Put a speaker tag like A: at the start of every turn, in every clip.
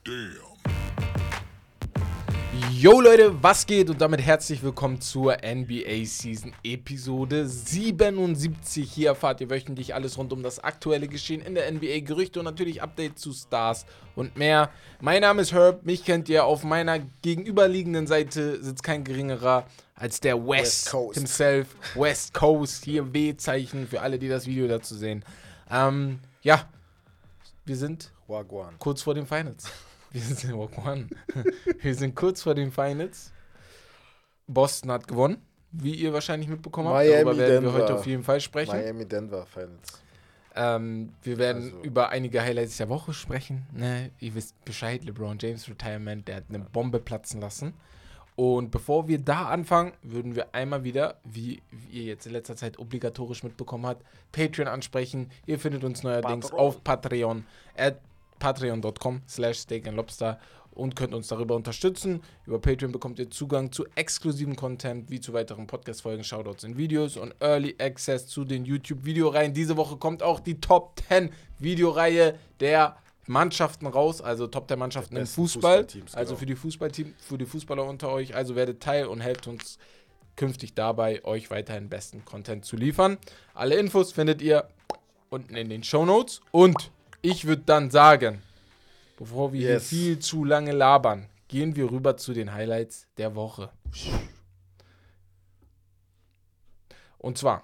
A: Yo Leute, was geht und damit herzlich willkommen zur NBA Season Episode 77. Hier erfahrt ihr wöchentlich alles rund um das aktuelle Geschehen in der NBA, Gerüchte und natürlich Updates zu Stars und mehr. Mein Name ist Herb, mich kennt ihr. Auf meiner gegenüberliegenden Seite sitzt kein geringerer als der West
B: Coast
A: himself, West Coast, hier W-Zeichen für alle, die das Video dazu sehen. Ja, wir sind
B: Wagwan.
A: kurz vor den Finals. Wir sind kurz vor den Finals. Boston hat gewonnen, wie ihr wahrscheinlich mitbekommen habt. Darüber werden wir heute auf jeden Fall sprechen.
B: Miami-Denver Finals.
A: Wir werden über einige Highlights der Woche sprechen. Ne? Ihr wisst Bescheid, LeBron James Retirement, der hat eine Bombe platzen lassen. Und bevor wir da anfangen, würden wir einmal wieder, wie ihr jetzt in letzter Zeit obligatorisch mitbekommen habt, Patreon ansprechen. Ihr findet uns neuerdings auf Patreon, patreon.com/steakandlobster und könnt uns darüber unterstützen. Über Patreon bekommt ihr Zugang zu exklusiven Content, wie zu weiteren Podcast-Folgen, Shoutouts in Videos und Early Access zu den YouTube-Videoreihen. Diese Woche kommt auch die Top 10 Videoreihe der Mannschaften raus, also Top 10 Mannschaften im Fußball, also für die Fußballer unter euch. Also werdet Teil und helft uns künftig dabei, euch weiterhin besten Content zu liefern. Alle Infos findet ihr unten in den Shownotes und ich würde dann sagen, bevor wir hier viel zu lange labern, gehen wir rüber zu den Highlights der Woche. Und zwar,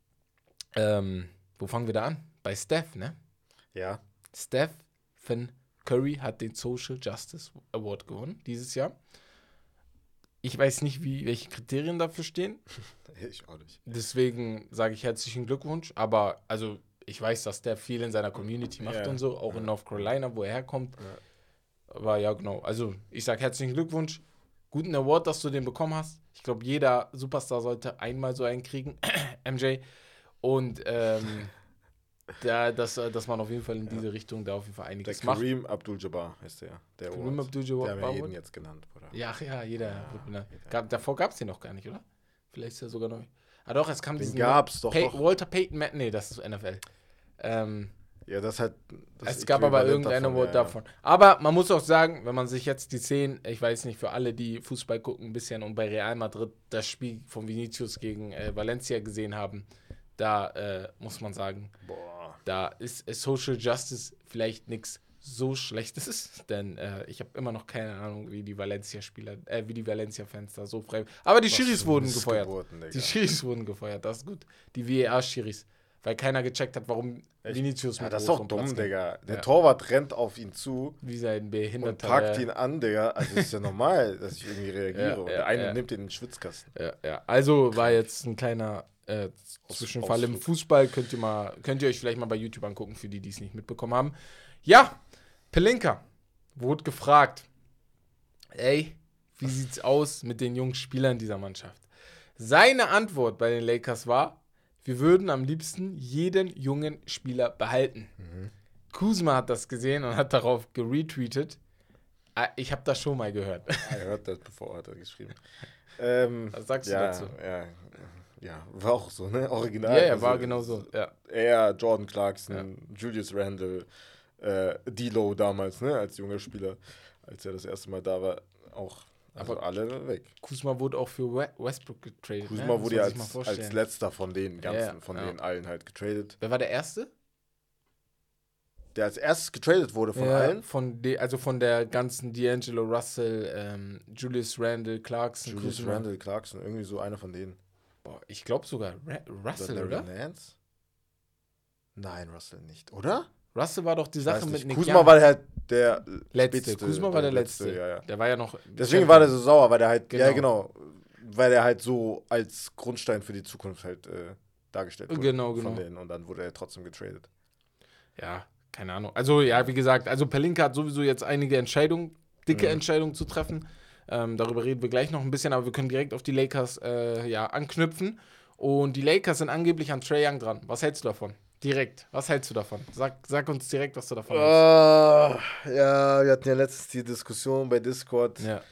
A: wo fangen wir da an? Bei Steph, ne?
B: Ja.
A: Stephen Curry hat den Social Justice Award gewonnen dieses Jahr. Ich weiß nicht, welche Kriterien dafür stehen.
B: Ich auch nicht.
A: Deswegen sage ich herzlichen Glückwunsch. Aber also ich weiß, dass der viel in seiner Community macht und so, auch in North Carolina, wo er herkommt. Ja. Aber ja, genau. Also ich sage herzlichen Glückwunsch. Guten Award, dass du den bekommen hast. Ich glaube, jeder Superstar sollte einmal so einen kriegen. MJ. Und dass man auf jeden Fall in diese Richtung da auf jeden Fall einiges macht.
B: Kareem Abdul-Jabbar heißt der.
A: Kareem Abdul-Jabbar.
B: Der haben wir jeden jetzt genannt, oder?
A: Ja, jeder wird benannt. Davor gab es den noch gar nicht, oder? Vielleicht ist er sogar neu. Ah doch, es kam
B: den gab's doch.
A: Walter Payton, nee, das ist NFL.
B: Ja, das hat...
A: Es gab aber irgendein Award davon. Aber man muss auch sagen, wenn man sich jetzt die Szenen, ich weiß nicht, für alle, die Fußball gucken ein bisschen und bei Real Madrid das Spiel von Vinicius gegen Valencia gesehen haben, da muss man sagen, da ist Social Justice vielleicht nichts so Schlechtes, denn ich habe immer noch keine Ahnung, wie die Valencia-Spieler, wie die Valencia-Fans da so frei... Aber die Schiris wurden gefeuert. Die Schiris wurden gefeuert, das ist gut. Die VAR-Schiris. Weil keiner gecheckt hat, warum Vinicius mit
B: das ist doch dumm, Digga. Der Torwart rennt auf ihn zu.
A: Wie sein Behinderter.
B: Und packt ihn an, Digga. Also ist ja normal, dass ich irgendwie reagiere. Und der eine nimmt ihn in den Schwitzkasten.
A: Ja. Also war jetzt ein kleiner Zwischenfall im Fußball. Könnt ihr euch vielleicht mal bei YouTube angucken, für die es nicht mitbekommen haben. Ja, Pelinka wurde gefragt, ey, wie sieht's aus mit den jungen Spielern dieser Mannschaft? Seine Antwort bei den Lakers war, wir würden am liebsten jeden jungen Spieler behalten. Kuzma hat das gesehen und hat darauf geretweetet. Ich habe das schon mal gehört.
B: Er hört das, bevor er das geschrieben.
A: Was sagst du dazu?
B: Ja, war auch so, ne? Original.
A: Ja, war genau so. Ja.
B: Er, Jordan Clarkson, Julius Randle, D-Lo damals, ne? Als junger Spieler, als er das erste Mal da war, auch. Aber alle weg.
A: Kuzma wurde auch für Westbrook getradet.
B: Kuzma wurde ja als letzter von den ganzen, denen allen halt getradet.
A: Wer war der Erste?
B: Der als erstes getradet wurde von allen?
A: Von der ganzen D'Angelo Russell, Julius Randle, Clarkson.
B: Randle, Clarkson, irgendwie so einer von denen.
A: Boah, ich glaube sogar Russell, oder?
B: Nance? Nein, Russell nicht, oder?
A: Russell war doch die Sache mit Nick
B: Kuzma war halt der
A: letzte. Kuzma war der letzte.
B: Ja.
A: Der war ja noch...
B: Deswegen war der so sauer, weil der halt... Genau. Ja, genau. Weil er halt so als Grundstein für die Zukunft halt dargestellt wurde.
A: Genau.
B: Von denen. Und dann wurde er trotzdem getradet.
A: Ja, keine Ahnung. Also, ja, wie gesagt, Pelinka hat sowieso jetzt einige dicke Entscheidungen zu treffen. Darüber reden wir gleich noch ein bisschen, aber wir können direkt auf die Lakers anknüpfen. Und die Lakers sind angeblich an Trae Young dran. Was hältst du davon? Direkt. Was hältst du davon? Sag uns direkt, was du davon hältst.
B: Ja, wir hatten ja letztens die Diskussion bei Discord.
A: Ja.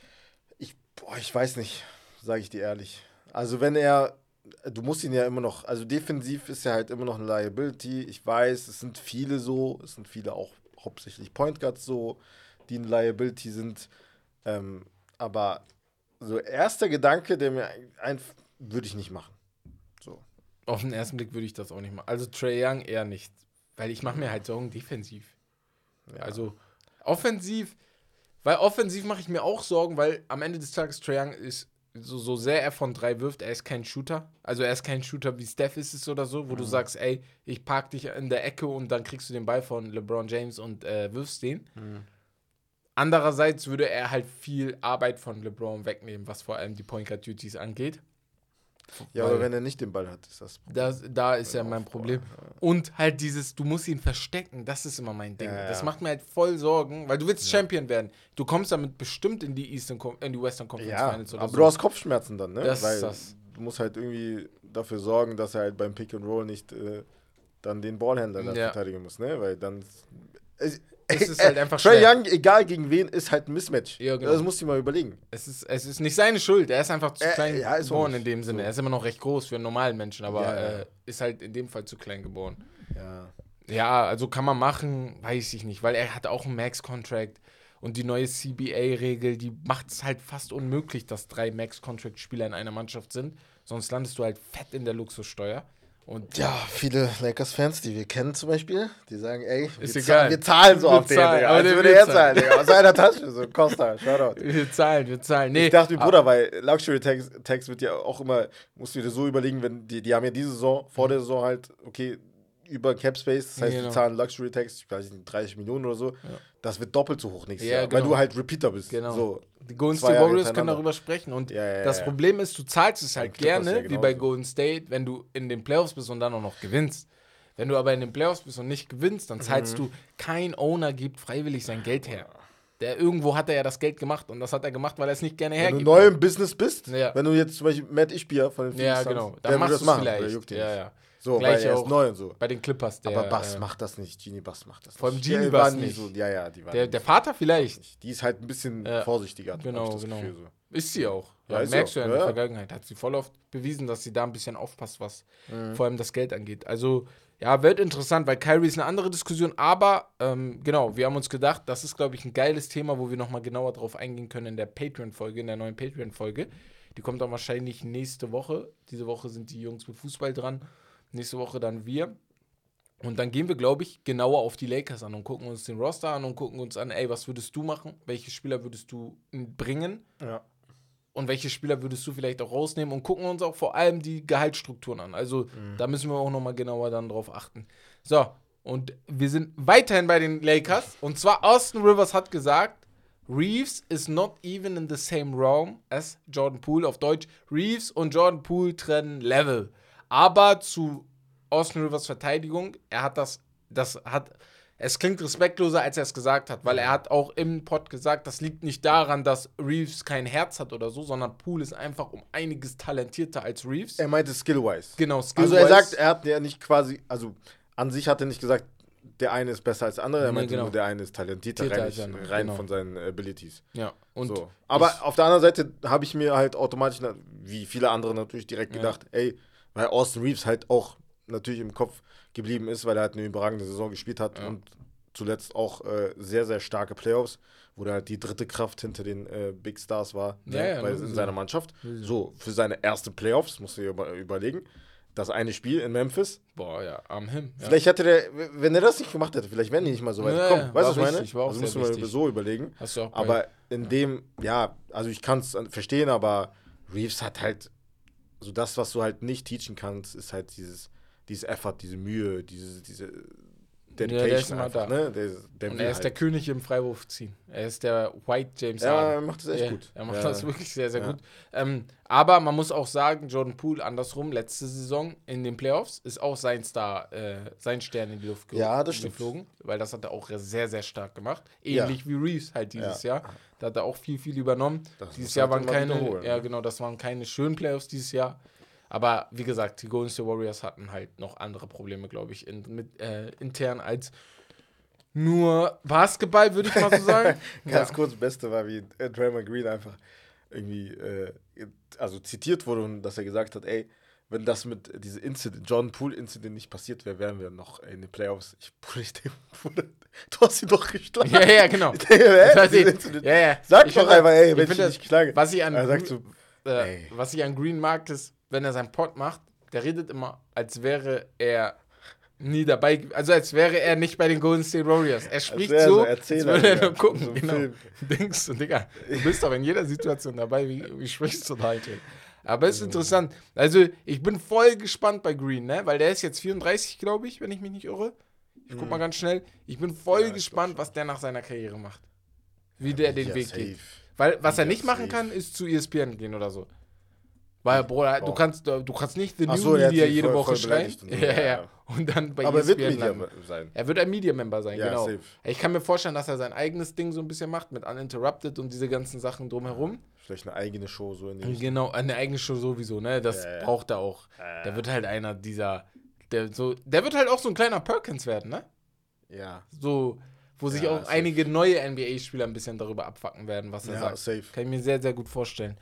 B: Ich weiß nicht, sage ich dir ehrlich. Also du musst ihn ja immer noch, also defensiv ist er halt immer noch eine Liability. Ich weiß, es sind viele auch hauptsächlich Point Guards so, die eine Liability sind. Aber so erster Gedanke, der mir würde ich nicht machen. So.
A: Auf den ersten Blick würde ich das auch nicht machen. Also Trae Young eher nicht. Weil ich mache mir halt Sorgen defensiv. Ja. Also offensiv mache ich mir auch Sorgen, weil am Ende des Tages Trae Young ist, so sehr er von 3 wirft, er ist kein Shooter. Also er ist kein Shooter wie Steph ist es oder so, wo du sagst, ey, ich park dich in der Ecke und dann kriegst du den Ball von LeBron James und wirfst den. Andererseits würde er halt viel Arbeit von LeBron wegnehmen, was vor allem die Point Guard Duties angeht.
B: Ja, aber wenn er nicht den Ball hat, ist das Problem.
A: Da ist ja mein Problem. Und halt du musst ihn verstecken, das ist immer mein Ding. Ja. Das macht mir halt voll Sorgen, weil du willst Champion werden. Du kommst damit bestimmt in die Western Conference Finals oder
B: aber
A: so.
B: du hast Kopfschmerzen dann, ne?
A: Weil
B: du musst halt irgendwie dafür sorgen, dass er halt beim Pick and Roll nicht dann den Ballhändler verteidigen muss, ne? Weil dann
A: es ist halt einfach
B: Trae Young, egal gegen wen, ist halt ein Mismatch.
A: Ja, genau.
B: Das musst du dir mal überlegen.
A: Es ist nicht seine Schuld. Er ist einfach zu klein geboren in dem Sinne. So. Er ist immer noch recht groß für einen normalen Menschen, aber ist halt in dem Fall zu klein geboren. Ja, also kann man machen, weiß ich nicht, weil er hat auch einen Max-Contract und die neue CBA-Regel, die macht es halt fast unmöglich, dass 3 Max-Contract-Spieler in einer Mannschaft sind. Sonst landest du halt fett in der Luxussteuer. Und
B: ja, viele Lakers-Fans, die wir kennen zum Beispiel, die sagen, ey,
A: wir
B: zahlen so auf den, Digga. Also würde er zahlen, Digga. Aus einer Tasche, so Costa, Shoutout.
A: Wir zahlen. Nee.
B: Ich dachte, Bruder, weil Luxury-Tax wird ja auch immer, musst du dir so überlegen, wenn die haben ja diese Saison, vor der Saison halt, okay, über Cap Space, das heißt, die zahlen Luxury Tax, ich weiß nicht, 30 Millionen oder so. Ja. Das wird doppelt so hoch nächstes Jahr,
A: genau.
B: Weil du halt Repeater bist.
A: Genau.
B: So,
A: die Golden State Warriors können darüber sprechen. Und das Problem ist, du zahlst es halt gerne, wie bei Golden State, wenn du in den Playoffs bist und dann auch noch gewinnst. Wenn du aber in den Playoffs bist und nicht gewinnst, dann zahlst du, kein Owner gibt freiwillig sein Geld her. Irgendwo hat er ja das Geld gemacht und das hat er gemacht, weil er es nicht gerne hergibt.
B: Wenn du neu im Business bist, wenn du jetzt zum Beispiel Matt Ishbia von den Phoenix
A: genau, dann machst du es vielleicht.
B: So,
A: gleich
B: weil er ist neu und so.
A: Bei den Clippers.
B: Aber Bass macht das nicht. Genie Bass macht das nicht.
A: Vor allem Genie Bass nicht.
B: So, die war
A: der Vater vielleicht.
B: Die ist halt ein bisschen vorsichtiger.
A: Genau.
B: So.
A: Ist sie auch.
B: Ja,
A: merkst du ja in der Vergangenheit. Hat sie voll oft bewiesen, dass sie da ein bisschen aufpasst, was vor allem das Geld angeht. Also, ja, wird interessant, weil Kyrie ist eine andere Diskussion. Aber, genau, wir haben uns gedacht, das ist, glaube ich, ein geiles Thema, wo wir nochmal genauer drauf eingehen können in der Patreon-Folge, in der neuen Patreon-Folge. Die kommt dann wahrscheinlich nächste Woche. Diese Woche sind die Jungs mit Fußball dran. Nächste Woche dann wir. Und dann gehen wir, glaube ich, genauer auf die Lakers an und gucken uns den Roster an und gucken uns an, ey, was würdest du machen? Welche Spieler würdest du bringen?
B: Ja.
A: Und welche Spieler würdest du vielleicht auch rausnehmen? Und gucken uns auch vor allem die Gehaltsstrukturen an. Also da müssen wir auch nochmal genauer dann drauf achten. So, und wir sind weiterhin bei den Lakers. Und zwar Austin Rivers hat gesagt, Reeves is not even in the same realm as Jordan Poole. Auf Deutsch, Reeves und Jordan Poole trennen Level. Aber zu Austin Rivers Verteidigung, es klingt respektloser, als er es gesagt hat, weil er hat auch im Pod gesagt, das liegt nicht daran, dass Reeves kein Herz hat oder so, sondern Poole ist einfach um einiges talentierter als Reeves.
B: Er meinte skill-wise.
A: Genau, skill-wise.
B: Also er sagt, er hat ja nicht quasi, also an sich hat er nicht gesagt, der eine ist besser als der andere, er meinte nur, der eine ist talentierter, rein von seinen Abilities.
A: Ja, und
B: so. Aber auf der anderen Seite habe ich mir halt automatisch, wie viele andere natürlich direkt gedacht, ey, weil Austin Reeves halt auch natürlich im Kopf geblieben ist, weil er halt eine überragende Saison gespielt hat und zuletzt auch sehr, sehr starke Playoffs, wo er halt die dritte Kraft hinter den Big Stars war in seiner Mannschaft. So, für seine erste Playoffs, musst du dir überlegen, das eine Spiel in Memphis.
A: Boah, ja, am Himmel. Ja.
B: Vielleicht hätte der, wenn er das nicht gemacht hätte, vielleicht wären die nicht mal so weit gekommen. Weißt du, was ich meine?
A: Also
B: musst du mal so überlegen.
A: Hast du auch
B: aber in dem, also ich kann es verstehen, aber Reeves hat halt so das, was du halt nicht teachen kannst, ist halt dieses Effort, diese Mühe, diese Dedication einfach, ne?
A: Und er ist der König im Freiwurf ziehen. Er ist der White James
B: Harden. Ja, er macht das echt gut.
A: Er macht das wirklich sehr, sehr gut. Aber man muss auch sagen, Jordan Poole andersrum, letzte Saison in den Playoffs ist auch sein Star, sein Stern in die Luft geflogen, weil das hat er auch sehr, sehr stark gemacht. Ähnlich wie Reeves halt dieses Jahr. Da hat er auch viel, viel übernommen. Dieses Jahr waren das waren keine schönen Playoffs dieses Jahr. Aber wie gesagt, die Golden State Warriors hatten halt noch andere Probleme, glaube ich, intern als nur Basketball, würde ich mal so sagen.
B: Ganz kurz, Beste war, wie Draymond Green einfach irgendwie zitiert wurde und dass er gesagt hat, ey, wenn das mit diesem Jordan Poole-Incident nicht passiert wäre, wären wir noch in den Playoffs. Du hast ihn doch geschlagen.
A: Ja, genau.
B: Sag doch einfach, ey, wenn ich ihn nicht schlage.
A: Was ich an Green mag, ist, wenn er seinen Pod macht, der redet immer, als wäre er nie dabei, also als wäre er nicht bei den Golden State Warriors. Er spricht so, als würde er nur gucken. So genau. Denkst du, Digga, du bist doch in jeder Situation dabei, wie sprichst du da halt? Aber es ist interessant. Also, ich bin voll gespannt bei Green, ne? Weil der ist jetzt 34, glaube ich, wenn ich mich nicht irre. Ich guck mal ganz schnell. Ich bin voll gespannt, was der nach seiner Karriere macht. Wie der den Weg geht. Weil, was er nicht machen kann, ist zu ESPN gehen oder so. Weil, Bruder, du kannst nicht The New Media jede Woche schreien. Ja. Und dann bei
B: aber
A: ESPN
B: er wird Media sein.
A: Er wird ein Media-Member sein, genau.
B: Safe.
A: Ich kann mir vorstellen, dass er sein eigenes Ding so ein bisschen macht, mit Uninterrupted und diese ganzen Sachen drumherum.
B: Vielleicht eine eigene Show so in die Richtung.
A: Genau, eine eigene Show sowieso, ne? Das braucht er auch. Der wird halt einer dieser, der wird halt auch so ein kleiner Perkins werden, ne?
B: Ja.
A: So, wo sich auch einige neue NBA-Spieler ein bisschen darüber abfacken werden, was er sagt.
B: Safe.
A: Kann ich mir sehr, sehr gut vorstellen.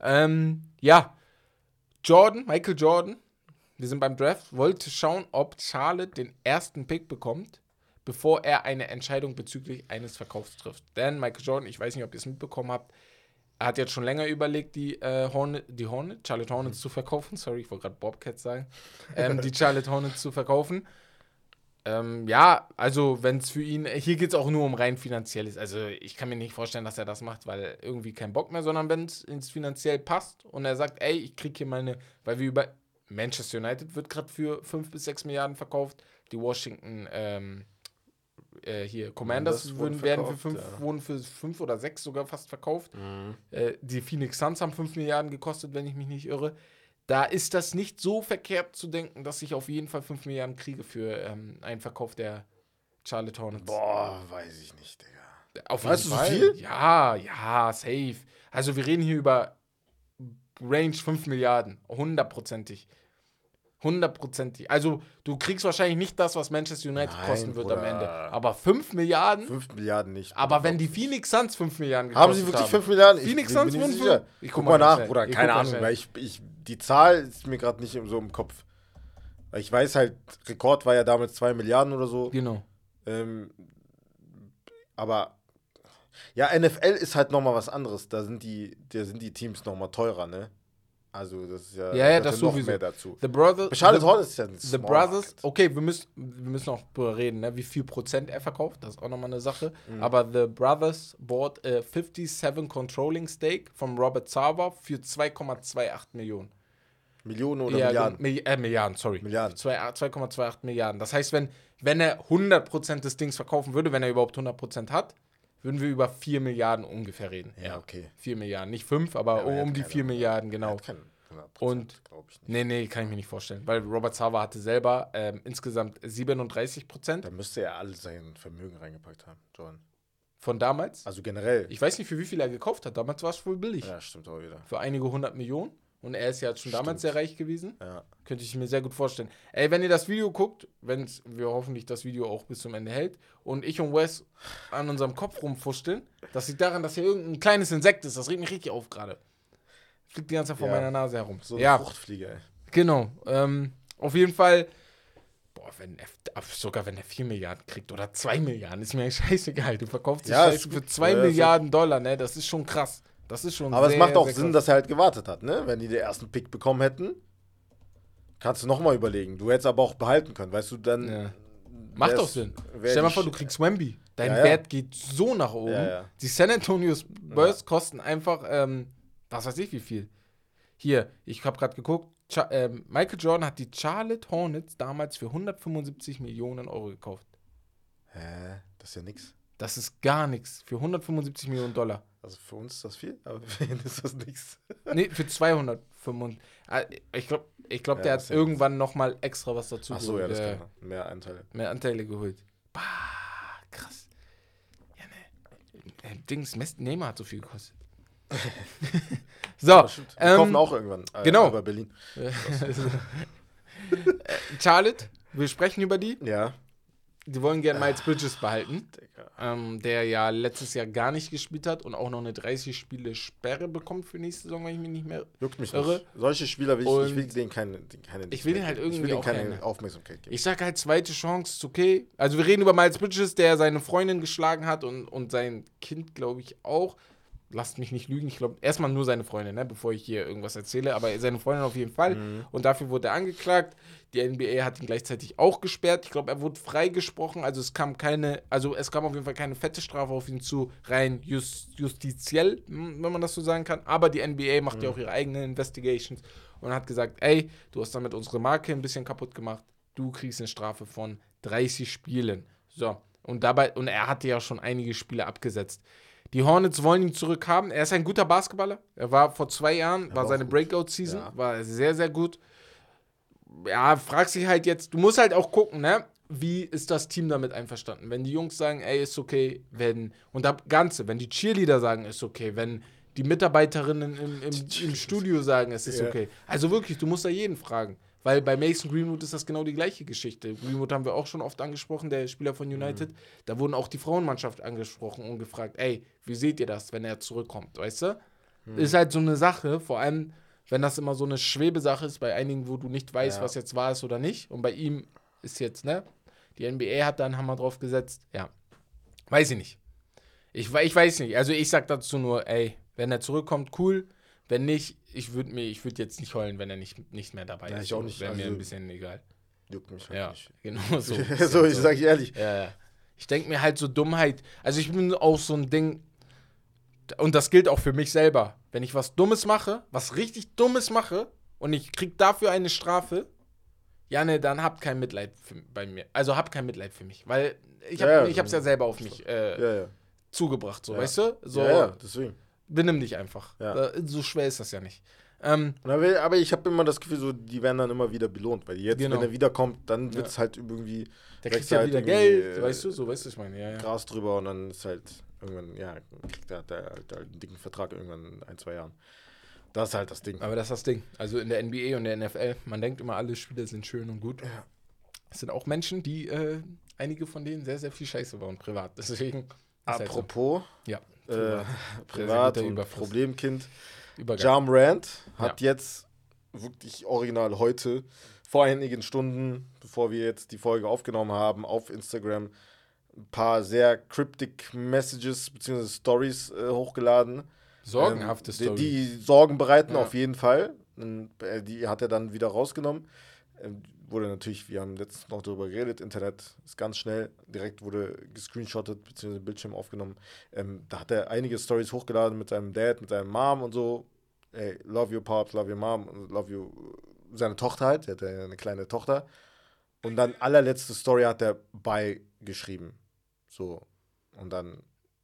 A: Michael Jordan, wir sind beim Draft, wollte schauen, ob Charlotte den ersten Pick bekommt, bevor er eine Entscheidung bezüglich eines Verkaufs trifft. Denn Michael Jordan, ich weiß nicht, ob ihr es mitbekommen habt, er hat jetzt schon länger überlegt, die Charlotte Hornets zu verkaufen. Sorry, ich wollte gerade Bobcats sagen. Die Charlotte Hornets zu verkaufen. Also wenn es für ihn, hier geht es auch nur um rein Finanzielles. Also ich kann mir nicht vorstellen, dass er das macht, weil irgendwie kein Bock mehr, sondern wenn es ins finanziell passt und er sagt, ey, ich krieg hier weil wir über Manchester United wird gerade für 5 bis 6 Milliarden verkauft, die Washington Commanders wurden für 5 oder 6 sogar fast verkauft. Die Phoenix Suns haben 5 Milliarden gekostet, wenn ich mich nicht irre. Da ist das nicht so verkehrt zu denken, dass ich auf jeden Fall 5 Milliarden kriege für einen Verkauf der Charlotte Hornets.
B: Boah, weiß ich nicht, Digga.
A: Auf jeden Fall. So viel? Ja, safe. Also wir reden hier über Range 5 Milliarden, 100%ig. Also du kriegst wahrscheinlich nicht das, was Manchester United kosten wird am Ende. Aber 5 Milliarden?
B: 5 Milliarden nicht.
A: Aber wenn die Phoenix Suns 5 Milliarden gekostet haben.
B: Haben sie wirklich 5 Milliarden?
A: Phoenix Suns wurden für...
B: Ich guck mal nach, Bruder. Keine Ahnung, weil die Zahl ist mir gerade nicht so im Kopf. Weil ich weiß halt, Rekord war ja damals 2 Milliarden oder so.
A: Genau.
B: Aber ja, NFL ist halt nochmal was anderes. Da sind die Teams nochmal teurer, ne? Also das ist
A: ja das
B: noch
A: sowieso.
B: Mehr dazu.
A: Charlotte
B: Hornets ist ja ein
A: The Brothers, okay, wir müssen auch darüber reden, ne, wie viel Prozent er verkauft, das ist auch nochmal eine Sache. Aber The Brothers bought a 57 controlling stake von Robert Sarver für 2,28 Millionen.
B: Millionen oder Milliarden?
A: Milliarden, sorry.
B: Milliarden.
A: 2,28 Milliarden. Das heißt, wenn er 100% des Dings verkaufen würde, wenn er überhaupt 100% hat, würden wir über 4 Milliarden ungefähr reden.
B: Ja, okay.
A: 4 Milliarden, nicht 5, aber um die 4 Milliarden, genau. Und
B: ich nicht.
A: Nee, kann ich mir nicht vorstellen, weil Robert Sarver hatte selber insgesamt 37%.
B: Da müsste er all sein Vermögen reingepackt haben, John.
A: Von damals?
B: Also generell.
A: Ich weiß nicht, für wie viel er gekauft hat. Damals war es wohl billig.
B: Ja, stimmt auch wieder.
A: Für einige 100 Millionen. Und er ist ja schon damals sehr reich gewesen.
B: Ja.
A: Könnte ich mir sehr gut vorstellen. Ey, wenn ihr das Video guckt, wenn wir hoffentlich das Video auch bis zum Ende hält und ich und Wes an unserem Kopf rumfuscheln, das liegt daran, dass hier irgendein kleines Insekt ist. Das regt mich richtig auf gerade. Fliegt die ganze Zeit vor meiner Nase herum.
B: So eine Fruchtfliege, ey.
A: Genau. Auf jeden Fall, wenn er 4 Milliarden kriegt oder 2 Milliarden, ist mir eigentlich scheißegal. Du verkaufst die Scheiße für 2 Milliarden Dollar, ne? Das ist schon krass. Das ist schon
B: aber
A: sehr,
B: es macht auch
A: sehr
B: Sinn,
A: krass.
B: dass er halt gewartet hat, ne? Wenn die den ersten Pick bekommen hätten, kannst du nochmal überlegen. Du hättest aber auch behalten können, weißt du, dann...
A: Ja. Macht doch Sinn. Stell dir mal vor, du kriegst Wemby. Dein Wert geht so nach oben.
B: Ja.
A: Die San Antonio Spurs kosten einfach, was weiß ich wie viel. Hier, ich habe gerade geguckt, Michael Jordan hat die Charlotte Hornets damals für 175 Millionen Euro gekauft.
B: Hä? Das ist ja nix.
A: Das ist gar nichts. Für 175 Millionen Dollar.
B: Also für uns ist das viel, aber für ihn ist das nichts.
A: Nee, für 205. Ich glaube, der hat irgendwann nochmal extra was dazu
B: geholt. Achso, ja, das kann er. Mehr Anteile
A: geholt. Bah, krass. Ja, ne. Neymar hat so viel gekostet. So.
B: Wir kaufen auch irgendwann.
A: Genau.
B: Über Berlin.
A: Charlotte, wir sprechen über die.
B: Ja.
A: die wollen gerne Miles Bridges behalten, der ja letztes Jahr gar nicht gespielt hat und auch noch eine 30-Spiele-Sperre bekommt für nächste Saison, wenn ich mich nicht mehr
B: Juckt mich
A: irre.
B: nicht. Solche Spieler will ich will denen keine
A: ich will denen halt irgendwie
B: ich will denen
A: auch
B: keine Aufmerksamkeit geben.
A: Ich sag halt, zweite Chance ist okay. Also wir reden über Miles Bridges, der seine Freundin geschlagen hat und sein Kind, glaube ich, auch. Lasst mich nicht lügen, ich glaube, erstmal nur seine Freundin, ne, bevor ich hier irgendwas erzähle, aber seine Freundin auf jeden Fall. Und dafür wurde er angeklagt. Die NBA hat ihn gleichzeitig auch gesperrt. Ich glaube, er wurde freigesprochen, also es kam auf jeden Fall keine fette Strafe auf ihn zu, rein justiziell, wenn man das so sagen kann. Aber die NBA macht ja auch ihre eigenen Investigations und hat gesagt, ey, du hast damit unsere Marke ein bisschen kaputt gemacht, du kriegst eine Strafe von 30 Spielen. So, und er hatte ja schon einige Spiele abgesetzt. Die Hornets wollen ihn zurückhaben. Er ist ein guter Basketballer. Er war vor 2 Jahren, war seine Breakout-Season, war sehr, sehr gut. Ja, fragst dich halt jetzt, du musst halt auch gucken, ne? Wie ist das Team damit einverstanden? Wenn die Jungs sagen, ey, ist okay, wenn die Cheerleader sagen, ist okay, wenn die Mitarbeiterinnen im Studio sagen, es ist okay. Also wirklich, du musst da jeden fragen. Weil bei Mason Greenwood ist das genau die gleiche Geschichte. Greenwood haben wir auch schon oft angesprochen, der Spieler von United. Da wurden auch die Frauenmannschaft angesprochen und gefragt, ey, wie seht ihr das, wenn er zurückkommt, weißt du? Ist halt so eine Sache, vor allem, wenn das immer so eine Schwebesache ist, bei einigen, wo du nicht weißt, was jetzt wahr ist oder nicht. Und bei ihm ist jetzt, ne? Die NBA hat da einen Hammer drauf gesetzt. Ja, weiß ich nicht. Ich weiß nicht. Also ich sag dazu nur, ey, wenn er zurückkommt, cool. Wenn nicht, ich würde jetzt nicht heulen, wenn er nicht mehr dabei ist.
B: Ich auch nicht.
A: Wäre mir ein bisschen egal.
B: Juckt mich halt nicht.
A: Genau so.
B: So, ich sag ehrlich.
A: Ja. Ich denke mir halt so Dummheit. Also ich bin auch so ein Ding, und das gilt auch für mich selber. Wenn ich was Dummes mache, was richtig Dummes mache, und ich krieg dafür eine Strafe, ja, ne, dann habt kein Mitleid bei mir. Also habt kein Mitleid für mich. Weil ich hab's ja selber auf mich zugebracht, so, weißt du? So,
B: deswegen.
A: Benimm dich einfach.
B: Ja.
A: So schwer ist das ja nicht.
B: Aber ich habe immer das Gefühl, so, die werden dann immer wieder belohnt. Weil jetzt, wenn er wiederkommt, dann wird es halt irgendwie...
A: Der kriegt ja wieder Geld, weißt du? So, weißt du, ich meine, ja.
B: Gras drüber und dann ist halt irgendwann, kriegt er halt einen dicken Vertrag irgendwann in 1-2 Jahren. Das ist halt das Ding.
A: Aber das ist das Ding. Also in der NBA und der NFL, man denkt immer, alle Spieler sind schön und gut.
B: Ja.
A: Es sind auch Menschen, die, einige von denen sehr, sehr viel Scheiße bauen, privat. Deswegen...
B: Apropos...
A: Ja.
B: Privat und Problemkind.
A: Übergang.
B: Ja Morant hat jetzt wirklich original heute, vor einigen Stunden, bevor wir jetzt die Folge aufgenommen haben, auf Instagram ein paar sehr cryptic Messages bzw. Stories hochgeladen.
A: Sorgenhafte Stories.
B: Die Sorgen bereiten auf jeden Fall. Die hat er dann wieder rausgenommen. Wurde natürlich, wir haben letztens noch darüber geredet, Internet ist ganz schnell, direkt wurde gescreenshottet bzw. Bildschirm aufgenommen. Da hat er einige Stories hochgeladen mit seinem Dad, mit seinem Mom und so. Hey, love your Pops, love your Mom, love you, seine Tochter halt, er hat ja eine kleine Tochter. Und dann allerletzte Story hat er beigeschrieben. So, und dann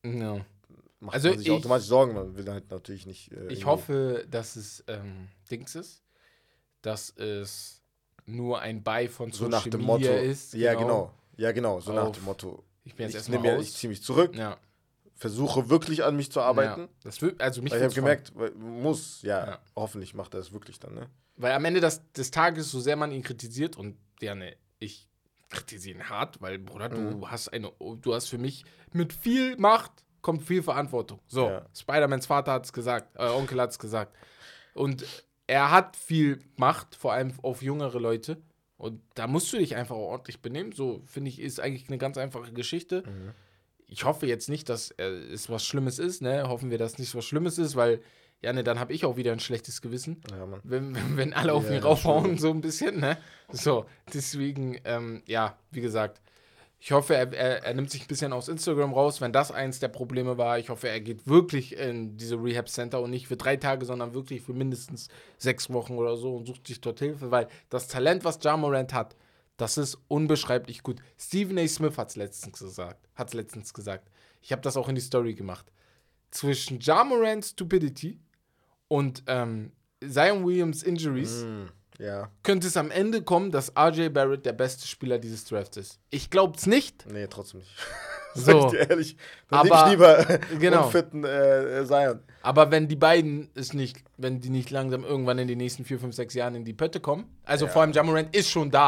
B: macht man sich automatisch Sorgen, man will halt natürlich nicht...
A: ich hoffe, dass es Dings ist, dass es nur ein Buy von
B: so
A: Social
B: nach dem
A: Media
B: Motto,
A: ist.
B: Ja, genau, so nach dem Motto.
A: Ich bin jetzt erstmal raus.
B: Ich ziehe mich zurück, versuche wirklich an mich zu arbeiten.
A: Ja. Das also mich
B: weil ich habe gemerkt, hoffentlich macht er es wirklich dann, ne?
A: Weil am Ende des Tages, so sehr man ihn kritisiert, und ich kritisiere ihn hart, weil, Bruder, du hast für mich mit viel Macht kommt viel Verantwortung. So, Spider-Mans Vater hat es gesagt, Onkel hat es gesagt. Und er hat viel Macht, vor allem auf jüngere Leute. Und da musst du dich einfach ordentlich benehmen. So, finde ich, ist eigentlich eine ganz einfache Geschichte. Ich hoffe jetzt nicht, dass es was Schlimmes ist, ne? Hoffen wir, dass nicht was Schlimmes ist, weil, dann habe ich auch wieder ein schlechtes Gewissen. Ja, Mann. Wenn alle auf ihn raufhauen, so ein bisschen, ne? So, deswegen, wie gesagt, ich hoffe, er nimmt sich ein bisschen aus Instagram raus, wenn das eins der Probleme war. Ich hoffe, er geht wirklich in diese Rehab-Center und nicht für 3 Tage, sondern wirklich für mindestens 6 Wochen oder so und sucht sich dort Hilfe, weil das Talent, was Ja Morant hat, das ist unbeschreiblich gut. Stephen A. Smith hat es letztens gesagt. Ich habe das auch in die Story gemacht. Zwischen Ja Morant's Stupidity und Zion Williams Injuries könnte es am Ende kommen, dass RJ Barrett der beste Spieler dieses Drafts ist. Ich glaube es nicht.
B: Nee, trotzdem nicht.
A: So.
B: Sag ich dir ehrlich. Dann nehme ich lieber unfitten Zion.
A: Aber wenn die beiden wenn die nicht langsam irgendwann in den nächsten 4, 5, 6 Jahren in die Pötte kommen, also vor allem Ja Morant ist schon da.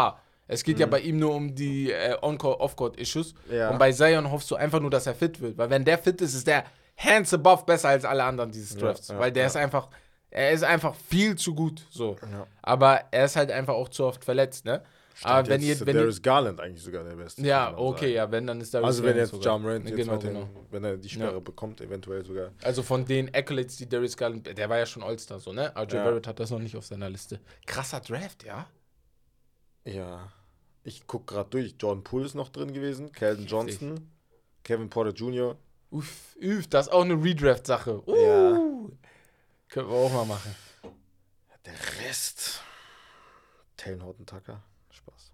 A: Es geht ja bei ihm nur um die On-Court-Off-Court-Issues.
B: Ja.
A: Und bei Zion hoffst du einfach nur, dass er fit wird. Weil wenn der fit ist, ist der hands above besser als alle anderen dieses Drafts.
B: Ja,
A: weil der ist einfach, er ist einfach viel zu gut. So.
B: Ja.
A: Aber er ist halt einfach auch zu oft verletzt, ne? Aber wenn ihr,
B: Darius Garland eigentlich sogar der Beste.
A: ja,
B: kann man
A: okay,
B: sagen.
A: ja, wenn, dann ist Darius
B: Also wenn
A: Garland
B: jetzt
A: sogar.
B: Ja Morant jetzt
A: Genau,
B: weiterhin,
A: genau.
B: wenn er die Sperre bekommt, eventuell sogar.
A: Also von den Accolades, die Darius Garland, der war ja schon All-Star, so, ne? RJ Barrett hat das noch nicht auf seiner Liste. Krasser Draft, ja?
B: Ja. Ich guck gerade durch. Jordan Poole ist noch drin gewesen, Keldon Johnson, Kevin Porter Jr.
A: Uff, das ist auch eine Redraft-Sache.
B: Ja.
A: Können wir auch mal machen.
B: Der Rest. Taylor Horton Tucker. Spaß.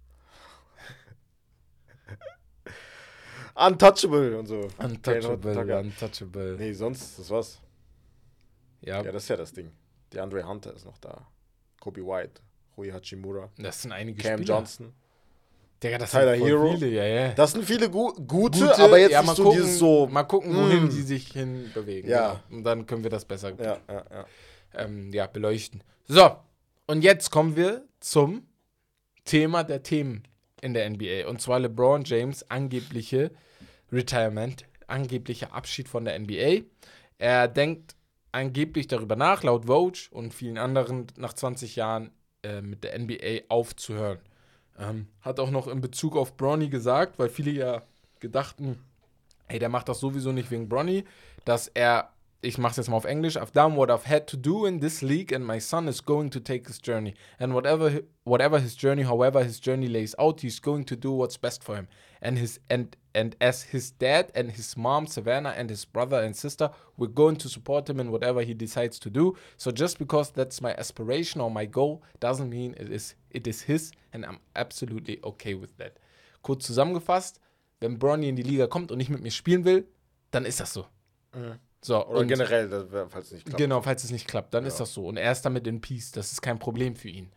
B: Untouchable und so.
A: Untouchable.
B: Nee, sonst, das war's.
A: Ja,
B: Ja, das ist ja das Ding. Der Andre Hunter ist noch da. Kobe White, Rui Hachimura,
A: das sind einige
B: Cam
A: Spieler.
B: Johnson.
A: Digga, das
B: Tyler
A: sind voll
B: Hero.
A: viele, ja.
B: Das sind viele gute, aber jetzt
A: ja,
B: nicht so dieses so.
A: Mal gucken, wohin die sich hinbewegen.
B: Ja.
A: Genau. Und dann können wir das besser
B: Ja.
A: beleuchten. So, und jetzt kommen wir zum Thema der Themen in der NBA. Und zwar LeBron James angebliche Retirement, angeblicher Abschied von der NBA. Er denkt angeblich darüber nach, laut Vogue und vielen anderen, nach 20 Jahren mit der NBA aufzuhören. Hat auch noch in Bezug auf Bronny gesagt, weil viele ja gedachten, hey, der macht das sowieso nicht wegen Bronny, dass er, ich mach's jetzt mal auf Englisch, I've done what I've had to do in this league and my son is going to take his journey. And whatever his journey, however his journey lays out, he's going to do what's best for him. And as his dad and his mom, Savannah, and his brother and sister, we're going to support him in whatever he decides to do. So just because that's my aspiration or my goal doesn't mean it is his and I'm absolutely okay with that. Kurz zusammengefasst, wenn Bronny in die Liga kommt und nicht mit mir spielen will, dann ist das so. So,
B: Oder
A: und
B: generell, falls es nicht klappt.
A: genau, falls es nicht klappt, dann ist das so. Und er ist damit in Peace. Das ist kein Problem für ihn.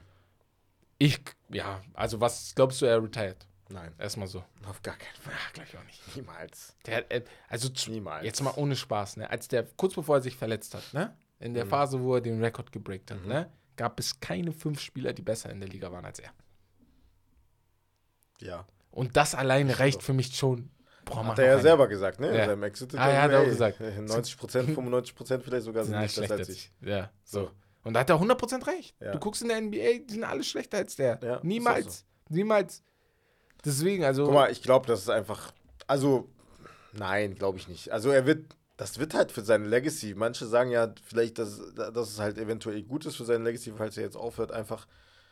A: Also was glaubst du, er retired?
B: Nein,
A: Erstmal so.
B: auf gar keinen Fall.
A: Ach, gleich auch nicht.
B: Niemals.
A: Niemals. Jetzt mal ohne Spaß, ne? Kurz bevor er sich verletzt hat, ne? In der Phase, wo er den Rekord gebreakt hat, ne? Gab es keine 5 Spieler, die besser in der Liga waren als er.
B: Ja.
A: Und das alleine reicht für mich schon.
B: Hat er ja selber gesagt, ne?
A: Ja.
B: In seinem Exit.
A: Hat er auch gesagt.
B: 90%, 95% vielleicht sogar sind nicht besser als ich.
A: Ja, so. Und da hat er 100% recht.
B: Ja.
A: Du guckst in der NBA, die sind alle schlechter als der.
B: Ja,
A: Niemals.
B: ist
A: Niemals. Deswegen, also.
B: Guck mal, ich glaube, das ist einfach. Also, nein, glaube ich nicht. Also, das wird halt für seine Legacy. Manche sagen ja vielleicht, dass es halt eventuell gut ist für seine Legacy, falls er jetzt aufhört, einfach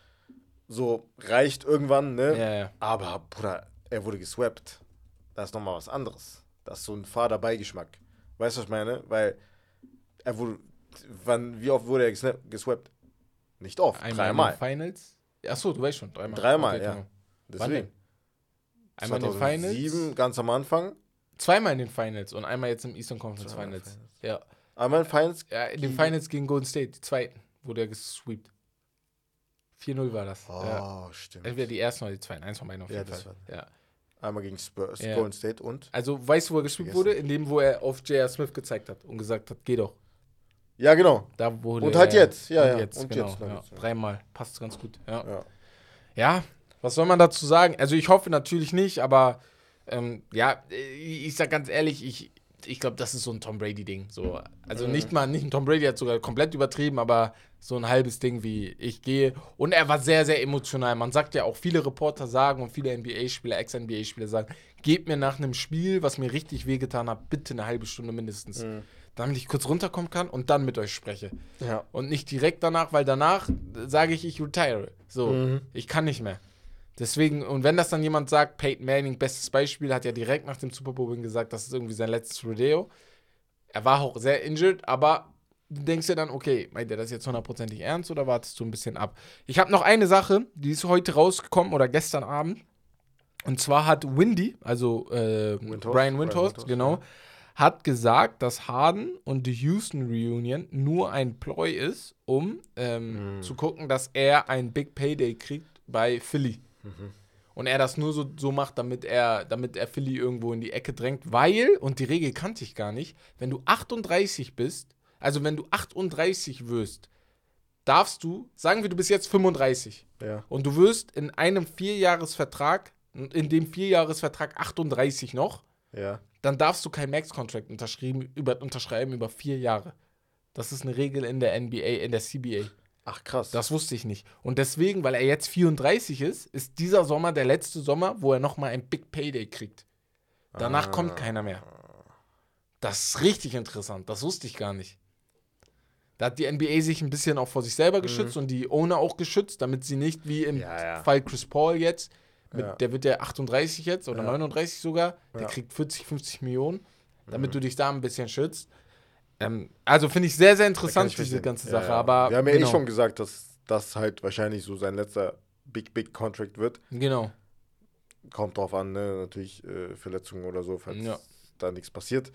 B: so reicht irgendwann, ne?
A: Ja.
B: Aber, Bruder, er wurde geswappt. Das ist nochmal was anderes. Das ist so ein fader Beigeschmack. Weißt du, was ich meine? Weil er wurde. Wie oft wurde er geswappt? Nicht oft.
A: Einmal
B: 3-mal.
A: in den Finals. Achso, du weißt schon, 3-mal.
B: 3-mal,
A: Okay,
B: ja.
A: genau.
B: Deswegen.
A: Einmal in den Finals.
B: 2007, ganz am Anfang.
A: 2-mal in den Finals und einmal jetzt im Eastern Conference Finals. Ja.
B: Einmal in Finals.
A: Ja, in den Finals gegen Golden State, die zweiten, wurde er gesweept. 4-0 war das. Ja.
B: Stimmt.
A: Entweder die ersten oder die zweiten. Eins von beiden auf jeden
B: das
A: Fall.
B: war-
A: Ja.
B: Einmal gegen Spurs,
A: Ja.
B: Golden State und.
A: Also, weißt du, wo er gesweept wurde? In dem, wo er auf J.R. Smith gezeigt hat und gesagt hat, geh doch.
B: Ja, genau.
A: Da wurde
B: Und halt jetzt. Ja,
A: und
B: ja.
A: jetzt,
B: Und
A: genau.
B: jetzt.
A: Ja. 3-mal. Passt ganz gut. Ja.
B: Ja.
A: Ja, was soll man dazu sagen? Also ich hoffe natürlich nicht, aber ich sag ganz ehrlich, ich glaube, das ist so ein Tom Brady-Ding. So. Also nicht ein Tom Brady hat sogar komplett übertrieben, aber so ein halbes Ding wie ich gehe. Und er war sehr, sehr emotional. Man sagt ja auch, viele Reporter sagen und viele NBA-Spieler, Ex-NBA-Spieler sagen, gebt mir nach einem Spiel, was mir richtig wehgetan hat, bitte eine halbe Stunde mindestens. Damit ich kurz runterkommen kann und dann mit euch spreche.
B: Ja.
A: Und nicht direkt danach, weil danach sage ich retire. So, ich kann nicht mehr. Deswegen, und wenn das dann jemand sagt, Peyton Manning, bestes Beispiel, hat ja direkt nach dem Super Bowl gesagt, das ist irgendwie sein letztes Rodeo. Er war auch sehr injured, aber du denkst dir dann, okay, meint er das jetzt 100%ig ernst oder wartest du ein bisschen ab? Ich habe noch eine Sache, die ist heute rausgekommen oder gestern Abend. Und zwar hat Windy, also Brian Windhorst, genau, hat gesagt, dass Harden und die Houston Reunion nur ein Ploy ist, um zu gucken, dass er ein Big Payday kriegt bei Philly. Und er das nur so macht, damit er Philly irgendwo in die Ecke drängt, weil, und die Regel kannte ich gar nicht, wenn du 38 bist, also wenn du 38 wirst, darfst du, sagen wir, du bist jetzt 35 und du wirst in einem 4-Jahres-Vertrag, in dem 4-Jahres-Vertrag 38 noch, dann darfst du kein Max-Contract unterschreiben über 4 Jahre. Das ist eine Regel in der NBA, in der CBA.
B: Ach, krass.
A: Das wusste ich nicht. Und deswegen, weil er jetzt 34 ist dieser Sommer der letzte Sommer, wo er nochmal ein Big Payday kriegt. Danach kommt keiner mehr. Das ist richtig interessant. Das wusste ich gar nicht. Da hat die NBA sich ein bisschen auch vor sich selber geschützt und die Owner auch geschützt, damit sie nicht wie im Fall Chris Paul jetzt, der wird ja 38 jetzt oder 39 sogar, der kriegt 40, 50 Millionen, damit du dich da ein bisschen schützt. Also finde ich sehr, sehr interessant, diese ganze Sache. Aber
B: wir haben ja schon gesagt, dass das halt wahrscheinlich so sein letzter Big Contract wird.
A: Genau.
B: Kommt drauf an, ne? Natürlich Verletzungen oder so, falls da nichts passiert.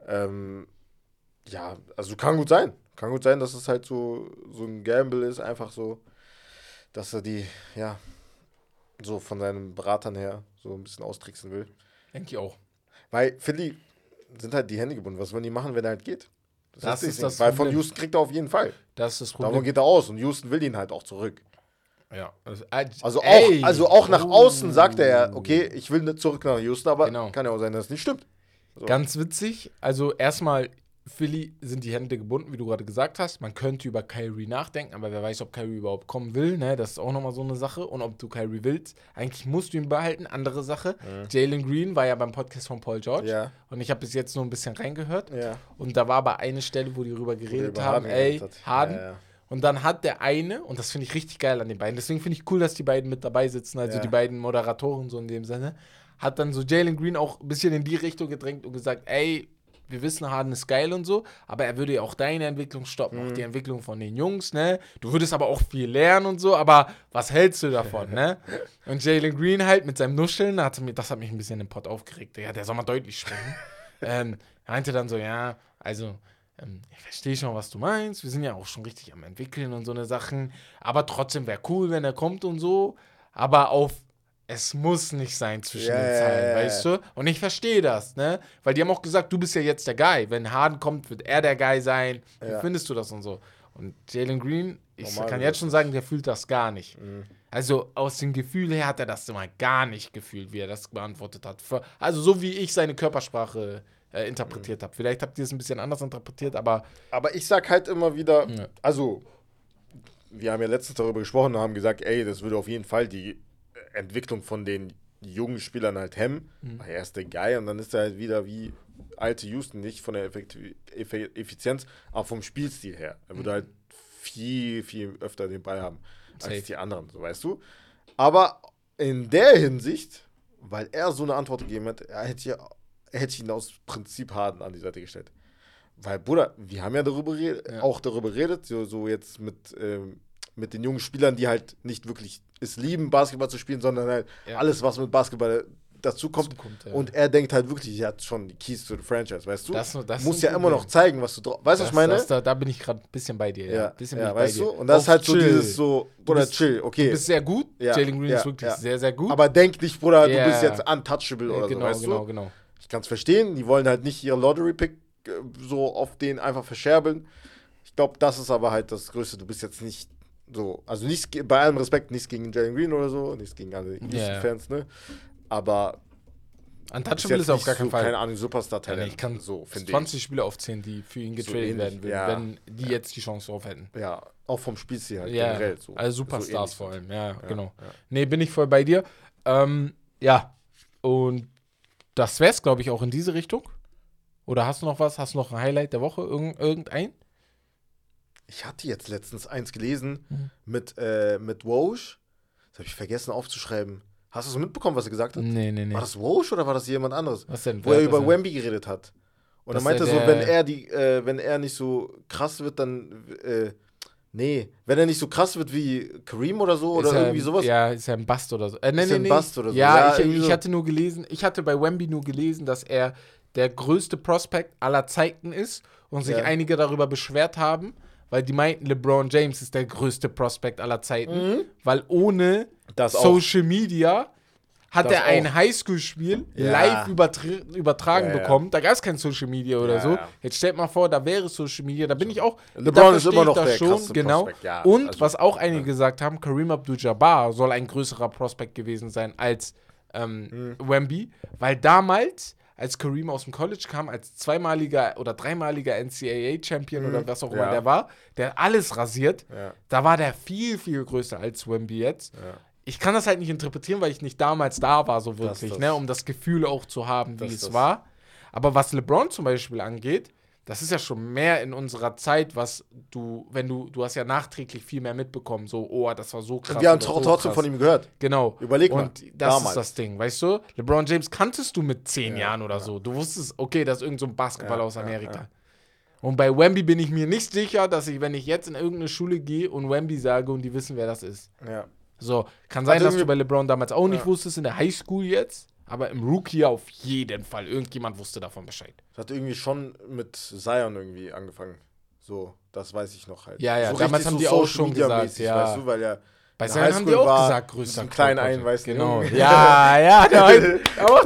B: Also kann gut sein. Kann gut sein, dass es halt so ein Gamble ist, einfach so, dass er die, so von seinen Beratern her so ein bisschen austricksen will.
A: Denke ich auch.
B: Weil Philly sind halt die Hände gebunden. Was wollen die machen, wenn er halt geht?
A: Das ist das
B: Weil von Houston kriegt er auf jeden Fall.
A: Das ist das Problem.
B: Davon geht er aus und Houston will ihn halt auch zurück.
A: Ja.
B: Also auch nach außen sagt er ja, okay, ich will nicht zurück nach Houston, aber kann ja auch sein, dass es nicht stimmt. So.
A: Ganz witzig, also erstmal, Philly sind die Hände gebunden, wie du gerade gesagt hast. Man könnte über Kyrie nachdenken, aber wer weiß, ob Kyrie überhaupt kommen will, ne? Das ist auch nochmal so eine Sache. Und ob du Kyrie willst, eigentlich musst du ihn behalten, andere Sache. Jalen Green war ja beim Podcast von Paul George.
B: Ja.
A: Und ich habe bis jetzt nur ein bisschen reingehört.
B: Ja.
A: Und da war aber eine Stelle, wo die darüber geredet haben, Harden.
B: Ja.
A: Und dann hat der eine, und das finde ich richtig geil an den beiden, deswegen finde ich cool, dass die beiden mit dabei sitzen, also die beiden Moderatoren so in dem Sinne, hat dann so Jalen Green auch ein bisschen in die Richtung gedrängt und gesagt, ey, wir wissen, Harden ist geil und so, aber er würde ja auch deine Entwicklung stoppen, auch die Entwicklung von den Jungs, ne? Du würdest aber auch viel lernen und so, aber was hältst du davon, ne? Und Jalen Green halt mit seinem Nuscheln, das hat mich ein bisschen im Pott aufgeregt. Ja, der soll mal deutlich sprechen. Er meinte dann so, ja, also ich verstehe schon, was du meinst. Wir sind ja auch schon richtig am entwickeln und so eine Sachen. Aber trotzdem wäre cool, wenn er kommt und so. Aber es muss nicht sein zwischen den Zeilen, weißt du? Und ich verstehe das, ne? Weil die haben auch gesagt, du bist ja jetzt der Guy. Wenn Harden kommt, wird er der Guy sein. Wie findest du das und so? Und Jalen Green, ich kann jetzt schon sagen, der fühlt das gar nicht. Also aus dem Gefühl her hat er das immer gar nicht gefühlt, wie er das beantwortet hat. Also so wie ich seine Körpersprache interpretiert habe. Vielleicht habt ihr es ein bisschen anders interpretiert, aber
B: ich sag halt immer wieder, also wir haben ja letztens darüber gesprochen und haben gesagt, ey, das würde auf jeden Fall die Entwicklung von den jungen Spielern halt hemmen. Weil er ist der Guy und dann ist er halt wieder wie alte Houston, nicht von der Effizienz, aber vom Spielstil her. Er würde halt viel, viel öfter den Ball haben als die anderen, so weißt du. Aber in der Hinsicht, weil er so eine Antwort gegeben hat, hätte ich ihn aus Prinzip Harden an die Seite gestellt. Weil, Bruder, wir haben ja auch darüber geredet, so jetzt mit den jungen Spielern, die halt nicht wirklich es lieben, Basketball zu spielen, sondern halt alles, was mit Basketball dazu kommt. Und er denkt halt wirklich, er hat schon die Keys to the Franchise, weißt du?
A: Das
B: muss ja immer noch zeigen, was du drauf. Weißt du, was ich meine?
A: Da bin ich gerade ein bisschen bei dir. Ja,
B: weißt du? Und das ist halt so dieses so, Bruder, chill, okay.
A: Du bist sehr gut. Jalen Green ist wirklich sehr, sehr gut.
B: Aber denk nicht, Bruder, du bist jetzt untouchable oder so, weißt du?
A: Genau.
B: Ich kann es verstehen, die wollen halt nicht ihre Lottery-Pick so auf den einfach verscherbeln. Ich glaube, das ist aber halt das Größte. Du bist jetzt nicht so, also nicht, bei allem Respekt, nichts gegen Jalen Green oder so, nichts gegen alle Houston-Fans, ne? Aber
A: untouchable ist auf gar keinen Fall.
B: Keine Ahnung, Superstar-Talent.
A: Ich kann so 20 Spieler aufzählen, die für ihn getradet werden würden, wenn die jetzt die Chance drauf hätten.
B: Ja, auch vom Spielstil halt generell. So,
A: also Superstars
B: so
A: vor allem, genau. Ja. Nee, bin ich voll bei dir. Und das wär's, glaube ich, auch in diese Richtung. Oder hast du noch was? Hast du noch ein Highlight der Woche? Irgendein?
B: Ich hatte jetzt letztens eins gelesen mit Woj. Das habe ich vergessen aufzuschreiben. Hast du es mitbekommen, was er gesagt hat?
A: Nee.
B: War das Woj oder war das jemand anderes?
A: Was denn?
B: Wo er über Wemby geredet hat. Und er meinte so, wenn er nicht so krass wird, dann wenn er nicht so krass wird wie Kareem oder so oder irgendwie sowas.
A: Ja, ist er ein Bust oder so.
B: Ein Bust oder so.
A: Ja, ich hatte bei Wemby nur gelesen, dass er der größte Prospect aller Zeiten ist und sich einige darüber beschwert haben, weil die meinten, LeBron James ist der größte Prospect aller Zeiten, weil ohne Social Media hat
B: Das
A: er ein
B: auch.
A: Highschool-Spiel
B: Ja.
A: live übertragen bekommen. Da gab es kein Social Media oder
B: Ja,
A: so.
B: ja.
A: Jetzt stellt mal vor, da wäre Social Media. Da bin ich auch.
B: LeBron
A: da
B: ist
A: verstehe
B: immer
A: ich
B: noch
A: das
B: der
A: schon,
B: krasseste
A: genau.
B: Prospect, ja,
A: Und
B: also,
A: was auch einige gesagt haben, Kareem Abdul-Jabbar soll ein größerer Prospect gewesen sein als Wemby, weil damals, als Kareem aus dem College kam, als zweimaliger oder dreimaliger NCAA-Champion oder was auch immer
B: Ja.
A: der war, der alles rasiert,
B: Ja.
A: da war der viel, viel größer als Wemby jetzt.
B: Ja.
A: Ich kann das halt nicht interpretieren, weil ich nicht damals da war, so wirklich,
B: Das-
A: ne, um das Gefühl auch zu haben, wie
B: das-
A: es
B: das-
A: war. Aber was LeBron zum Beispiel angeht, das ist ja schon mehr in unserer Zeit, was du hast ja nachträglich viel mehr mitbekommen, so, oh, das war so krass.
B: Wir haben
A: oder
B: trotzdem
A: so krass.
B: von ihm gehört.
A: Genau.
B: Überleg mal,
A: Und das
B: damals.
A: ist das Ding, weißt du? LeBron James kanntest du mit 10 Jahren oder so. Du wusstest, okay, das ist irgend so ein Basketballer aus Amerika.
B: ja.
A: Und bei Wemby bin ich mir nicht sicher, dass ich, wenn ich jetzt in irgendeine Schule gehe und Wemby sage und die wissen, wer das ist.
B: Ja.
A: So, kann sein, dass
B: irgendwie-
A: du bei LeBron damals auch nicht
B: Ja.
A: wusstest, in der Highschool jetzt, aber im Rookie auf jeden Fall. Irgendjemand wusste davon Bescheid.
B: Das hat irgendwie schon mit Zion irgendwie angefangen. So, das weiß ich noch halt.
A: Ja, ja,
B: so
A: damals
B: richtig
A: haben
B: so
A: die auch
B: Social
A: schon
B: Media
A: gesagt,
B: mäßig,
A: ja.
B: weißt du, weil er
A: Bei
B: in
A: Zion
B: der
A: haben die
B: Highschool
A: auch
B: war
A: gesagt,
B: mit
A: größter
B: diesem kleinen
A: Körper.
B: einweißen
A: Genau.
B: Jungen.
A: Ja, der war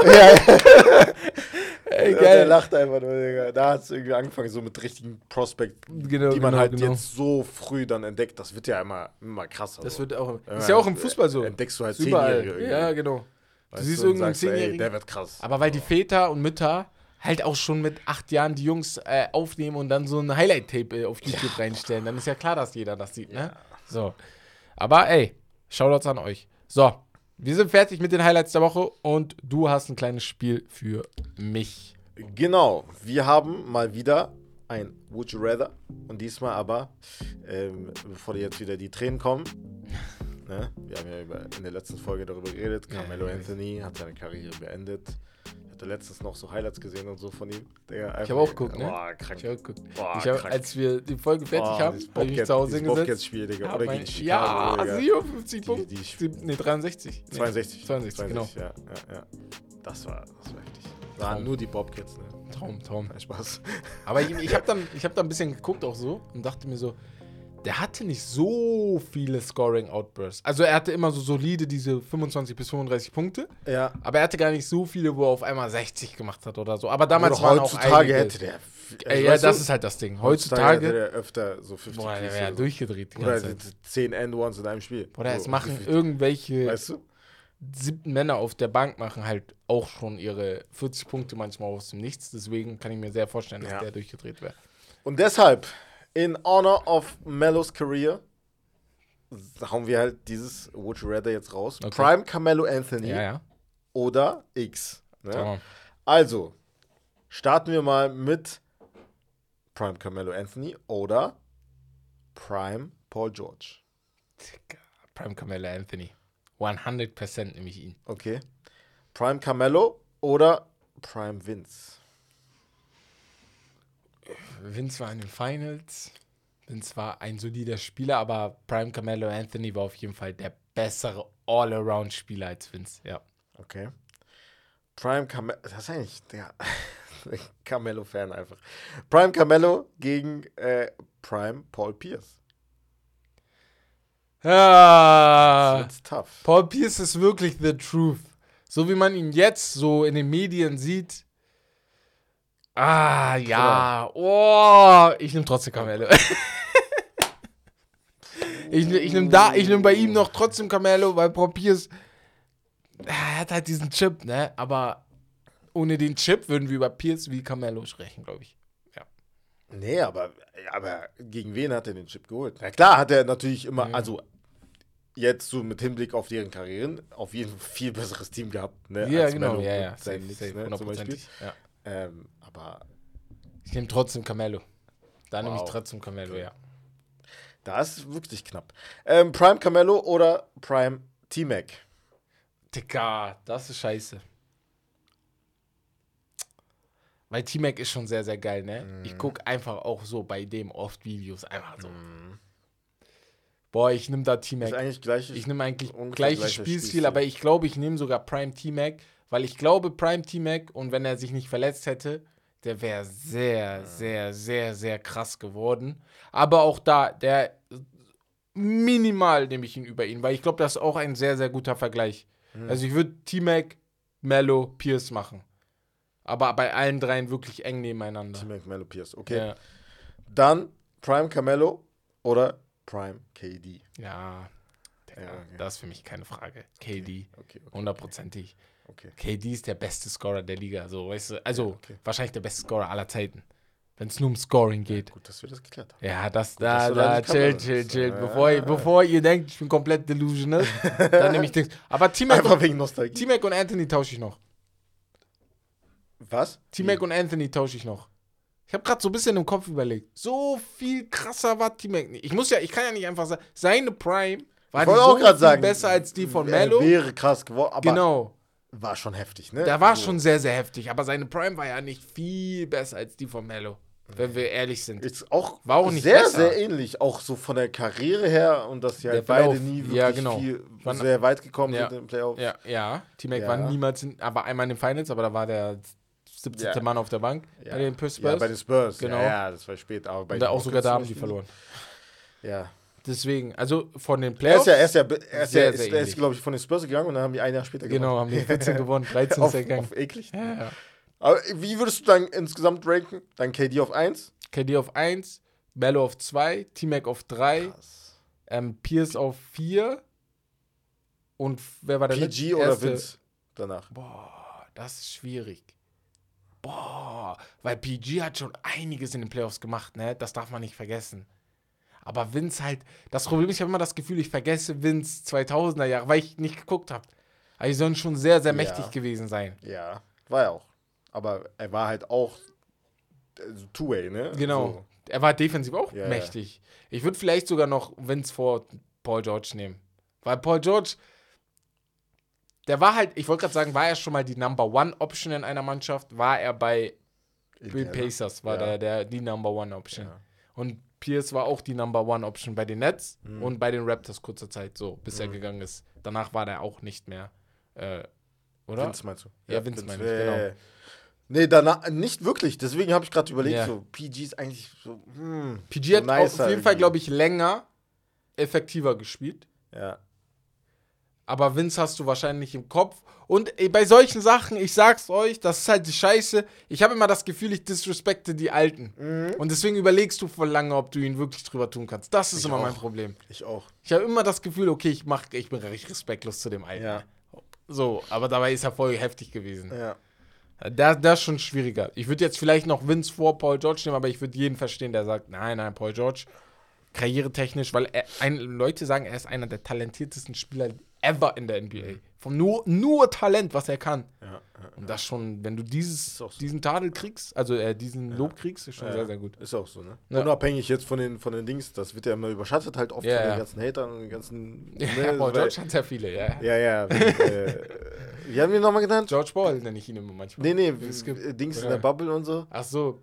A: Ey,
B: Der
A: geil.
B: lacht einfach nur, Digga. Da hat es irgendwie angefangen, so mit richtigen Prospect,
A: Genau,
B: die man
A: genau,
B: halt
A: genau.
B: jetzt so früh dann entdeckt. Das wird ja immer krasser.
A: Das
B: so.
A: wird auch. Ist ja auch im Fußball so.
B: Entdeckst du halt
A: Ist überall.
B: 10-Jährige irgendwie.
A: Ja, genau.
B: Weißt
A: siehst
B: und
A: irgendeinen
B: sagst, ey,
A: 10-Jährigen.
B: der wird krass.
A: Aber weil die Väter und Mütter halt auch schon mit 8 Jahren die Jungs aufnehmen und dann so ein Highlight-Tape auf YouTube reinstellen, dann ist ja klar, dass jeder das sieht, ne? So. Aber ey, Shoutouts an euch. So, wir sind fertig mit den Highlights der Woche und du hast ein kleines Spiel für mich.
B: Genau, wir haben mal wieder ein Would You Rather und diesmal aber, bevor jetzt wieder die Tränen kommen, ne? Wir haben ja in der letzten Folge darüber geredet, Carmelo Anthony hat seine Karriere beendet. Ich hatte letztens noch so Highlights gesehen und so von ihm.
A: Ich habe auch geguckt, ne?
B: Boah, krank.
A: Ich habe geguckt.
B: Boah,
A: Als
B: krank.
A: wir die Folge fertig haben,
B: dieses
A: habe ich mich zu Hause hingesetzt.
B: Bobcats-Spiel, Digga. Oder gegen Chicago,
A: Ja,
B: Digga.
A: 57
B: Die-
A: Punkte.
B: die-
A: Nee, 63. Nee,
B: 62.
A: 62, genau.
B: Ja. Das war heftig. Waren nur die Bobcats, ne?
A: Traum.
B: Kein Spaß.
A: Aber ich habe dann ein bisschen geguckt auch so und dachte mir so, der hatte nicht so viele Scoring-Outbursts. Also er hatte immer so solide diese 25 bis 35 Punkte,
B: Ja.
A: aber er hatte gar nicht so viele, wo er auf einmal 60 gemacht hat oder so. Aber
B: Aber
A: damals waren auch
B: heutzutage
A: einige.
B: hätte der.
A: Ja,
B: weißt
A: das
B: du,
A: ist halt das Ding.
B: hätte
A: Heutzutage,
B: der öfter so 50
A: boah, der
B: Piece
A: wäre
B: oder so.
A: durchgedreht die
B: Oder
A: ganze Zeit.
B: 10 End-Ones in einem Spiel.
A: Oder
B: So,
A: es machen
B: 50.
A: irgendwelche
B: Weißt du?
A: 7 Männer auf der Bank machen halt auch schon ihre 40 Punkte manchmal aus dem Nichts. Deswegen kann ich mir sehr vorstellen, dass
B: Ja.
A: der durchgedreht wäre.
B: Und deshalb, in honor of Melos Career, hauen wir halt dieses Would You Rather jetzt raus.
A: Okay.
B: Prime Carmelo Anthony
A: Ja.
B: oder X. Ne?
A: Tamam.
B: Also, starten wir mal mit Prime Carmelo Anthony oder Prime Paul George.
A: Prime Carmelo Anthony. 100% nehme ich ihn.
B: Okay. Prime Carmelo oder Prime Vince.
A: Vince war in den Finals. Vince war ein solider Spieler, aber Prime Carmelo Anthony war auf jeden Fall der bessere All-Around-Spieler als Vince, ja.
B: Okay. Prime Carmelo, das ist eigentlich der Carmelo-Fan einfach. Prime Carmelo gegen Prime Paul Pierce.
A: Ah,
B: That's tough.
A: Paul Pierce ist wirklich the truth. So wie man ihn jetzt so in den Medien sieht. Ah, ja. Oh, ich nehme trotzdem Carmelo. ich nehm bei ihm noch trotzdem Carmelo, weil Paul Pierce, er hat halt diesen Chip, ne? Aber ohne den Chip würden wir über Pierce wie Carmelo sprechen, glaube ich.
B: Nee, aber gegen wen hat er den Chip geholt? Na klar, hat er natürlich immer, also jetzt so mit Hinblick auf deren Karrieren, auf jeden Fall viel besseres Team gehabt. Ne,
A: Ja,
B: als
A: genau,
B: Melo
A: ja.
B: und sein Knicks, ne, zum Beispiel.
A: Hundertprozentig. Ja.
B: Aber
A: Ich nehme trotzdem Carmelo. Da nehme ich
B: Wow.
A: trotzdem Carmelo, ja.
B: da ist wirklich knapp. Prime Carmelo oder Prime T-Mac?
A: Digga, das ist scheiße. Weil T-Mac ist schon sehr, sehr geil, ne? Ich gucke einfach auch so bei dem oft Videos, einfach so. Boah, ich nehme da
B: Ist
A: T-Mac.
B: eigentlich gleich.
A: Ich nehme eigentlich
B: ungefähr
A: gleiches
B: gleicher
A: Spielstil,
B: Spielstil.
A: aber ich glaube, ich nehme sogar Prime T-Mac, weil ich glaube, Prime T-Mac, und wenn er sich nicht verletzt hätte, der wäre sehr, sehr, sehr, sehr krass geworden. Aber auch da, der minimal nehme ich ihn über ihn, weil ich glaube, das ist auch ein sehr, sehr guter Vergleich. Also ich würde T-Mac, Melo, Pierce machen. Aber bei allen dreien wirklich eng nebeneinander.
B: T-Mac, Melo, Pierce, okay.
A: Ja.
B: Dann Prime Carmelo oder Prime KD.
A: Ja,
B: Ja, okay.
A: das ist für mich keine Frage. KD,
B: Okay.
A: 100%ig.
B: Okay.
A: KD ist der beste Scorer der Liga, so, weißt du, also
B: Ja, okay.
A: wahrscheinlich der beste Scorer aller Zeiten, wenn es nur um Scoring geht.
B: Gut, dass wir das geklärt haben.
A: Ja,
B: dass du da nicht
A: chill.
B: Kamera bist.
A: Bevor ihr denkt, ich bin komplett delusional, dann nehme ich Dings. Aber
B: Einfach wegen Nostalgie.
A: T-Mac und Anthony tausche ich noch.
B: Was?
A: T-Mac und Anthony tausche ich noch. Ich habe gerade so ein bisschen im Kopf überlegt. So viel krasser war T-Mac nicht. Ich kann ja nicht einfach sagen, seine Prime war
B: Ich wollte auch gerade sagen,
A: besser als die von Melo.
B: Wäre krass geworden, aber
A: Genau.
B: war schon heftig, ne?
A: Der war
B: So.
A: schon sehr, sehr heftig. Aber seine Prime war ja nicht viel besser als die von Melo. Wenn wir ehrlich sind.
B: Ist auch,
A: War auch nicht
B: sehr,
A: besser.
B: sehr ähnlich. Auch so von der Karriere her und dass sie halt
A: Der Verlauf,
B: beide nie wirklich
A: ja, genau.
B: sehr weit gekommen
A: Ja.
B: sind im Playoff.
A: Ja. T-Mac
B: Ja.
A: war niemals, aber einmal in den Finals, aber da war der 17.
B: Ja.
A: Mann auf der Bank bei den Spurs.
B: Ja, bei den Spurs.
A: Genau.
B: Ja, das war spät. Aber bei
A: Und da
B: den
A: auch sogar
B: Rockets
A: da
B: zum
A: haben die
B: Beispiel.
A: verloren.
B: Ja.
A: Deswegen, also von den
B: Er
A: Playoffs.
B: ist,
A: sehr ähnlich.
B: glaube ich, von den Spurs gegangen und dann haben die ein Jahr später
A: Genau, haben die 14 gewonnen, 13 ist er gegangen.
B: auf eklig.
A: Ja.
B: Aber wie würdest du dann insgesamt ranken? Dann KD auf 1?
A: KD auf 1, Melo auf 2, T-Mac auf 3, Pierce auf 4 und wer war der
B: PG oder
A: erste?
B: Vince danach?
A: Boah, das ist schwierig. Weil PG hat schon einiges in den Playoffs gemacht, ne? Das darf man nicht vergessen. Aber Vince halt, das Problem ist, ich habe immer das Gefühl, ich vergesse Vince 2000er Jahre, weil ich nicht geguckt habe. Also die sollen schon sehr, sehr mächtig gewesen sein.
B: Ja, war er auch. Aber er war halt auch Two-Way, ne?
A: Genau.
B: So.
A: Er war defensiv auch
B: Ja,
A: mächtig. Ich würde vielleicht sogar noch Vince vor Paul George nehmen. Weil Paul George, der war halt, ich wollte gerade sagen, war er schon mal die Number One Option in einer Mannschaft? War er bei Bill Pacers, war die Number One Option.
B: Ja.
A: Und Pierce war auch die Number One Option bei den Nets und bei den Raptors kurzer Zeit, so, bis er gegangen ist. Danach war der auch nicht mehr, oder?
B: Vince meinst du?
A: Ja, Vince meine ich, genau.
B: Nee, danach nicht wirklich. Deswegen habe ich gerade überlegt,
A: Ja.
B: so PG ist eigentlich so.
A: PG
B: so
A: hat auf jeden Fall,
B: irgendwie.
A: glaube ich, länger effektiver gespielt.
B: Ja.
A: Aber Vince hast du wahrscheinlich im Kopf. Und bei solchen Sachen, ich sag's euch, das ist halt die Scheiße. Ich habe immer das Gefühl, ich disrespekte die Alten. Und deswegen überlegst du voll lange, ob du ihn wirklich drüber tun kannst. Das ist immer mein Problem.
B: Ich auch.
A: Ich habe immer das Gefühl, okay, ich bin richtig respektlos zu dem Alten.
B: Ja.
A: So, aber dabei ist er voll heftig gewesen.
B: Ja.
A: Das ist schon schwieriger. Ich würde jetzt vielleicht noch Vince vor Paul George nehmen, aber ich würde jeden verstehen, der sagt, nein, Paul George, karrieretechnisch, weil Leute sagen, er ist einer der talentiertesten Spieler ever in der NBA. Von nur Talent, was er kann.
B: Ja.
A: Und das schon, wenn du
B: Ist auch so.
A: diesen Tadel kriegst, also diesen Lob kriegst, ist schon sehr, sehr gut.
B: Ist auch so, ne?
A: Ja.
B: Unabhängig jetzt von den Dings, das wird ja immer überschattet halt oft
A: Ja,
B: von den
A: ja.
B: ganzen Hatern und den ganzen.
A: Ja, Paul George hat sehr viele, ja.
B: Ja. Wie haben wir ihn nochmal genannt?
A: George Paul nenne ich ihn immer manchmal.
B: Nee,
A: Es gibt-
B: Dings in
A: oder?
B: der Bubble und so.
A: Ach so,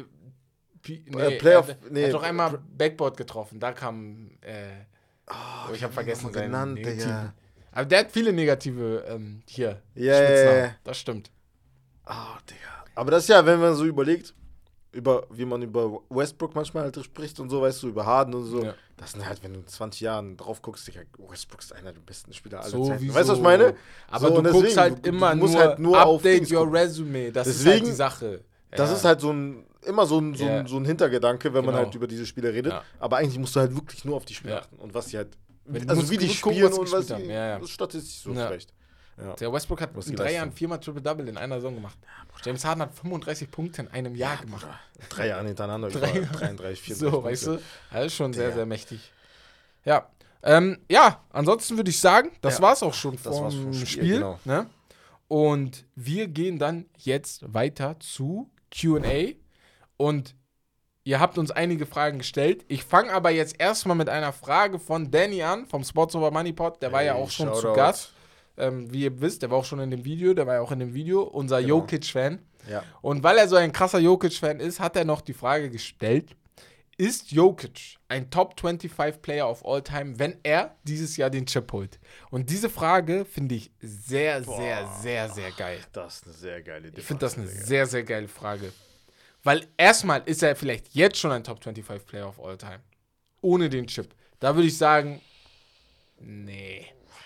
B: Playoff-
A: er hat doch einmal Backboard getroffen, da kam, ich habe vergessen
B: nochmal
A: seinen
B: genannt,
A: negativen.
B: Digga.
A: Aber der hat viele negative, hier,
B: Ja,
A: Spitznamen.
B: ja.
A: Das stimmt.
B: Digga. Aber das ist ja, wenn man so überlegt, wie man über Westbrook manchmal halt spricht und so, weißt du, über Harden und so.
A: Ja.
B: Das sind halt, wenn du in 20 Jahren drauf guckst, Digga, Westbrook ist einer der besten Spieler aller
A: Sowieso.
B: Zeiten. Weißt du, was ich meine?
A: Aber
B: So,
A: du
B: und
A: guckst
B: deswegen,
A: halt
B: du
A: immer
B: musst
A: nur,
B: halt nur auf
A: update
B: Dings
A: your
B: gucken.
A: resume, das ist halt
B: Deswegen-
A: die Sache.
B: Das
A: Ja.
B: ist halt so ein
A: Ja.
B: Hintergedanke, wenn man
A: Genau.
B: halt über diese Spiele redet.
A: Ja.
B: Aber eigentlich musst du halt wirklich nur auf die Spiele
A: Ja.
B: achten und was sie halt,
A: Wenn- du
B: also
A: musst
B: wie die
A: gut gucken,
B: spielen
A: was sie
B: und was
A: gespielt
B: sie,
A: haben. Ja.
B: das ist statistisch so
A: Ja.
B: vielleicht. Ja.
A: Der Westbrook hat
B: Was
A: in
B: die
A: 3
B: leisten.
A: Jahren 4-mal Triple-Double in einer Saison gemacht. James Harden hat 35 Punkte in einem Jahr gemacht.
B: 3 Jahre hintereinander, über 33, 34
A: So,
B: Punkte.
A: weißt du? Das ist schon sehr,
B: Digga.
A: sehr mächtig. Ja. Ansonsten würde ich sagen, das
B: Ja.
A: war's auch schon
B: Das war's
A: vom
B: vom
A: Spiel.
B: Spiel, genau.
A: Ne? Und wir gehen dann jetzt weiter zu Q&A. Und ihr habt uns einige Fragen gestellt. Ich fange aber jetzt erstmal mit einer Frage von Danny an, vom Sports Over Money Pod. Der war ja
B: Hey,
A: auch schon zu
B: Shoutout.
A: Gast. Wie ihr wisst, der war auch schon in dem Video. Der war ja auch in dem Video. Unser
B: Genau.
A: Jokic-Fan.
B: Ja.
A: Und weil er so ein krasser Jokic-Fan ist, hat er noch die Frage gestellt, ist Jokic ein Top 25 Player of all time, wenn er dieses Jahr den Chip holt? Und diese Frage finde ich sehr, sehr, sehr, sehr geil.
B: Das ist eine sehr geile Idee.
A: Ich finde das eine sehr, sehr geile Frage. Weil erstmal ist er vielleicht jetzt schon ein Top 25 Player of all time. Ohne den Chip. Da würde ich sagen, nee.
B: Nein.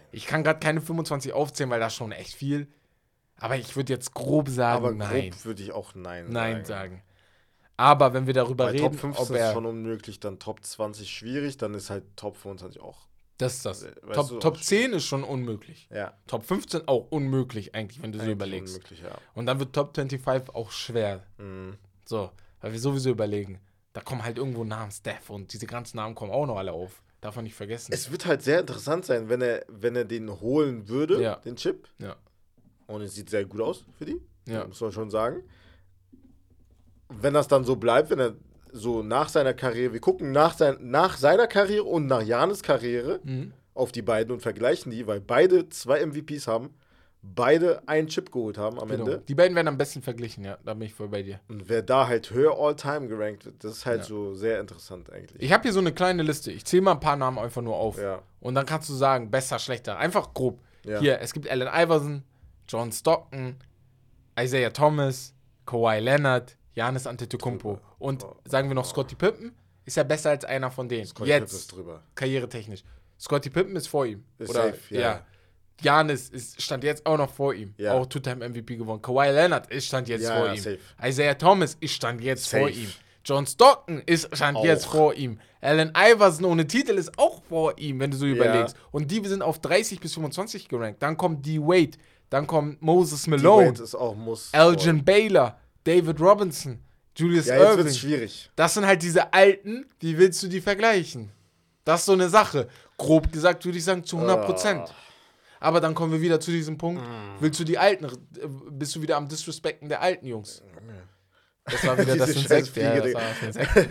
A: Ich kann gerade keine 25 aufzählen, weil das schon echt viel. Aber ich würde jetzt grob sagen,
B: Aber
A: nein.
B: grob würde ich auch
A: Nein sagen. Aber wenn wir darüber
B: Bei
A: reden,
B: Top 15 ist schon unmöglich, dann Top 20 schwierig, dann ist halt Top 25 auch.
A: Das ist das.
B: Weißt du,
A: Top 10 ist schon unmöglich.
B: Ja.
A: Top 15 auch unmöglich eigentlich, wenn du so überlegst.
B: Unmöglich, ja.
A: Und dann wird Top 25 auch schwer.
B: Mhm.
A: So, weil wir sowieso überlegen. Da kommen halt irgendwo Namen, Steph und diese ganzen Namen kommen auch noch alle auf. Darf man nicht vergessen.
B: Es wird halt sehr interessant sein, wenn er den holen würde, den Chip.
A: Ja.
B: Und es sieht sehr gut aus für die.
A: Ja.
B: Muss man schon sagen. Wenn das dann so bleibt, wenn er so nach seiner Karriere, wir gucken nach seiner Karriere und nach Giannis Karriere auf die beiden und vergleichen die, weil beide 2 MVPs haben, beide einen Chip geholt haben am Ende.
A: Die beiden werden am besten verglichen, ja, da bin ich voll bei dir.
B: Und wer da halt höher All-Time gerankt wird, das ist halt so sehr interessant eigentlich.
A: Ich habe hier so eine kleine Liste. Ich zähle mal ein paar Namen einfach nur auf.
B: Ja.
A: Und dann kannst du sagen, besser, schlechter. Einfach grob.
B: Ja.
A: Hier, es gibt Allen Iverson, John Stockton, Isaiah Thomas, Kawhi Leonard, Giannis Antetokounmpo. Und sagen wir noch Scottie Pippen, ist ja besser als einer von denen.
B: Scottie Pippen ist drüber.
A: Karrieretechnisch. Scottie Pippen ist vor ihm.
B: Ist
A: Oder,
B: safe, ja.
A: Giannis stand jetzt auch noch vor ihm.
B: Ja.
A: Auch Two-Time-MVP gewonnen. Kawhi Leonard stand jetzt vor ihm.
B: Safe.
A: Isaiah Thomas stand jetzt
B: Safe.
A: vor ihm. John Stockton stand jetzt vor ihm. Allen Iverson ohne Titel ist auch vor ihm, wenn du so überlegst. Und die sind auf 30 bis 25 gerankt. Dann kommt D-Wade, dann kommt Moses Malone,
B: D-Wade ist auch muss.
A: Elgin Baylor, David Robinson, Julius
B: Ja, jetzt
A: Erving.
B: wird's schwierig.
A: Das sind halt diese Alten, wie willst du die vergleichen? Das ist so eine Sache. Grob gesagt würde ich sagen zu 100%. Aber dann kommen wir wieder zu diesem Punkt. Willst du die Alten, bist du wieder am Disrespekten der alten Jungs? Das war wieder das Insekt. Ja, das war das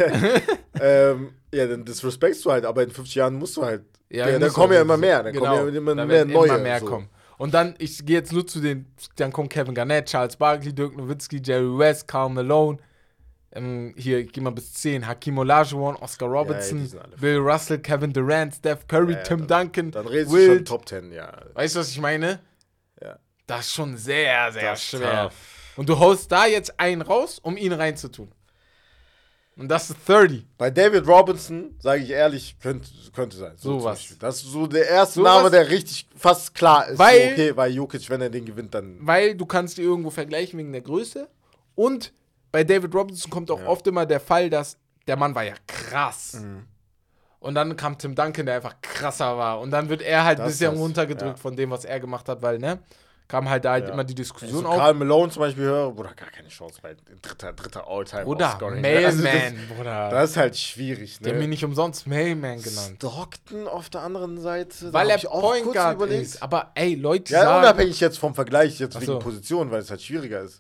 A: Insekt.
B: Ja, dann disrespectst du halt, aber in 50 Jahren musst du halt.
A: Ja,
B: dann kommen ja immer mehr. Dann kommen ja immer mehr neue.
A: Immer mehr kommen. Und dann, ich gehe jetzt nur zu den, dann kommt Kevin Garnett, Charles Barkley, Dirk Nowitzki, Jerry West, Karl Malone. Hier, ich gehe mal bis 10. Hakeem Olajuwon, Oscar Robertson, Bill Russell, Kevin Durant, Steph Curry, Tim Duncan,
B: dann redest du schon Top 10, ja.
A: Weißt du, was ich meine?
B: Ja.
A: Das ist schon sehr, sehr
B: das
A: schwer.
B: Tough.
A: Und du haust da jetzt einen raus, um ihn reinzutun. Und das ist 30.
B: Bei David Robinson, sage ich ehrlich, könnte sein.
A: So was.
B: Das ist so der erste Name, der richtig fast klar ist.
A: Weil,
B: okay, weil Jokic, wenn er den gewinnt, dann.
A: Weil du kannst die irgendwo vergleichen wegen der Größe. Und bei David Robinson kommt auch oft immer der Fall, dass der Mann war ja krass. Und dann kam Tim Duncan, der einfach krasser war. Und dann wird er halt ein bisschen runtergedrückt von dem, was er gemacht hat, weil, ne? Kam halt da halt immer die Diskussion auf.
B: Karl Malone zum Beispiel höre, Bruder, gar keine Chance, weil dritter All-Time
A: Oder
B: Scoring.
A: Mailman, Bruder.
B: Das ist halt schwierig, ne?
A: Der hat mir nicht umsonst Mailman genannt.
B: Stockton auf der anderen Seite.
A: Weil er Point Guard ist. Aber ey, Leute
B: sagen... Ja, unabhängig jetzt vom Vergleich, jetzt
A: Achso.
B: wegen Position, weil es halt schwieriger ist.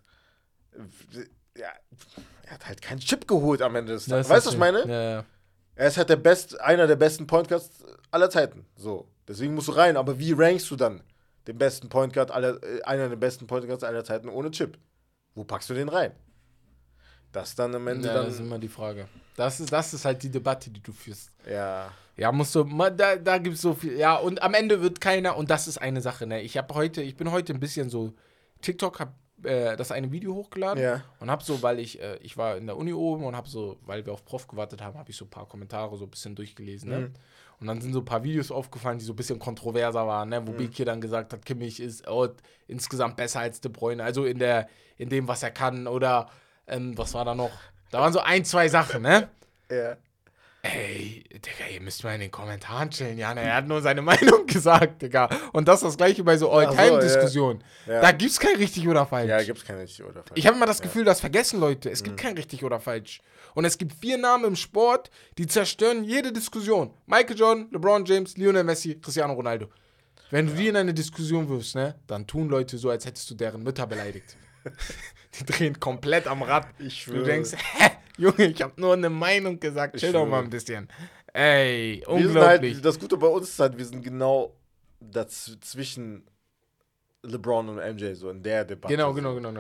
B: Ja, er hat halt keinen Chip geholt am Ende des Tages. Weißt du, was ich meine?
A: Ja.
B: Er ist halt einer der besten Point Guards aller Zeiten. So. Deswegen musst du rein. Aber wie rankst du dann den besten Point Guard einer der besten Point Guards aller Zeiten ohne Chip? Wo packst du den rein? Das dann am Ende dann...
A: Das ist immer die Frage. Das ist halt die Debatte, die du führst.
B: Ja.
A: Ja, musst du, da gibt es so viel. Ja, und am Ende wird keiner, und das ist eine Sache, ne? Ich bin heute ein bisschen so, TikTok hab das eine Video hochgeladen und hab so, weil ich war in der Uni oben und hab so, weil wir auf Prof gewartet haben, habe ich so ein paar Kommentare so ein bisschen durchgelesen, ne? Und dann sind so ein paar Videos aufgefallen, die so ein bisschen kontroverser waren, ne? Wo Bekir dann gesagt hat, Kimmich ist insgesamt besser als De Bruyne, also in dem, was er kann, oder was war da noch? Da waren so 1, 2 Sachen, ne?
B: Ja.
A: Ey, Digga, ihr müsst mal in den Kommentaren chillen, Jan. Er hat nur seine Meinung gesagt, Digga. Und das ist das Gleiche bei so All-Time-Diskussionen.
B: Ja.
A: Da gibt's kein richtig oder falsch.
B: Ja, gibt's kein richtig oder falsch.
A: Ich habe immer das Gefühl, das vergessen Leute. Es gibt kein richtig oder falsch. Und es gibt 4 Namen im Sport, die zerstören jede Diskussion. Michael Jordan, LeBron James, Lionel Messi, Cristiano Ronaldo. Wenn du die in eine Diskussion wirfst, ne, dann tun Leute so, als hättest du deren Mütter beleidigt. Die drehen komplett am Rad.
B: Ich schwöre.
A: Du denkst, hä, Junge, ich habe nur eine Meinung gesagt. Chill doch mal ein bisschen. Ey, unglaublich.
B: Halt, das Gute bei uns ist halt, wir sind genau zwischen LeBron und MJ, so in der Debatte.
A: Genau.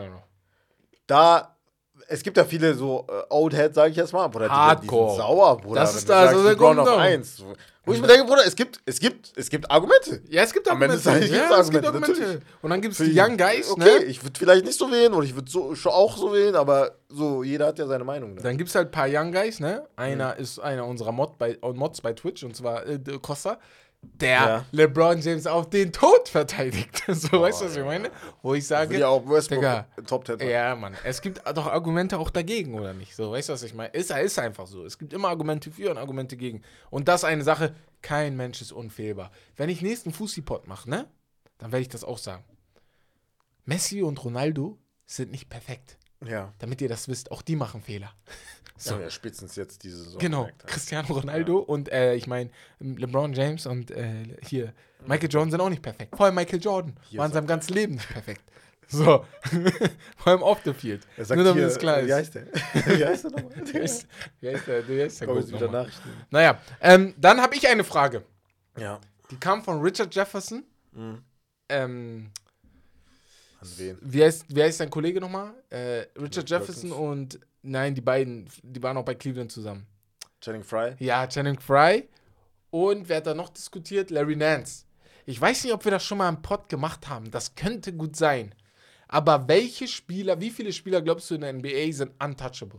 B: Es gibt ja viele so Old Heads, sage ich jetzt mal, Bruder, die sind sauer, Bruder.
A: Das ist da so der
B: LeBron
A: Grund.
B: auf 1. Wo ich mir denke, Bruder, es gibt Argumente.
A: Ja, es gibt Argumente.
B: Es gibt Argumente.
A: Und dann gibt es die Young Guys,
B: okay,
A: ne?
B: Ich würde vielleicht nicht so wählen oder ich würde auch so wählen, aber so, jeder hat ja seine Meinung. Ne?
A: Dann gibt es halt ein paar Young Guys, ne? Einer ist einer unserer Mods bei Twitch, und zwar Costa. der LeBron James auf den Tod verteidigt. So, weißt du, was ich meine? Wo ich sage,
B: will ja auch Westbrook
A: Digga,
B: Top 10.
A: ja, Mann. Es gibt doch Argumente auch dagegen, oder nicht? So, weißt du, was ich meine? Ist einfach so. Es gibt immer Argumente für und Argumente gegen. Und das ist eine Sache, kein Mensch ist unfehlbar. Wenn ich nächsten Fussi-Pod mache, ne? Dann werde ich das auch sagen. Messi und Ronaldo sind nicht perfekt.
B: Ja.
A: Damit ihr das wisst, auch die machen Fehler.
B: So. Ja, spätestens jetzt diese Saison.
A: Genau, Cristiano Ronaldo und ich meine LeBron James und hier Michael Jordan sind auch nicht perfekt. Vor allem Michael Jordan war in seinem ganzen Leben nicht perfekt. So, vor allem off the field.
B: Nur damit es klar ist.
A: Wie heißt der? Wie heißt der nochmal? Wie heißt der?
B: Komm jetzt wieder Nachrichten.
A: Naja, dann habe ich eine Frage.
B: Ja.
A: Die kam von Richard Jefferson.
B: An wen?
A: Wie heißt dein Kollege nochmal? Richard Jefferson und nein, die beiden, die waren auch bei Cleveland zusammen.
B: Channing Frye?
A: Ja, Channing Frye. Und wer hat da noch diskutiert? Larry Nance. Ich weiß nicht, ob wir das schon mal im Pod gemacht haben. Das könnte gut sein. Aber wie viele Spieler glaubst du in der NBA sind untouchable?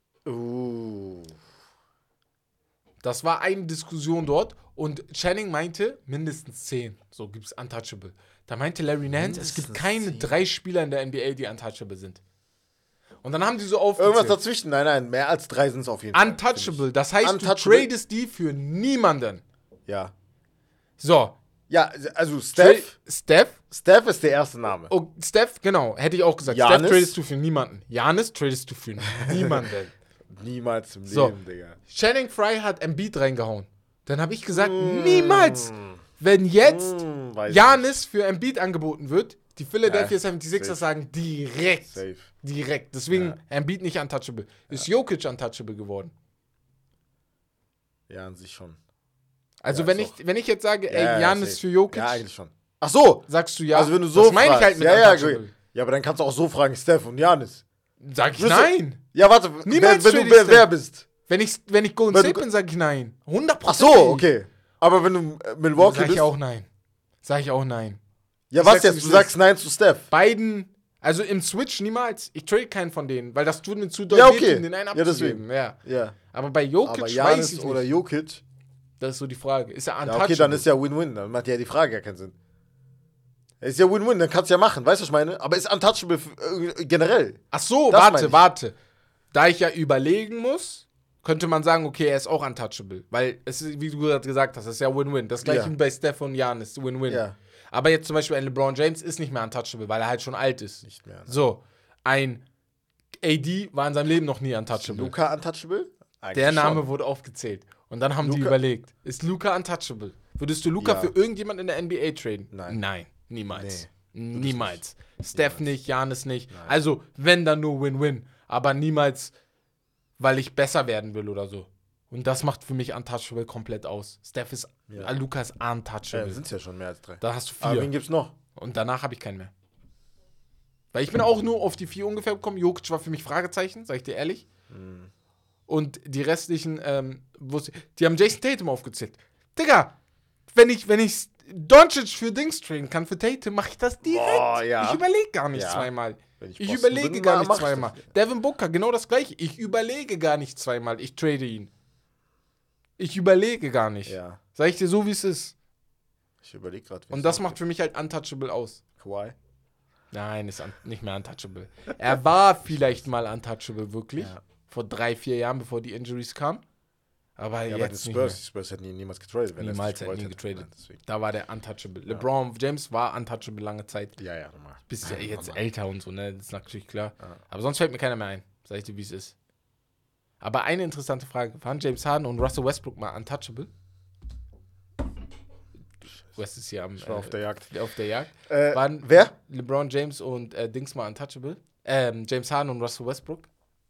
A: Das war eine Diskussion dort und Channing meinte, mindestens 10. So gibt es untouchable. Da meinte Larry Nance, es gibt keine 3 Spieler in der NBA, die untouchable sind. Und dann haben die so aufgezählt.
B: Irgendwas dazwischen? Nein, mehr als 3 sind es auf jeden Fall.
A: Untouchable, das heißt, du tradest die für niemanden.
B: Ja.
A: So.
B: Ja, also Steph ist der erste Name.
A: Oh, Steph, genau, hätte ich auch gesagt.
B: Giannis?
A: Steph tradest du für niemanden. Giannis tradest du für niemanden.
B: Niemals im Leben, Digga.
A: Channing Frye hat Embiid reingehauen. Dann habe ich gesagt, niemals. Wenn jetzt Giannis für Embiid angeboten wird, die Philadelphia 76ers sagen direkt.
B: Safe.
A: Direkt. Deswegen Embiid nicht untouchable. Ist Jokic untouchable geworden?
B: Ja, an sich schon.
A: Also wenn ich jetzt sage, ey, Giannis für Jokic.
B: Ja, eigentlich schon. Ach so.
A: Sagst du ja.
B: Also wenn du so
A: das meine ich halt mit untouchable.
B: Ja, aber dann kannst du auch so fragen, Steph und Giannis.
A: Sag ich nein.
B: Ja, warte.
A: Niemals
B: wenn du wer bist.
A: Wenn ich Golden State bin, sage ich nein. 100%.
B: Ach so, okay. Aber wenn du Milwaukee bist.
A: Sag ich auch nein.
B: Ja, was jetzt? Du sagst nein zu Steph.
A: Beiden, also im Switch niemals. Ich trade keinen von denen, weil das tut mir zu doll
B: weh,
A: den einen abzugeben.
B: Ja.
A: Aber bei Jokic weiß ich nicht.
B: Oder Jokic.
A: Das ist so die Frage. Ist er untouchable?
B: Ja, okay, dann ist ja Win-Win. Dann macht ja die Frage ja keinen Sinn. Ist ja Win-Win, dann kannst du ja machen. Weißt du, was ich meine? Aber ist untouchable generell.
A: Ach so, warte. Da ich ja überlegen muss, könnte man sagen, okay, er ist auch untouchable. Weil, es ist, wie du gerade gesagt hast, das ist ja Win-Win. Das gleiche wie bei Steph und Giannis, Win-Win.
B: Ja.
A: Aber jetzt zum Beispiel ein LeBron James ist nicht mehr untouchable, weil er halt schon alt ist.
B: Nicht mehr. Ne?
A: So, ein AD war in seinem Leben noch nie untouchable.
B: Ist Luka untouchable?
A: Eigentlich der Name wurde aufgezählt. Und dann haben die überlegt, ist Luka untouchable? Würdest du Luka für irgendjemanden in der NBA traden? Nein, niemals. Nee, niemals. Steph nicht, Giannis nicht. Nein. Also, wenn dann nur Win-Win. Aber niemals, weil ich besser werden will oder so. Und das macht für mich untouchable komplett aus. Steph ist, Luka ist untouchable.
B: Ja, sind es ja schon mehr als 3.
A: Da hast du 4.
B: Aber wen gibt's noch?
A: Und danach habe ich keinen mehr. Weil ich bin auch nur auf die 4 ungefähr gekommen. Jokic war für mich Fragezeichen, sag ich dir ehrlich. Und die restlichen, die haben Jason Tatum aufgezählt. Digga, wenn ich Doncic für Dings traden kann, für Tatum, mache ich das direkt.
B: Boah, ja.
A: Ich überlege gar nicht zweimal. Ich überlege gar nicht zweimal. Devin Booker, genau das gleiche. Ich überlege gar nicht zweimal. Ich trade ihn. Ich überlege gar nicht.
B: Ja.
A: Sag ich dir so, wie es ist.
B: Ich überlege gerade.
A: Und das macht für mich halt untouchable aus.
B: Kawhi?
A: Nein, ist nicht mehr untouchable. Er war vielleicht mal untouchable, wirklich. Ja. Vor 3-4 Jahren, bevor die Injuries kamen. Aber
B: ja,
A: jetzt
B: die Spurs hätten ihn niemals getradet.
A: Niemals hätten ihn getradet. Da war der untouchable. Ja. LeBron James war untouchable lange Zeit.
B: Ja, normal.
A: Bist ja jetzt älter und so, ne? Das ist natürlich klar. Ja. Aber sonst fällt mir keiner mehr ein. Sag ich dir, wie es ist. Aber eine interessante Frage. Waren James Harden und Russell Westbrook mal untouchable? West ist hier
B: auf der Jagd.
A: Auf der Jagd.
B: Waren wer?
A: LeBron James und Dings mal untouchable? James Harden und Russell Westbrook?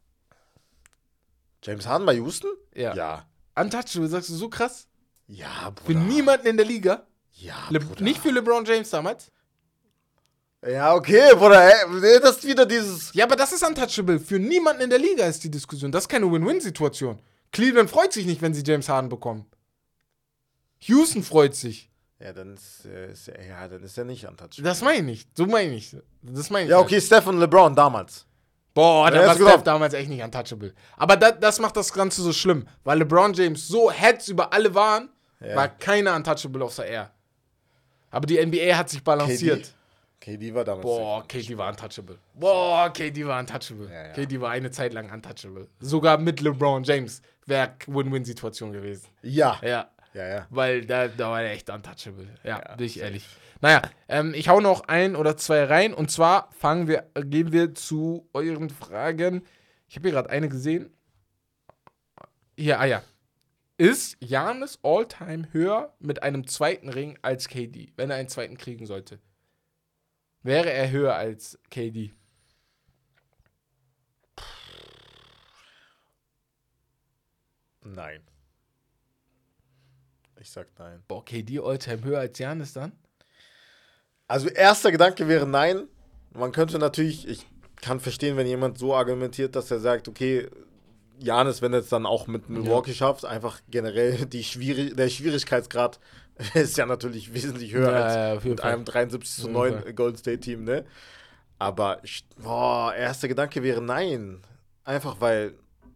B: James Harden bei Houston?
A: Ja. Untouchable, sagst du, so krass?
B: Ja, Bruder.
A: Für niemanden in der Liga?
B: Ja,
A: Bruder. Nicht für LeBron James damals?
B: Ja, okay, Bruder, das ist wieder dieses...
A: Ja, aber das ist untouchable. Für niemanden in der Liga ist die Diskussion. Das ist keine Win-Win-Situation. Cleveland freut sich nicht, wenn sie James Harden bekommen. Houston freut sich.
B: Ja, dann ist er nicht untouchable.
A: Das meine ich nicht. So meine ich. Das meine ich.
B: Ja, okay, halt. Steph und LeBron damals.
A: Boah, da war Steph damals echt nicht untouchable. Aber das macht das Ganze so schlimm, weil LeBron James so Heads über alle waren War keiner untouchable außer er. Aber die NBA hat sich balanciert.
B: KD war damals.
A: KD war untouchable. KD war untouchable.
B: Ja.
A: KD war eine Zeit lang untouchable. Sogar mit LeBron James wäre Win-Win-Situation gewesen.
B: Ja.
A: Weil da war er echt untouchable. Ja, bin ich ehrlich. Naja, ich hau noch ein oder zwei rein. Und zwar gehen wir zu euren Fragen. Ich habe hier gerade eine gesehen. Hier, Ist Giannis All-Time höher mit einem zweiten Ring als KD, wenn er einen zweiten kriegen sollte? Wäre er höher als KD?
B: Nein. Ich sag nein.
A: KD All-Time höher als Giannis dann?
B: Also erster Gedanke wäre nein. Man könnte natürlich, ich kann verstehen, wenn jemand so argumentiert, dass er sagt, okay, Giannis, wenn er es dann auch mit Milwaukee schafft, einfach generell der Schwierigkeitsgrad ist ja natürlich wesentlich höher als mit einem 73:9 Golden State Team, ne? Aber erster Gedanke wäre nein. Einfach weil,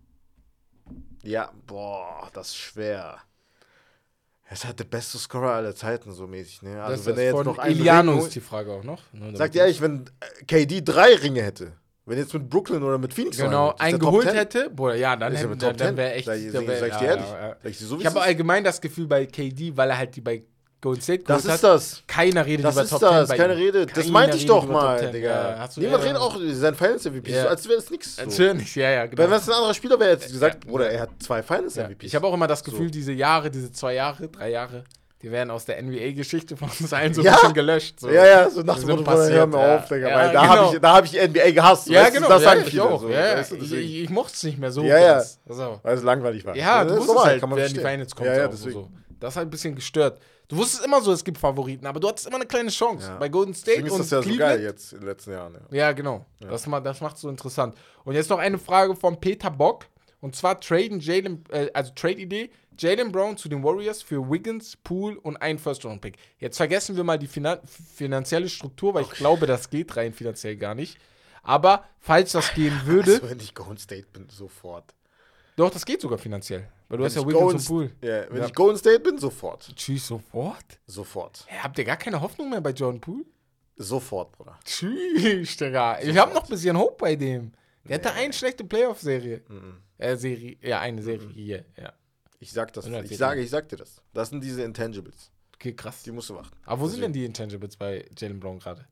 B: das ist schwer. Er ist halt der beste Scorer aller Zeiten, so mäßig, ne? Also
A: das
B: wenn er jetzt noch einen
A: Iliano ist die Frage auch noch.
B: Sagt ehrlich, wenn KD 3 Ringe hätte, wenn jetzt mit Brooklyn oder mit Phoenix
A: einen geholt hätte, dann wäre echt. Ich habe allgemein das Gefühl bei KD, weil er halt die bei Golden State geholt hat. Keiner redet über Top 10.
B: Keine Rede. Das meinte ich doch mal, Digga. Niemand redet auch sein Finals-MVP, so als wäre das nichts.
A: Als wäre nicht, genau.
B: Wenn es ein anderer Spieler wäre, hätte ich gesagt, Bruder, er hat 2 Finals-MVPs.
A: Ich habe auch immer das Gefühl, diese 2 Jahre, 3 Jahre, die werden aus der NBA-Geschichte von uns allen so ein bisschen gelöscht. So.
B: So nach dem Motto, hör mir auf, Digga, weil da hab ich NBA gehasst.
A: Ja, genau, das
B: sage
A: ich auch. Ich mochte es nicht mehr so.
B: Weil es langweilig war.
A: Ja, du wusstest halt, wer in die Finals kommt.
B: So.
A: Das ist halt ein bisschen gestört. Du wusstest immer so, es gibt Favoriten, aber du hattest immer eine kleine Chance. Bei Golden State und
B: ist das ja so geil jetzt in den letzten Jahren.
A: Ja, genau. Ja. Das macht es so interessant. Und jetzt noch eine Frage von Peter Bock. Und zwar Trade-Idee, Jaylen Brown zu den Warriors für Wiggins, Poole und einen First-Round-Pick. Jetzt vergessen wir mal die finanzielle Struktur, weil ich glaube, das geht rein finanziell gar nicht. Aber falls das gehen würde...
B: Also, wenn ich Golden State bin, sofort.
A: Doch, das geht sogar finanziell. Weil du hast ja Wiggins und Poole.
B: Ja, wenn ich Golden State bin, sofort.
A: Tschüss, sofort?
B: Sofort.
A: Habt ihr gar keine Hoffnung mehr bei Jordan Poole?
B: Sofort, Bruder.
A: Tschüss, Digga. Ich hab noch ein bisschen Hope bei dem. Der hatte eine schlechte Playoff-Serie. Eine Serie, ja.
B: Ich sag dir das. Das sind diese Intangibles.
A: Okay, krass.
B: Die musst du warten.
A: Aber wo sind denn die Intangibles bei Jaylen Brown gerade?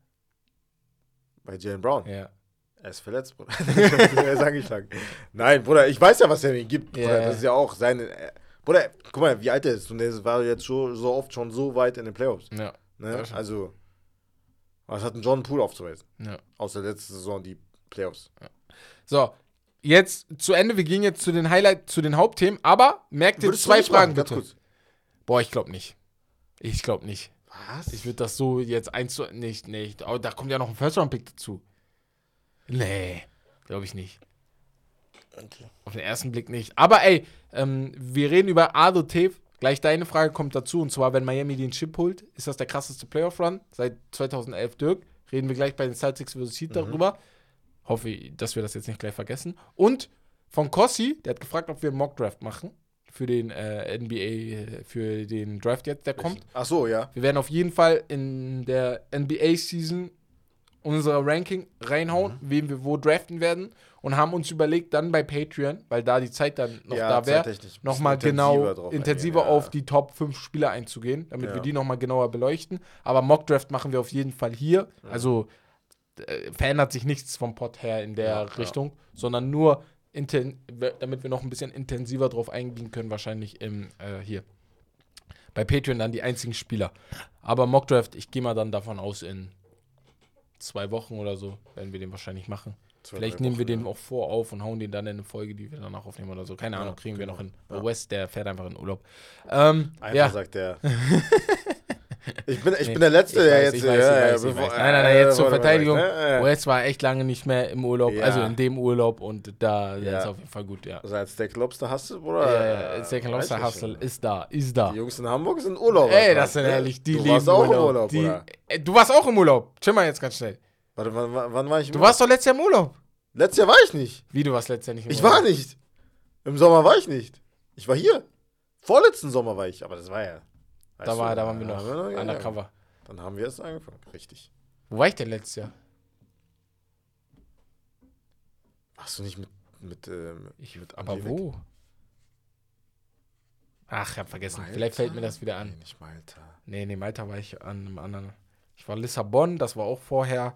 B: Bei Jaylen Brown?
A: Ja.
B: Er ist verletzt, Bruder. Er ist angeschlagen. Nein, Bruder, ich weiß ja, was er mir gibt. Bruder. Das ist ja auch seine... Bruder, guck mal, wie alt er ist. Und er war jetzt so oft schon so weit in den Playoffs.
A: Ja.
B: Ne? Also, was hat ein Jordan Poole aufzuweisen?
A: Ja.
B: Außer letzte Saison die Playoffs.
A: Ja. So, jetzt zu Ende. Wir gehen jetzt zu den Highlights, zu den Hauptthemen. Aber merkt ihr 2 Fragen bitte. Ganz kurz. Boah, ich glaube nicht.
B: Was?
A: Ich würde das so jetzt nicht. Oh, da kommt ja noch ein First-Round-Pick dazu. Nee, glaube ich nicht.
B: Okay.
A: Auf den ersten Blick nicht. Aber ey, wir reden über Ado Tev. Gleich deine Frage kommt dazu. Und zwar, wenn Miami den Chip holt, ist das der krasseste Playoff-Run seit 2011, Dirk. Reden wir gleich bei den Celtics vs. Heat darüber. Hoffe, dass wir das jetzt nicht gleich vergessen. Und von Kossi, der hat gefragt, ob wir einen Mock-Draft machen. Für den NBA, für den Draft jetzt, der kommt.
B: Ach so, ja.
A: Wir werden auf jeden Fall in der NBA-Season unser Ranking reinhauen, wen wir wo draften werden und haben uns überlegt, dann bei Patreon, weil da die Zeit dann noch da wäre, nochmal genau intensiver auf die Top 5 Spieler einzugehen, damit wir die nochmal genauer beleuchten. Aber Mockdraft machen wir auf jeden Fall hier. Also verändert sich nichts vom Pod her in der Richtung, sondern nur, damit wir noch ein bisschen intensiver drauf eingehen können, wahrscheinlich hier. Bei Patreon dann die einzigen Spieler. Aber Mockdraft, ich gehe mal dann davon aus, in 2 Wochen oder so werden wir den wahrscheinlich machen. Vielleicht nehmen wir den auch auf und hauen den dann in eine Folge, die wir danach aufnehmen oder so. Keine Ahnung, kriegen wir noch hin. West, der fährt einfach in Urlaub.
B: Sagt der. Ich bin der Letzte, der jetzt...
A: Nein, jetzt zur Verteidigung. West war echt lange nicht mehr im Urlaub, also in dem Urlaub und da ist auf jeden Fall gut, ja.
B: Also als Steak Lobster Hustle, Bruder?
A: Ja, Steak Lobster Hustle ist da.
B: Die Jungs in Hamburg sind Urlaub.
A: Ey, das sind ehrlich, die
B: lieben Urlaub. Du warst auch im Urlaub,
A: du warst auch im Urlaub. Chill mal jetzt ganz schnell.
B: Warte, wann war ich im Urlaub?
A: Du warst doch letztes Jahr im Urlaub.
B: Letztes Jahr war ich nicht.
A: Wie, du warst letztes Jahr nicht im
B: Urlaub? Ich war nicht. Im Sommer war ich nicht. Ich war hier. Vorletzten Sommer war ich, aber das war ja.
A: Da waren wir noch undercover.
B: Dann haben wir erst angefangen, richtig.
A: Wo war ich denn letztes Jahr?
B: Warst du nicht mit
A: aber
B: Andi
A: wo? Ach, ich hab vergessen.
B: Malta?
A: Vielleicht fällt mir das wieder an.
B: Nee, nicht Malta.
A: Nee, Malta war ich an einem anderen. Ich war in Lissabon, das war auch vorher.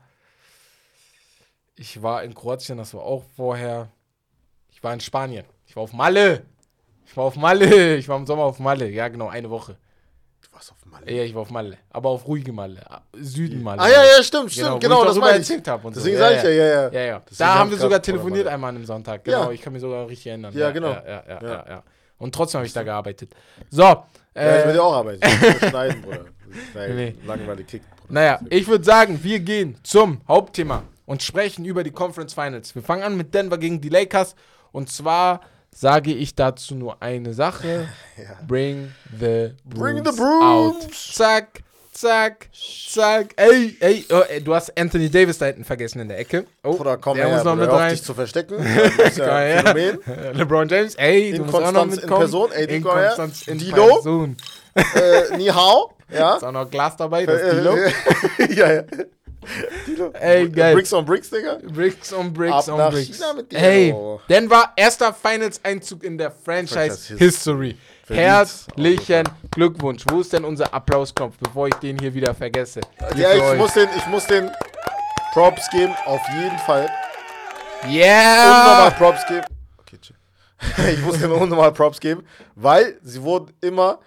A: Ich war in Kroatien, das war auch vorher. Ich war in Spanien. Ich war auf Malle. Ich war im Sommer auf Malle. Ja, genau, eine Woche.
B: Du warst auf Malle?
A: Ja, ich war auf Malle. Aber auf ruhige Malle. Süden Malle.
B: Ja, stimmt, genau,
A: das
B: meine ich.
A: erzählt habe.
B: Deswegen sage ich ja.
A: Ja.
B: Deswegen
A: Da haben wir
B: hab ich
A: sogar
B: grad
A: telefoniert einmal an einem Sonntag. Genau,
B: Ja.
A: ich kann mich sogar richtig erinnern.
B: Ja, genau.
A: Ja. Und trotzdem habe ich da gearbeitet. So.
B: Ja, ich will ja auch arbeiten. Ich will schneiden, Bruder.
A: Nee.
B: Langweilig kickt, Bruder.
A: Naja, ich würde sagen, wir gehen zum Hauptthema und sprechen über die Conference Finals. Wir fangen an mit Denver gegen die Lakers. Und zwar sage ich dazu nur eine Sache.
B: Ja.
A: Bring the
B: Bring
A: brooms
B: the brooms.
A: out. Zack. Ey, du hast Anthony Davis da hinten vergessen in der Ecke. Oh,
B: Bruder, komm
A: der
B: her,
A: muss noch
B: Bruder,
A: mit
B: hör auf
A: rein.
B: dich zu verstecken. Das ist ja ein Phänomen.
A: LeBron James, ey, du musst auch noch
B: Inkonstanz in
A: mitkommen.
B: Person, ey, die komm her.
A: Inkonstanz in
B: Dilo.
A: Person.
B: Ni hao, ja.
A: Ist auch noch Glas dabei, das Dilo.
B: ja. Dilo.
A: Ey, geil.
B: Bricks on Bricks, Digga.
A: Bricks on Bricks
B: Ab
A: on
B: nach
A: Bricks.
B: China mit dir.
A: Hey,
B: Oh.
A: Denver, erster Finals-Einzug in der Franchise-History. Herzlichen Glückwunsch. Wo ist denn unser Applausknopf, bevor ich den hier wieder vergesse?
B: Ja, ich muss den Props geben, auf jeden Fall.
A: Yeah!
B: Unnormal Props geben. Okay, chill. Ich muss den unnormal Props geben, weil sie wurden immer,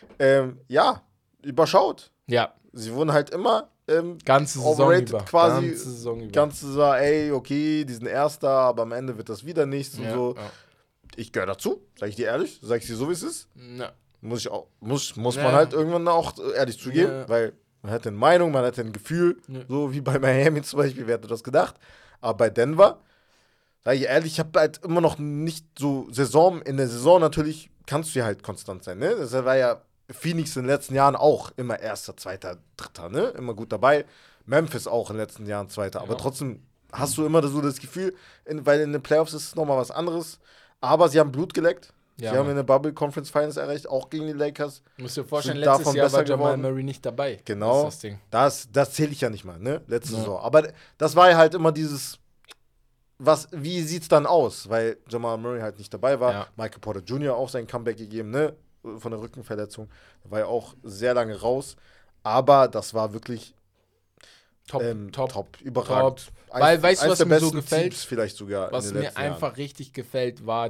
B: überschaut.
A: Ja,
B: Sie wurden halt immer
A: ganze Saison
B: overrated
A: über.
B: quasi.
A: Ganze Saison über.
B: Ganze Saison, ey, okay, die sind Erster, aber am Ende wird das wieder nichts und so.
A: Ja.
B: Ich gehöre dazu, sag ich dir ehrlich, sag ich dir so, wie es ist.
A: Ja.
B: Muss man halt irgendwann auch ehrlich zugeben, weil man hat eine Meinung, man hat ein Gefühl, so wie bei Miami zum Beispiel, wer hätte das gedacht. Aber bei Denver, sag ich ehrlich, ich habe halt immer noch nicht so in der Saison natürlich kannst du ja halt konstant sein, ne? Das war ja Phoenix in den letzten Jahren auch immer Erster, Zweiter, Dritter, ne? Immer gut dabei. Memphis auch in den letzten Jahren Zweiter, aber trotzdem hast du immer so das Gefühl, weil in den Playoffs ist es nochmal was anderes. Aber sie haben Blut geleckt.
A: Ja,
B: sie haben in der Bubble Conference Finals erreicht, auch gegen die Lakers.
A: Du musst dir vorstellen,
B: Sind
A: letztes
B: davon
A: Jahr war
B: besser
A: Jamal
B: geworden.
A: Murray nicht dabei.
B: Genau.
A: Das ist das Ding.
B: Das zähle ich ja nicht mal, ne? Letzte Saison. Aber das war ja halt immer dieses, wie sieht's dann aus? Weil Jamal Murray halt nicht dabei war.
A: Ja.
B: Michael Porter Jr. auch sein Comeback gegeben, ne? Von der Rückenverletzung. Der war ja auch sehr lange raus. Aber das war wirklich top, überragend.
A: Weil, weißt du, was
B: der
A: mir so
B: besten
A: gefällt?
B: Teams vielleicht sogar
A: Was
B: in den
A: mir
B: letzten
A: einfach
B: Jahren.
A: richtig gefällt, war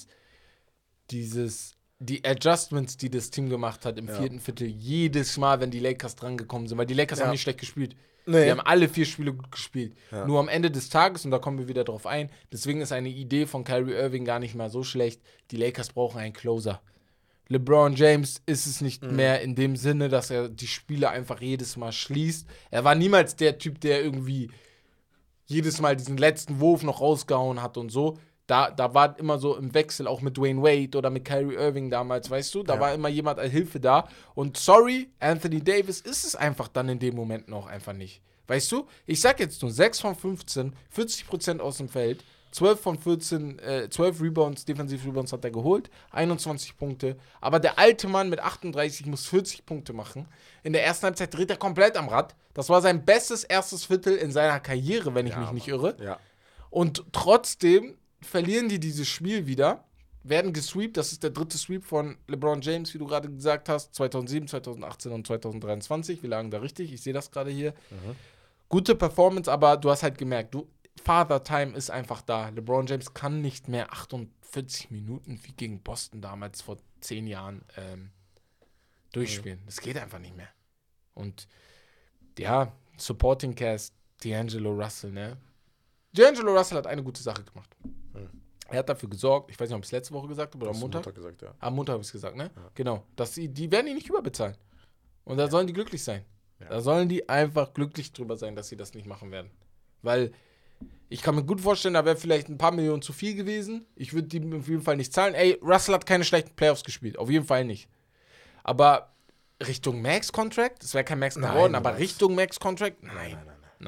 A: die Adjustments, die das Team gemacht hat im vierten Viertel, jedes Mal, wenn die Lakers drangekommen sind, weil die Lakers haben nicht schlecht gespielt.
B: Nee.
A: Die haben alle 4 Spiele gut gespielt.
B: Ja.
A: Nur am Ende des Tages, und da kommen wir wieder drauf ein, deswegen ist eine Idee von Kyrie Irving gar nicht mal so schlecht, die Lakers brauchen einen Closer. LeBron James ist es nicht mehr in dem Sinne, dass er die Spiele einfach jedes Mal schließt. Er war niemals der Typ, der irgendwie jedes Mal diesen letzten Wurf noch rausgehauen hat und so. Da war immer so im Wechsel, auch mit Dwayne Wade oder mit Kyrie Irving damals, weißt du? Da war immer jemand als Hilfe da. Und sorry, Anthony Davis ist es einfach dann in dem Moment noch einfach nicht. Weißt du? Ich sag jetzt nur 6 von 15, 40% aus dem Feld, 12 von 14, 12 Rebounds, Defensiv-Rebounds hat er geholt, 21 Punkte. Aber der alte Mann mit 38 muss 40 Punkte machen. In der ersten Halbzeit dreht er komplett am Rad. Das war sein bestes erstes Viertel in seiner Karriere, wenn ich mich nicht irre.
B: Ja.
A: Und trotzdem verlieren die dieses Spiel wieder, werden gesweept. Das ist der dritte Sweep von LeBron James, wie du gerade gesagt hast. 2007, 2018 und 2023. Wir lagen da richtig. Ich sehe das gerade hier. Gute Performance, aber du hast halt gemerkt, Father Time ist einfach da. LeBron James kann nicht mehr 48 Minuten wie gegen Boston damals vor 10 Jahren durchspielen. Das geht einfach nicht mehr. Und ja, Supporting Cast, D'Angelo Russell, ne? D'Angelo Russell hat eine gute Sache gemacht. Er hat dafür gesorgt, ich weiß nicht, ob ich es letzte Woche gesagt habe oder am Montag.
B: Gesagt, ja.
A: Am Montag habe ich es gesagt, ne? Ja. Genau. Die werden ihn nicht überbezahlen. Und da sollen die glücklich sein. Ja. Da sollen die einfach glücklich drüber sein, dass sie das nicht machen werden. Weil ich kann mir gut vorstellen, da wäre vielleicht ein paar Millionen zu viel gewesen. Ich würde die auf jeden Fall nicht zahlen. Ey, Russell hat keine schlechten Playoffs gespielt. Auf jeden Fall nicht. Aber Richtung Max-Contract, das wäre kein Max geworden, aber Richtung Max-Contract? Nein.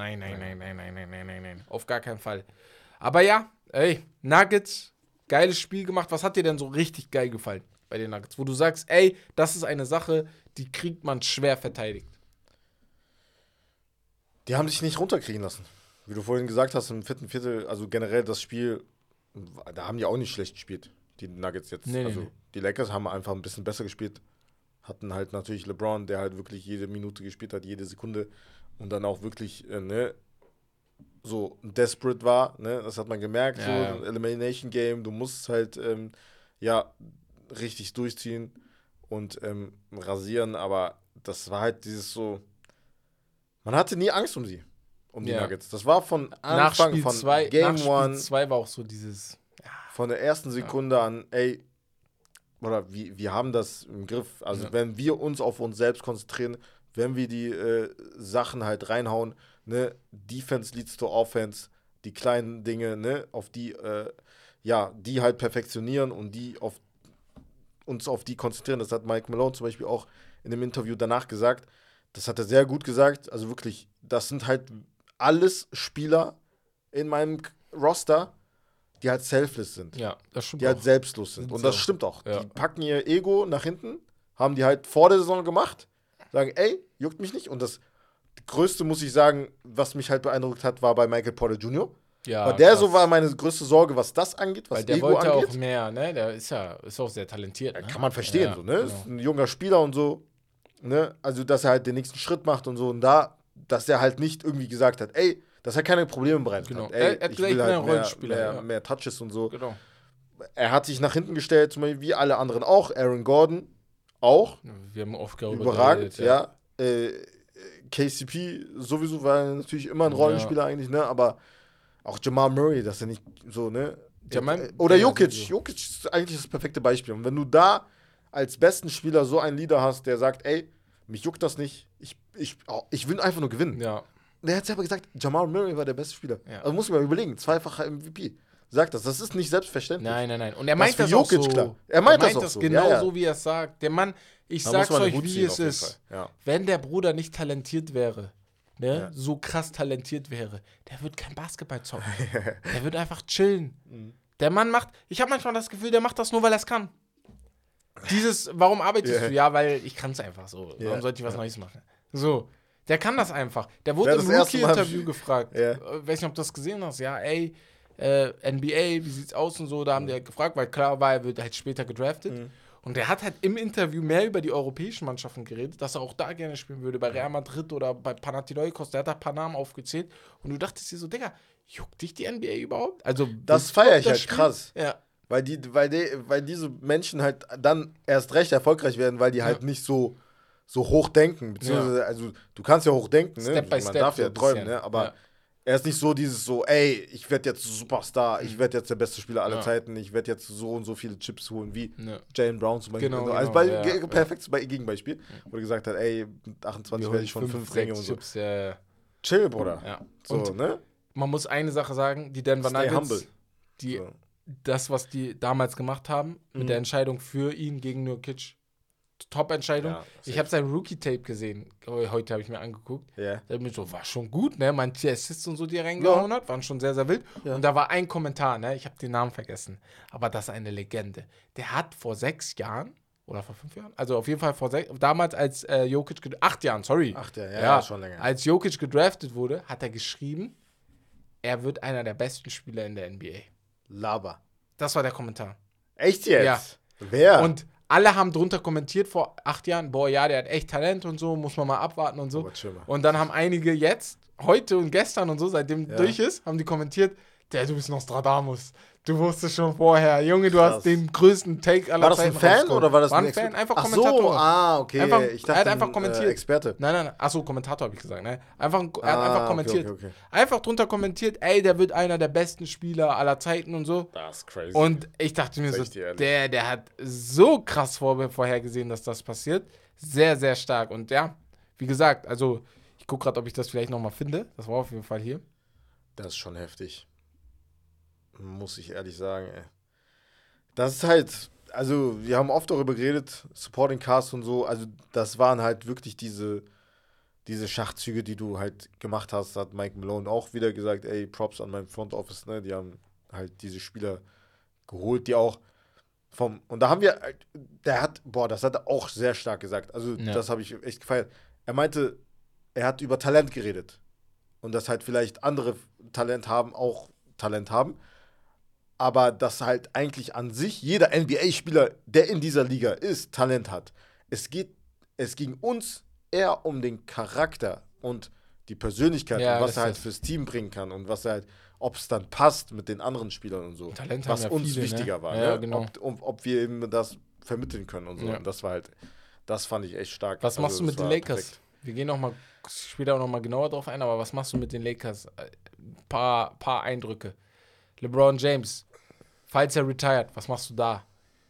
A: Nein. Auf gar keinen Fall. Aber ja, ey, Nuggets, geiles Spiel gemacht. Was hat dir denn so richtig geil gefallen? bei den Nuggets, wo du sagst, ey, das ist eine Sache, die kriegt man schwer verteidigt?
B: Die haben sich nicht runterkriegen lassen. Wie du vorhin gesagt hast, im vierten Viertel, also generell das Spiel, da haben die auch nicht schlecht gespielt, die Nuggets jetzt.
A: Nee.
B: Die Lakers haben einfach ein bisschen besser gespielt. Hatten halt natürlich LeBron, der halt wirklich jede Minute gespielt hat, jede Sekunde. Und dann auch wirklich, so desperate war, ne? Das hat man gemerkt,
A: Ja,
B: so
A: ja.
B: ein Elimination Game. Du musst halt, richtig durchziehen und rasieren. Aber das war halt dieses so, man hatte nie Angst um sie, um die
A: Ja.
B: Nuggets. Das war von
A: Nach
B: Anfang,
A: Spiel
B: von
A: 2
B: Game One,
A: war auch so dieses,
B: von der ersten Sekunde an, ey, oder wir haben das im Griff. Also
A: Ja.
B: wenn wir uns auf uns selbst konzentrieren, wenn wir die Sachen halt reinhauen, ne, Defense leads to Offense, die kleinen Dinge, ne, auf die, die halt perfektionieren und uns auf die konzentrieren. Das hat Mike Malone zum Beispiel auch in dem Interview danach gesagt. Das hat er sehr gut gesagt. Also wirklich, das sind halt alles Spieler in meinem Roster, die halt selfless sind.
A: ja, das stimmt
B: Die halt
A: auch.
B: selbstlos sind.
A: Sind
B: Und
A: sie
B: das
A: auch.
B: stimmt auch.
A: Ja.
B: Die packen ihr Ego nach hinten, haben die halt vor der Saison gemacht, sagen, ey, juckt mich nicht. Und das Größte, muss ich sagen, was mich halt beeindruckt hat, war bei Michael Porter Jr.
A: Ja,
B: Weil der
A: krass.
B: so war meine größte Sorge, was das angeht, was
A: Weil der
B: Ego
A: wollte
B: angeht.
A: auch mehr, ne? Der ist auch sehr talentiert. Ne?
B: Kann man verstehen,
A: Ja,
B: so, ne?
A: genau.
B: Ist ein junger Spieler und so, ne? Also, dass er halt den nächsten Schritt macht und so. Und da, dass er halt nicht irgendwie gesagt hat, ey, dass er keine Probleme bereitet
A: Genau.
B: hat. Ey,
A: Er hat
B: ich
A: gesagt,
B: will
A: ich bin
B: halt
A: ein Rollenspieler, ja.
B: mehr Touches und so.
A: Genau.
B: Er hat sich nach hinten gestellt, zum Beispiel wie alle anderen auch. Aaron Gordon auch.
A: Wir haben oft darüber
B: Überragend,
A: geredet,
B: ja. KCP sowieso war natürlich immer ein Rollenspieler eigentlich, ne? Aber auch Jamal Murray, dass er nicht so, ne? Oder Jokic.
A: sowieso.
B: Jokic ist eigentlich das perfekte Beispiel. Und wenn du da als besten Spieler so einen Leader hast, der sagt, ey, mich juckt das nicht, ich will einfach nur gewinnen.
A: Ja.
B: Der hat selber gesagt, Jamal Murray war der beste Spieler.
A: Ja.
B: Also muss ich mal überlegen, zweifacher MVP. Sagt das ist nicht selbstverständlich.
A: Nein. Und er meint
B: für
A: das auch
B: Jokic
A: so.
B: klar. Er meint das auch so.
A: genau
B: Ja, ja.
A: so, wie er es sagt. Der Mann, ich
B: Da
A: sag's
B: muss man den
A: euch,
B: Hut
A: wie
B: ziehen,
A: es
B: auf jeden
A: ist.
B: Fall. Ja.
A: Wenn der Bruder nicht talentiert wäre, ne,
B: Ja.
A: so krass talentiert wäre, der wird kein Basketball zocken. Der wird einfach chillen. Der Mann ich habe manchmal das Gefühl, der macht das nur, weil er es kann. Warum arbeitest du? Ja, weil ich kann es einfach so. Warum sollte ich was Neues machen? So, der kann das einfach. Der wurde
B: Wer
A: im
B: das erste Mal-
A: Rookie-Interview gefragt.
B: Ja.
A: Weiß nicht, ob du das gesehen hast. Ja, ey, NBA, wie sieht's aus und so. Da haben die halt gefragt, weil klar war, er wird halt später gedraftet. Und der hat halt im Interview mehr über die europäischen Mannschaften geredet, dass er auch da gerne spielen würde, bei Real Madrid oder bei Panathinaikos. Der hat da ein paar Namen aufgezählt. Und du dachtest dir so, Digga, juckt dich die NBA überhaupt? Also,
B: Das feiere ich
A: das
B: halt
A: Spiel?
B: krass.
A: Ja.
B: Weil diese Menschen halt dann erst recht erfolgreich werden, weil die halt nicht so hoch denken. Beziehungsweise, also du kannst ja hoch denken, ne?
A: Step by
B: Man
A: step
B: darf
A: so
B: ja
A: ein
B: träumen,
A: bisschen.
B: ne? Aber
A: Ja.
B: er ist nicht so dieses so, ey, ich werde jetzt Superstar, ich werde jetzt der beste Spieler aller
A: Ja.
B: Zeiten, ich werde jetzt so und so viele Chips holen wie
A: Ja.
B: Jalen Brown zum Beispiel.
A: Genau,
B: also
A: genau,
B: perfektes Gegenbeispiel, wo er gesagt hat, ey, mit 28 werde ich schon 5 Ringe und so.
A: Chips, ja.
B: Chill, Bruder.
A: Ja.
B: So,
A: Und
B: ne?
A: man muss eine Sache sagen, die Denver
B: Stay
A: Nuggets,
B: humble.
A: die,
B: So.
A: das, was die damals gemacht haben, mit der Entscheidung für ihn gegen Nurkic, Top-Entscheidung.
B: Ja,
A: Ich habe sein Rookie-Tape gesehen, heute habe ich mir angeguckt.
B: Ja.
A: Da bin ich so, war schon gut, ne? Manche Assists und so, die er reingehauen hat, waren schon sehr, sehr wild.
B: Ja.
A: Und da war ein Kommentar, ne? Ich habe den Namen vergessen. Aber das ist eine Legende. Der hat vor 6 Jahren oder vor 5 Jahren, also auf jeden Fall damals als Jokic, 8 Jahren, sorry.
B: 8 Jahre, ja, schon länger.
A: Als Jokic gedraftet wurde, hat er geschrieben, er wird einer der besten Spieler in der NBA.
B: Laber.
A: Das war der Kommentar.
B: Echt jetzt?
A: Ja.
B: Wer?
A: Und alle haben drunter kommentiert vor 8 Jahren, boah, ja, der hat echt Talent und so, muss man mal abwarten und so.
B: Aber chill mal.
A: Und dann haben einige jetzt, heute und gestern und so, seitdem durch ist, haben die kommentiert, du bist Nostradamus. Du wusstest schon vorher. Junge, du
B: Krass.
A: hast den größten Take aller
B: War das
A: Zeiten
B: ein Fan
A: rausgeholt.
B: oder war das
A: ein
B: Experte?
A: Fan? Einfach
B: Ach
A: Kommentator.
B: so, okay.
A: Einfach,
B: Ich dachte,
A: er hat einfach
B: ein,
A: kommentiert.
B: Experte.
A: Nein. Achso, Kommentator habe ich gesagt. Ne? Er hat einfach kommentiert.
B: Okay.
A: Einfach drunter kommentiert, ey, der wird einer der besten Spieler aller Zeiten und so.
B: Das ist crazy.
A: Und ich dachte mir
B: Sag
A: so,
B: ich dir ehrlich.
A: der hat so krass vorhergesehen, dass das passiert. Sehr, sehr stark. Und ja, wie gesagt, also ich gucke gerade, ob ich das vielleicht nochmal finde. Das war auf jeden Fall hier.
B: Das ist schon heftig. Muss ich ehrlich sagen, ey. Das ist halt, also wir haben oft darüber geredet, Supporting Cast und so, also das waren halt wirklich diese Schachzüge, die du halt gemacht hast, hat Mike Malone auch wieder gesagt, ey, Props an mein Front Office, ne, die haben halt diese Spieler geholt, die auch Und da haben wir, das hat er auch sehr stark gesagt. Also, das habe ich echt gefeiert. Er meinte, er hat über Talent geredet. Und dass halt vielleicht andere Talent haben, aber dass halt eigentlich an sich jeder NBA-Spieler, der in dieser Liga ist, Talent hat. Es ging uns eher um den Charakter und die Persönlichkeit und was er halt fürs Team bringen kann und was er halt, ob es dann passt mit den anderen Spielern und so.
A: Talent
B: was
A: haben ja
B: uns
A: viele,
B: wichtiger war,
A: ja,
B: ne?
A: genau.
B: Ob wir eben das vermitteln können und so. Ja. Und das fand ich echt stark.
A: Was machst du mit den Lakers? Perfekt. Wir gehen später auch noch mal genauer drauf ein, aber was machst du mit den Lakers? Paar Eindrücke. LeBron James, falls er retired, was machst du da?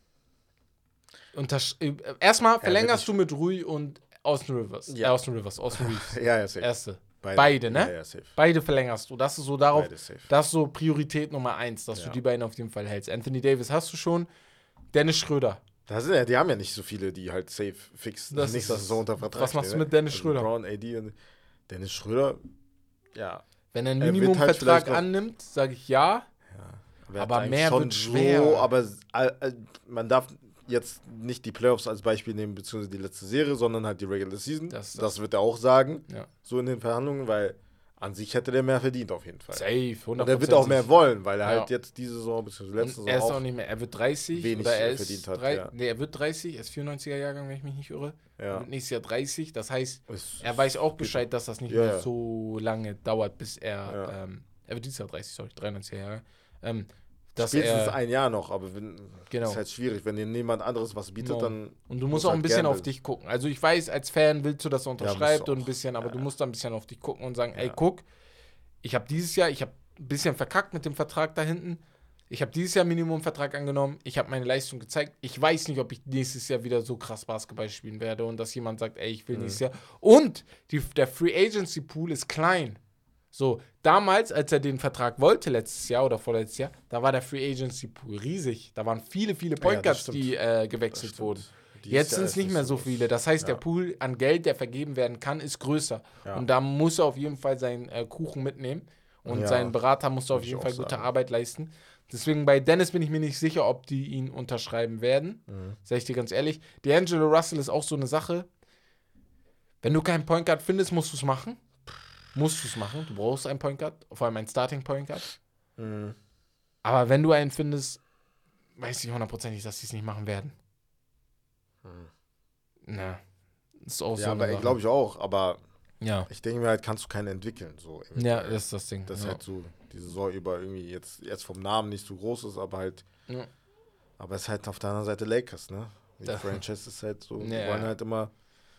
A: Erstmal verlängerst du mit Rui und Austin Reeves.
B: Ja,
A: safe. Erste. Beide, ne?
B: Ja, safe.
A: Beide verlängerst du. Das ist so das ist so Priorität Nummer 1, dass du die beiden auf jeden Fall hältst. Anthony Davis hast du schon. Dennis Schröder.
B: Die haben ja nicht so viele, die halt safe fix nächste Saison unter Vertrag
A: Was machst du mit Dennis Schröder?
B: Brown, AD und Dennis Schröder, ja.
A: Wenn er einen Minimumvertrag annimmt, sage ich ja. Aber mehr wird schwer.
B: Aber man darf jetzt nicht die Playoffs als Beispiel nehmen, beziehungsweise die letzte Serie, sondern halt die Regular Season. Das wird er auch sagen, so in den Verhandlungen, weil an sich hätte der mehr verdient auf jeden Fall.
A: Safe, 100%.
B: Und er wird auch mehr wollen, weil er halt jetzt diese Saison, beziehungsweise letzte Saison
A: er ist auch nicht mehr, er wird 30.
B: Wenig
A: oder er
B: verdient hat.
A: Er wird 30, er ist 94er Jahrgang, wenn ich mich nicht irre.
B: Ja.
A: Er wird nächstes Jahr 30, das heißt, er weiß auch Bescheid, dass das nicht mehr so lange dauert, bis er wird dieses Jahr 30, 93er Jahrgang.
B: Spätestens ein Jahr noch, aber ist halt schwierig, wenn dir niemand anderes was bietet, dann.
A: Und du musst auch ein bisschen auf dich gucken. Also ich weiß, als Fan willst du, dass er unterschreibt und ein bisschen, aber du musst da ein bisschen auf dich gucken und sagen, ey, guck, ich habe ein bisschen verkackt mit dem Vertrag da hinten. Ich habe dieses Jahr Minimumvertrag angenommen. Ich habe meine Leistung gezeigt. Ich weiß nicht, ob ich nächstes Jahr wieder so krass Basketball spielen werde und dass jemand sagt, ey, ich will nächstes Jahr. Und der Free Agency Pool ist klein. So, damals, als er den Vertrag wollte, letztes Jahr oder vorletztes Jahr, da war der Free Agency Pool riesig. Da waren viele Point Guards, die gewechselt wurden. Jetzt sind es nicht mehr so viele. Das heißt, der Pool an Geld, der vergeben werden kann, ist größer. Ja. Und da muss er auf jeden Fall seinen Kuchen mitnehmen. Und sein Berater muss auf jeden Fall gute Arbeit leisten. Deswegen bei Dennis bin ich mir nicht sicher, ob die ihn unterschreiben werden. Sag ich dir ganz ehrlich. D'Angelo Russell ist auch so eine Sache. Wenn du keinen Point Guard findest, musst du es machen. Du brauchst einen Point Guard, vor allem einen Starting Point Guard. Aber wenn du einen findest, weiß ich hundertprozentig, dass sie es nicht machen werden. Na, ist auch so.
B: Ja, aber glaube ich auch, aber ich denke mir halt, kannst du keinen entwickeln. So,
A: ja, das ist das Ding.
B: Das ist halt so, die Saison über irgendwie jetzt vom Namen nicht so groß ist, aber halt, aber es ist halt auf der anderen Seite Lakers, ne? Die Franchise ist halt so, die wollen halt immer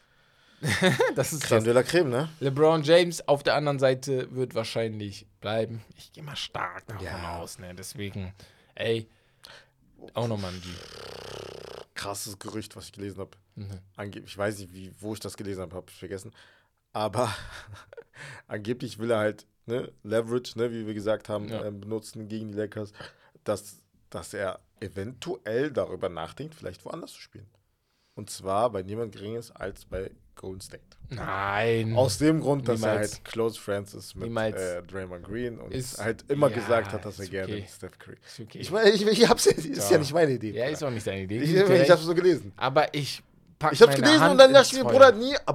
A: das ist
B: Creme de la Creme, ne?
A: LeBron James auf der anderen Seite wird wahrscheinlich bleiben. Ich gehe mal stark davon aus, ne? Deswegen, ey, auch nochmal ein G.
B: Krasses Gerücht, was ich gelesen habe. Ich weiß nicht, wo ich das gelesen habe ich vergessen. Aber angeblich will er halt Leverage, wie wir gesagt haben, benutzen gegen die Lakers, dass er eventuell darüber nachdenkt, vielleicht woanders zu spielen. Und zwar bei niemand Geringes als bei Golden State.
A: Nein.
B: Aus dem Grund, dass er halt Close Friends ist mit Draymond Green und halt immer gesagt hat, dass er gerne mit Steph Curry.
A: Okay.
B: Ich meine, ist ja nicht meine Idee.
A: Ja, ist auch nicht seine Idee.
B: Ich hab's so gelesen.
A: Aber ich
B: hab's gelesen und dann dachte ich mir, Bruder,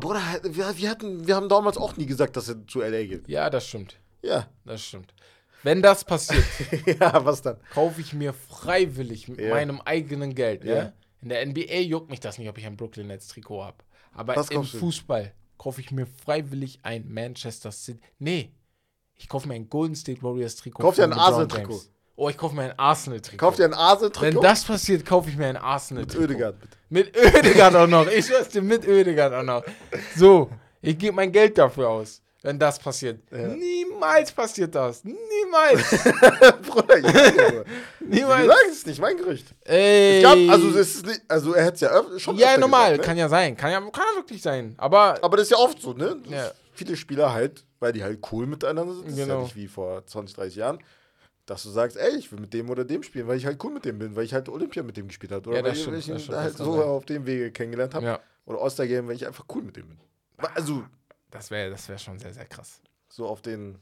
B: wir haben damals auch nie gesagt, dass er zu LA geht.
A: Ja, das stimmt.
B: Ja.
A: Das stimmt. Wenn das passiert,
B: ja, was dann?
A: Kaufe ich mir freiwillig mit meinem eigenen Geld, In der NBA juckt mich das nicht, ob ich ein Brooklyn Nets Trikot habe. Aber im Fußball kaufe ich mir freiwillig ein Manchester City. Nee, ich kaufe mir ein Golden State Warriors Trikot.
B: Kauf dir ein Arsenal-Trikot.
A: Oh, ich kaufe mir ein Arsenal-Trikot.
B: Kauf dir ein Arsenal-Trikot?
A: Wenn das passiert, kaufe ich mir ein Arsenal-Trikot.
B: Mit Oedegaard, bitte.
A: Mit Oedegaard auch noch. Ich schwör's dir, mit Oedegaard auch noch. So, ich gebe mein Geld dafür aus, wenn das passiert. Ja. Niemals passiert das. Niemals.
B: Bruder, niemals. Wie gesagt, es ist nicht mein Gerücht.
A: Ey.
B: Er hätte es ja schon
A: ja, normal, gesagt, ne? Kann ja sein. Kann ja wirklich sein. Aber
B: das ist ja oft so, ne? Ja. Viele Spieler halt, weil die halt cool miteinander sind. Das ist ja nicht wie vor 20, 30 Jahren. Dass du sagst, ey, ich will mit dem oder dem spielen, weil ich halt cool mit dem bin, weil ich halt Olympia mit dem gespielt habe. Oder weil ich ihn halt so auf dem Wege kennengelernt habe. Ja. Oder All-Star-Game, weil ich einfach cool mit dem bin. Also,
A: das wär schon sehr, sehr krass.
B: So auf den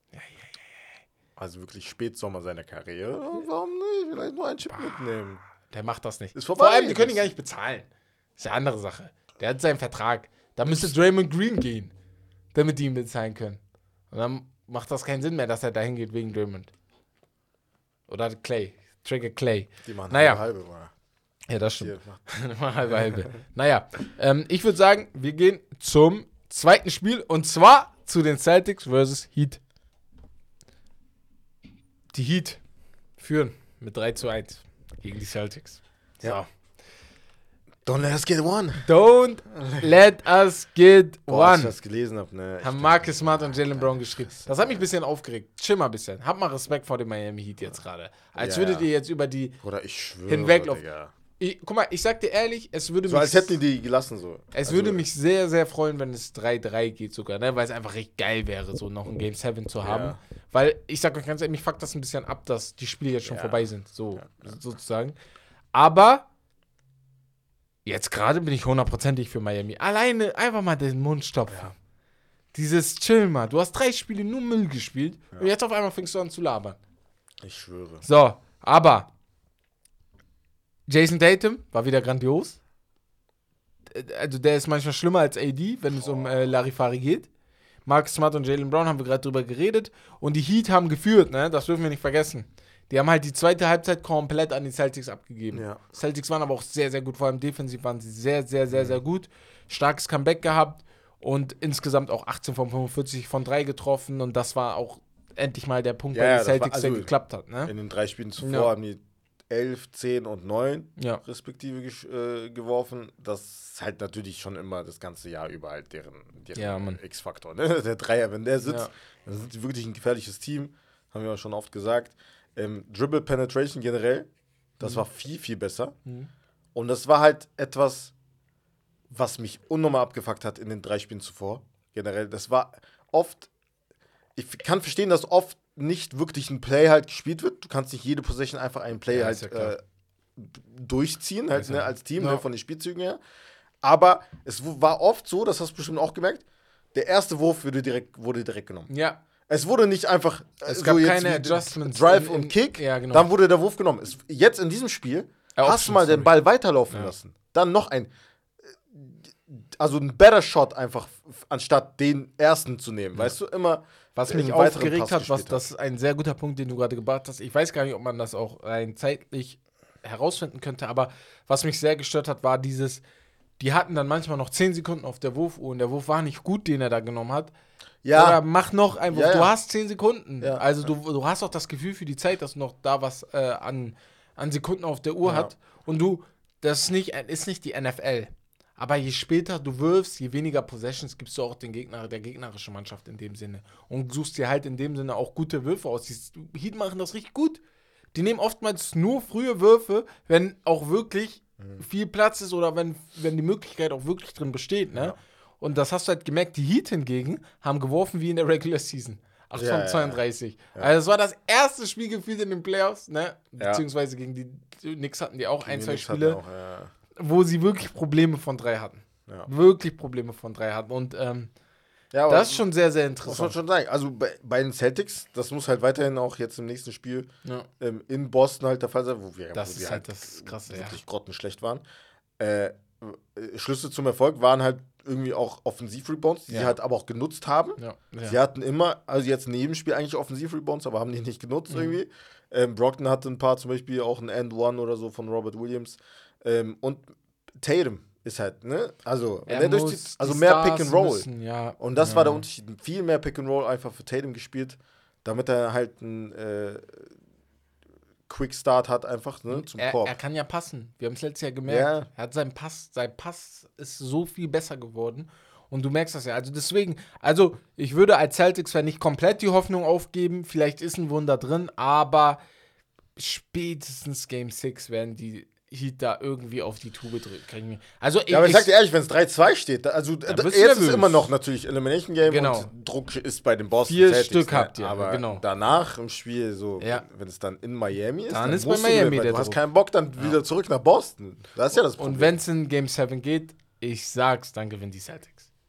B: also wirklich Spätsommer seiner Karriere. Warum nicht? Vielleicht nur einen Chip mitnehmen.
A: Der macht das nicht.
B: Ist vorbei.
A: Vor allem, die können ihn gar nicht bezahlen. Ist ja eine andere Sache. Der hat seinen Vertrag. Da müsste Draymond Green gehen, damit die ihn bezahlen können. Und dann macht das keinen Sinn mehr, dass er dahin geht wegen Draymond. Oder Clay. Trigger Clay.
B: Die machen
A: halbe. Ja, das stimmt. halbe. Naja, ich würde sagen, wir gehen zum zweiten Spiel und zwar zu den Celtics versus Heat. Die Heat führen mit 3-1 gegen die Celtics.
B: Ja. Don't let us get one.
A: Don't let us get
B: Boah,
A: one.
B: als ich das gelesen habe, ne?
A: Haben Marcus Smart und Jaylen Brown geschrieben. Das hat mich ein bisschen aufgeregt. Chill mal ein bisschen. Hab mal Respekt vor dem Miami Heat jetzt gerade. Als würdet ihr jetzt über die
B: Oder ich schwöre,
A: hinweglaufen. Guck mal, ich sag dir ehrlich, es würde
B: so
A: mich...
B: als hätten die gelassen so.
A: Es würde mich sehr, sehr freuen, wenn es 3-3 geht sogar, ne? Weil es einfach recht geil wäre, so noch ein Game 7 zu haben.
B: Ja.
A: Weil, ich sag euch ganz ehrlich, mich fuckt das ein bisschen ab, dass die Spiele jetzt schon vorbei sind, so sozusagen. Aber jetzt gerade bin ich hundertprozentig für Miami. Alleine einfach mal den Mund stopfen. Ja. Dieses Chill mal. Du hast 3 Spiele nur Müll gespielt und jetzt auf einmal fängst du an zu labern.
B: Ich schwöre.
A: So, aber Jason Tatum war wieder grandios. Also der ist manchmal schlimmer als AD, wenn es um Larifari geht. Marcus Smart und Jaylen Brown haben wir gerade drüber geredet. Und die Heat haben geführt, ne? Das dürfen wir nicht vergessen. Die haben halt die zweite Halbzeit komplett an die Celtics abgegeben. Ja. Celtics waren aber auch sehr, sehr gut. Vor allem defensiv waren sie sehr, sehr, sehr, sehr gut. Starkes Comeback gehabt und insgesamt auch 18 von 45 von 3 getroffen. Und das war auch endlich mal der Punkt, bei den Celtics, der geklappt hat. Ne?
B: In den 3 Spielen zuvor haben die 11, 10 und 9 respektive geworfen. Das ist halt natürlich schon immer das ganze Jahr über halt deren X-Faktor. Ne? Der Dreier, wenn der sitzt, dann sind die wirklich ein gefährliches Team. Haben wir auch schon oft gesagt. Dribble Penetration generell, das war viel, viel besser. Und das war halt etwas, was mich unnormal abgefuckt hat in den 3 Spielen zuvor. Generell, das war oft, ich kann verstehen, dass oft nicht wirklich ein Play halt gespielt wird. Du kannst nicht jede Possession einfach einen Play durchziehen, halt, ne, als Team, ne, von den Spielzügen her. Aber es war oft so, das hast du bestimmt auch gemerkt, der erste Wurf wurde direkt genommen.
A: Ja.
B: Es wurde nicht einfach
A: es gab keine Adjustments.
B: Drive und Kick,
A: genau.
B: Dann wurde der Wurf genommen. Jetzt in diesem Spiel hast du mal den Ball weiterlaufen lassen. Dann noch ein Better Shot einfach, anstatt den ersten zu nehmen. Weißt du, immer
A: was mich aufgeregt hat, das ist ein sehr guter Punkt, den du gerade gebracht hast. Ich weiß gar nicht, ob man das auch rein zeitlich herausfinden könnte, aber was mich sehr gestört hat, war die hatten dann manchmal noch 10 Sekunden auf der Wurfuhr und der Wurf war nicht gut, den er da genommen hat. Ja. Oder mach noch einen Wurf. Du hast 10 Sekunden. Ja. Also du hast auch das Gefühl für die Zeit, dass noch da was an Sekunden auf der Uhr hat. Und das ist nicht die NFL. Aber je später du wirfst, je weniger Possessions gibst du auch der gegnerischen Mannschaft in dem Sinne. Und suchst dir halt in dem Sinne auch gute Würfe aus. Die Heat machen das richtig gut. Die nehmen oftmals nur frühe Würfe, wenn auch wirklich viel Platz ist oder wenn die Möglichkeit auch wirklich drin besteht. Ne? Ja. Und das hast du halt gemerkt. Die Heat hingegen haben geworfen wie in der Regular Season. 8 von 32. Ja. Also das war das erste Spiel gefühlt in den Playoffs. Ne? Beziehungsweise gegen die Knicks hatten die auch gegen 1-2 Spiele. Wo sie wirklich Probleme von 3 hatten. Ja. Wirklich Probleme von 3 hatten. Und das ist schon sehr, sehr interessant.
B: Muss man schon sagen. Also bei den Celtics, das muss halt weiterhin auch jetzt im nächsten Spiel in Boston halt der Fall sein, wo wir
A: halt das Krasse,
B: wirklich grottenschlecht waren. Schlüsse zum Erfolg waren halt irgendwie auch Offensiv-Rebounds, die sie halt aber auch genutzt haben. Ja. Sie hatten immer, also jetzt neben Spiel eigentlich Offensiv-Rebounds, aber haben die nicht genutzt irgendwie. Brogdon hatte ein paar, zum Beispiel auch ein And-One oder so von Robert Williams. Und Tatum ist halt, ne? Also, mehr Pick and Roll. Und das war der Unterschied. Viel mehr Pick and Roll einfach für Tatum gespielt, damit er halt einen Quick Start hat, einfach, ne? Zum Korb.
A: Er kann ja passen. Wir haben es letztes Jahr gemerkt. Er hat sein Pass ist so viel besser geworden. Und du merkst das ja. Also deswegen, ich würde als Celtics-Fan nicht komplett die Hoffnung aufgeben. Vielleicht ist ein Wunder drin, aber spätestens Game 6 werden die Heat da irgendwie auf die Tube drücken. Also
B: aber ich sag dir ehrlich, wenn es 3-2 steht, jetzt ist immer noch natürlich Elimination Game und Druck ist bei den Boston
A: 4 Stück habt ihr,
B: aber danach im Spiel, so wenn es dann in Miami ist,
A: dann ist bei Miami
B: du hast keinen Bock, dann wieder zurück nach Boston. Das ist ja das Problem.
A: Und wenn es in Game 7 geht, ich sag's, dann gewinnen die Celtics.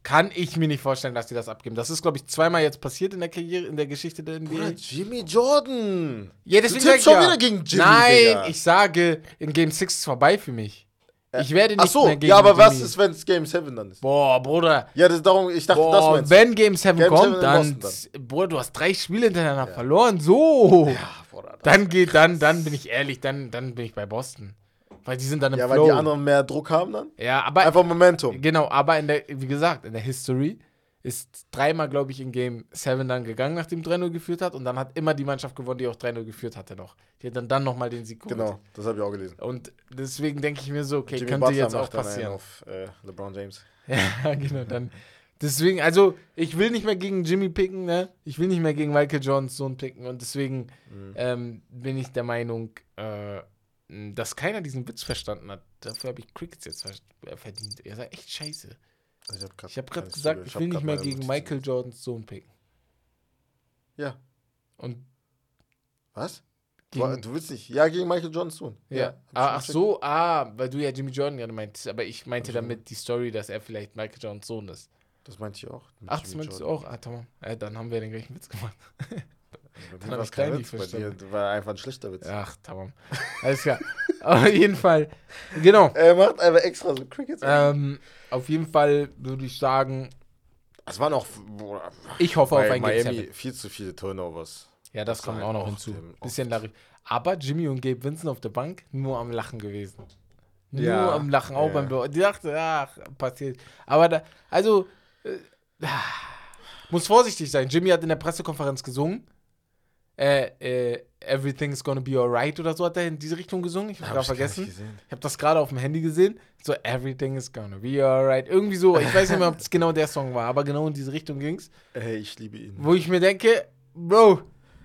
A: kann ich mir nicht vorstellen, dass die das abgeben. Das ist, glaube ich, zweimal jetzt passiert in der Karriere, in der Geschichte der NBA.
B: Bruder, Jimmy Jordan.
A: Ja, deswegen
B: du tippst
A: sag ich
B: schon wieder gegen Jimmy,
A: Nein,
B: Digga.
A: ich sage, in Game 6 ist vorbei für mich. Ich werde nicht
B: Achso,
A: mehr gegen
B: ja, aber
A: Jimmy.
B: was ist, wenn es Game 7 dann ist?
A: Boah, Bruder.
B: Ja, das ist darum, ich dachte, das meinst du.
A: Wenn Game 7
B: Game
A: kommt,
B: 7 in
A: dann,
B: Boston
A: Bruder, du hast 3 Spiele hintereinander verloren. So.
B: Ja, Bruder,
A: Dann bin ich ehrlich, dann bin ich bei Boston. Weil die sind dann im
B: ja,
A: Flow.
B: weil die anderen mehr Druck haben dann?
A: Ja, aber
B: Einfach Momentum.
A: genau, aber wie gesagt, in der History ist 3-mal, glaube ich, in Game 7 dann gegangen, nachdem 3-0 geführt hat. Und dann hat immer die Mannschaft gewonnen, die auch 3-0 geführt hatte noch. Die hat dann nochmal den Sieg geholt.
B: Genau, das habe ich auch gelesen.
A: Und deswegen denke ich mir so, okay,
B: Jimmy
A: könnte
B: Butler
A: jetzt auch
B: macht dann einen
A: passieren.
B: auf LeBron James.
A: Ja, genau, dann. Deswegen, also, ich will nicht mehr gegen Jimmy picken, ne? Ich will nicht mehr gegen Michael Jordans Sohn picken. Und deswegen bin ich der Meinung, dass keiner diesen Witz verstanden hat. Dafür habe ich Crickets jetzt verdient. Ihr seid echt scheiße. Ich habe gerade gesagt, ich will nicht mehr gegen Michael Jordans Sohn picken.
B: Ja.
A: Und
B: was?
A: gegen,
B: Du willst nicht? Ja, gegen Michael Jordans Sohn.
A: ja. Ach so, weil du ja Jimmy Jordan gerade meintest. Aber ich meinte damit die Story, dass er vielleicht Michael Jordans Sohn ist.
B: Das meinte ich auch.
A: Ach, das meintest du auch? Ah, tamam. Dann haben wir den gleichen Witz gemacht.
B: Dann
A: hab
B: war
A: ich
B: kein
A: deinen
B: Witz,
A: nicht
B: bei dir
A: verstanden.
B: war einfach ein schlechter Witz.
A: Ach, tamam. Alles klar. Auf jeden Fall. Genau.
B: Er macht einfach extra so Crickets.
A: Auf jeden Fall würde ich sagen,
B: Es waren auch
A: ich hoffe auf
B: bei
A: ein Game
B: Miami
A: 7.
B: viel zu viele Turnovers.
A: Ja, das
B: Das
A: kommt
B: war
A: auch noch
B: oft
A: hinzu.
B: im-
A: Bisschen Larry. Aber Jimmy und Gabe Vincent auf der Bank nur am Lachen gewesen.
B: Ja,
A: Nur am Lachen, auch
B: ja.
A: beim Büro. Die dachte, ach, passiert. Aber da, also, muss vorsichtig sein. Jimmy hat in der Pressekonferenz gesungen. Everything's gonna be alright oder so hat er in diese Richtung gesungen. Ich habe gerade vergessen. Ich habe das gerade auf dem Handy gesehen. So, everything is gonna be alright. Irgendwie so. Ich weiß nicht mehr, ob das genau der Song war, aber genau in diese Richtung ging's.
B: Hey, ich liebe ihn.
A: Wo ich mir denke, Bro,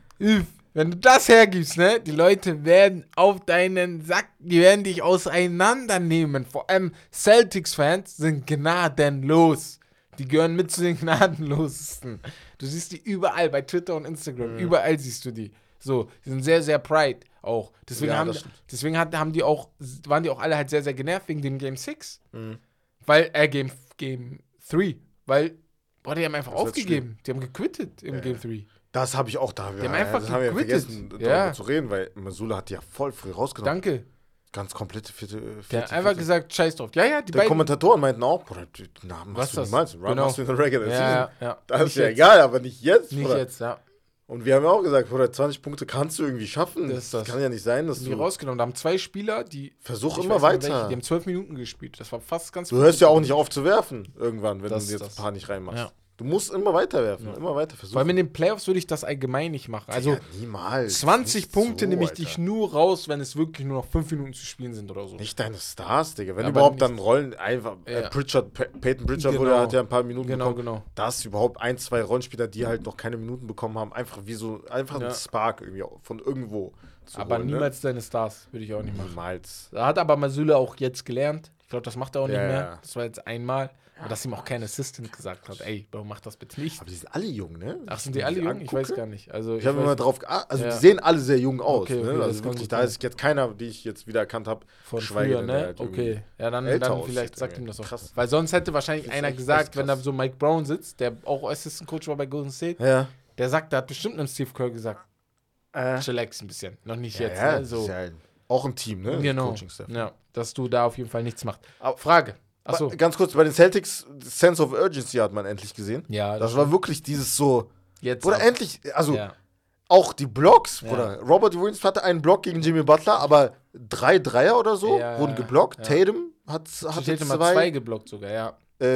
A: wenn du das hergibst, ne, die Leute werden auf deinen Sack, die werden dich auseinandernehmen. Vor allem Celtics-Fans sind gnadenlos. Die gehören mit zu den Gnadenlosesten. Du siehst die überall, bei Twitter und Instagram. Überall siehst du die. So, die sind sehr, sehr pride auch. Deswegen,
B: Ja, das stimmt.
A: waren die auch alle halt sehr, sehr genervt wegen dem Game 6.
B: Mhm.
A: Weil, Game 3. Weil, boah, die haben einfach
B: Das wird
A: aufgegeben. Die haben gequittet im
B: Ja.
A: Game 3.
B: Das habe ich auch da.
A: Die haben einfach
B: das haben wir
A: gequittet.
B: vergessen,
A: Ja.
B: darüber zu reden, weil Masula hat die ja voll früh rausgenommen.
A: Danke.
B: Ganz komplette vierte.
A: Der hat einfach gesagt, scheiß drauf. Ja, die
B: Die
A: beiden.
B: Kommentatoren meinten auch, Bruder, na,
A: Was
B: machst du
A: das?
B: niemals. Run
A: Genau.
B: machst du in der Regular Season.
A: Ja.
B: Das
A: Nicht
B: ist ja
A: jetzt.
B: egal, aber nicht jetzt,
A: Nicht
B: Bruder.
A: jetzt, ja.
B: Und wir haben ja auch gesagt, Bruder, 20 Punkte kannst du irgendwie schaffen.
A: Das ist das.
B: Kann ja nicht sein, dass
A: Die
B: du...
A: rausgenommen. Da haben 2 Spieler, die.
B: Versuch
A: ich
B: immer
A: weiß nicht mehr
B: weiter.
A: welche, die haben 12 Minuten gespielt. Das war fast ganz
B: Du hörst ja auch nicht auf zu werfen, irgendwann, wenn
A: Das
B: du
A: ist
B: jetzt
A: das.
B: ein paar nicht reinmachst.
A: Ja.
B: Du musst immer weiter werfen, immer weiter versuchen.
A: Vor allem in den Playoffs würde ich das allgemein nicht machen. Also
B: ja, niemals.
A: 20
B: Nicht
A: Punkte
B: so,
A: nehme ich
B: Alter.
A: dich nur raus, wenn es wirklich nur noch 5 Minuten zu spielen sind oder so.
B: Nicht deine Stars, Digga. Wenn
A: Aber
B: überhaupt,
A: nicht-
B: dann rollen einfach.
A: Ja.
B: Peyton Pritchard
A: Genau.
B: hat ja ein paar Minuten bekommen.
A: Genau.
B: Dass überhaupt 1, 2 Rollenspieler, die halt noch keine Minuten bekommen haben, einfach wie so, einfach
A: Ja.
B: ein Spark irgendwie von irgendwo zu
A: Aber
B: holen,
A: niemals deine Stars, würde ich auch nicht
B: Ne?
A: machen.
B: Niemals.
A: Da hat aber Masula auch jetzt gelernt. Ich glaube, das macht er auch nicht
B: Ja,
A: mehr.
B: ja.
A: Das war jetzt einmal. Und dass ihm auch kein Assistant gesagt hat, ey, Bro, mach das bitte nicht.
B: Aber die sind alle jung, ne?
A: Ach, sind die alle jung? Ich weiß gar nicht. Also,
B: Ich habe
A: weiß
B: immer drauf geachtet. Also,
A: Ja.
B: die sehen alle sehr jung aus.
A: Okay,
B: ne?
A: das
B: Also,
A: kann
B: wirklich,
A: gut
B: da
A: sein.
B: ist jetzt keiner, die ich jetzt wieder erkannt habe.
A: von
B: geschweige
A: früher,
B: denn, der
A: ne?
B: halt irgendwie
A: Okay. Ja, dann
B: älter aussieht
A: vielleicht sagt ihm
B: irgendwie.
A: das auch.
B: Krass.
A: Weil sonst hätte wahrscheinlich
B: Das ist
A: einer
B: echt
A: gesagt, wenn da
B: krass.
A: so Mike Brown sitzt, der auch Assistant Coach war bei Golden State,
B: Ja.
A: der hat bestimmt einem Steve Kerr gesagt, chillax ein bisschen. Noch nicht jetzt,
B: ja,
A: ne?
B: das
A: So.
B: ist ja auch ein Team, ne?
A: Genau.
B: Coaching-Staff.
A: Ja, dass du da auf jeden Fall nichts machst.
B: Aber-
A: Frage. Achso.
B: Ganz kurz, bei den Celtics, Sense of Urgency hat man endlich gesehen.
A: Ja,
B: Das war wirklich dieses so,
A: jetzt.
B: oder
A: ab.
B: endlich, also
A: Ja.
B: auch die Blocks,
A: Ja.
B: Bruder. Robert Williams hatte einen Block gegen Jimmy Butler, aber 3 Dreier oder so
A: Ja,
B: wurden
A: ja,
B: geblockt.
A: ja.
B: Tatum hatte
A: Tatum hat 2
B: 2.
A: geblockt sogar, ja.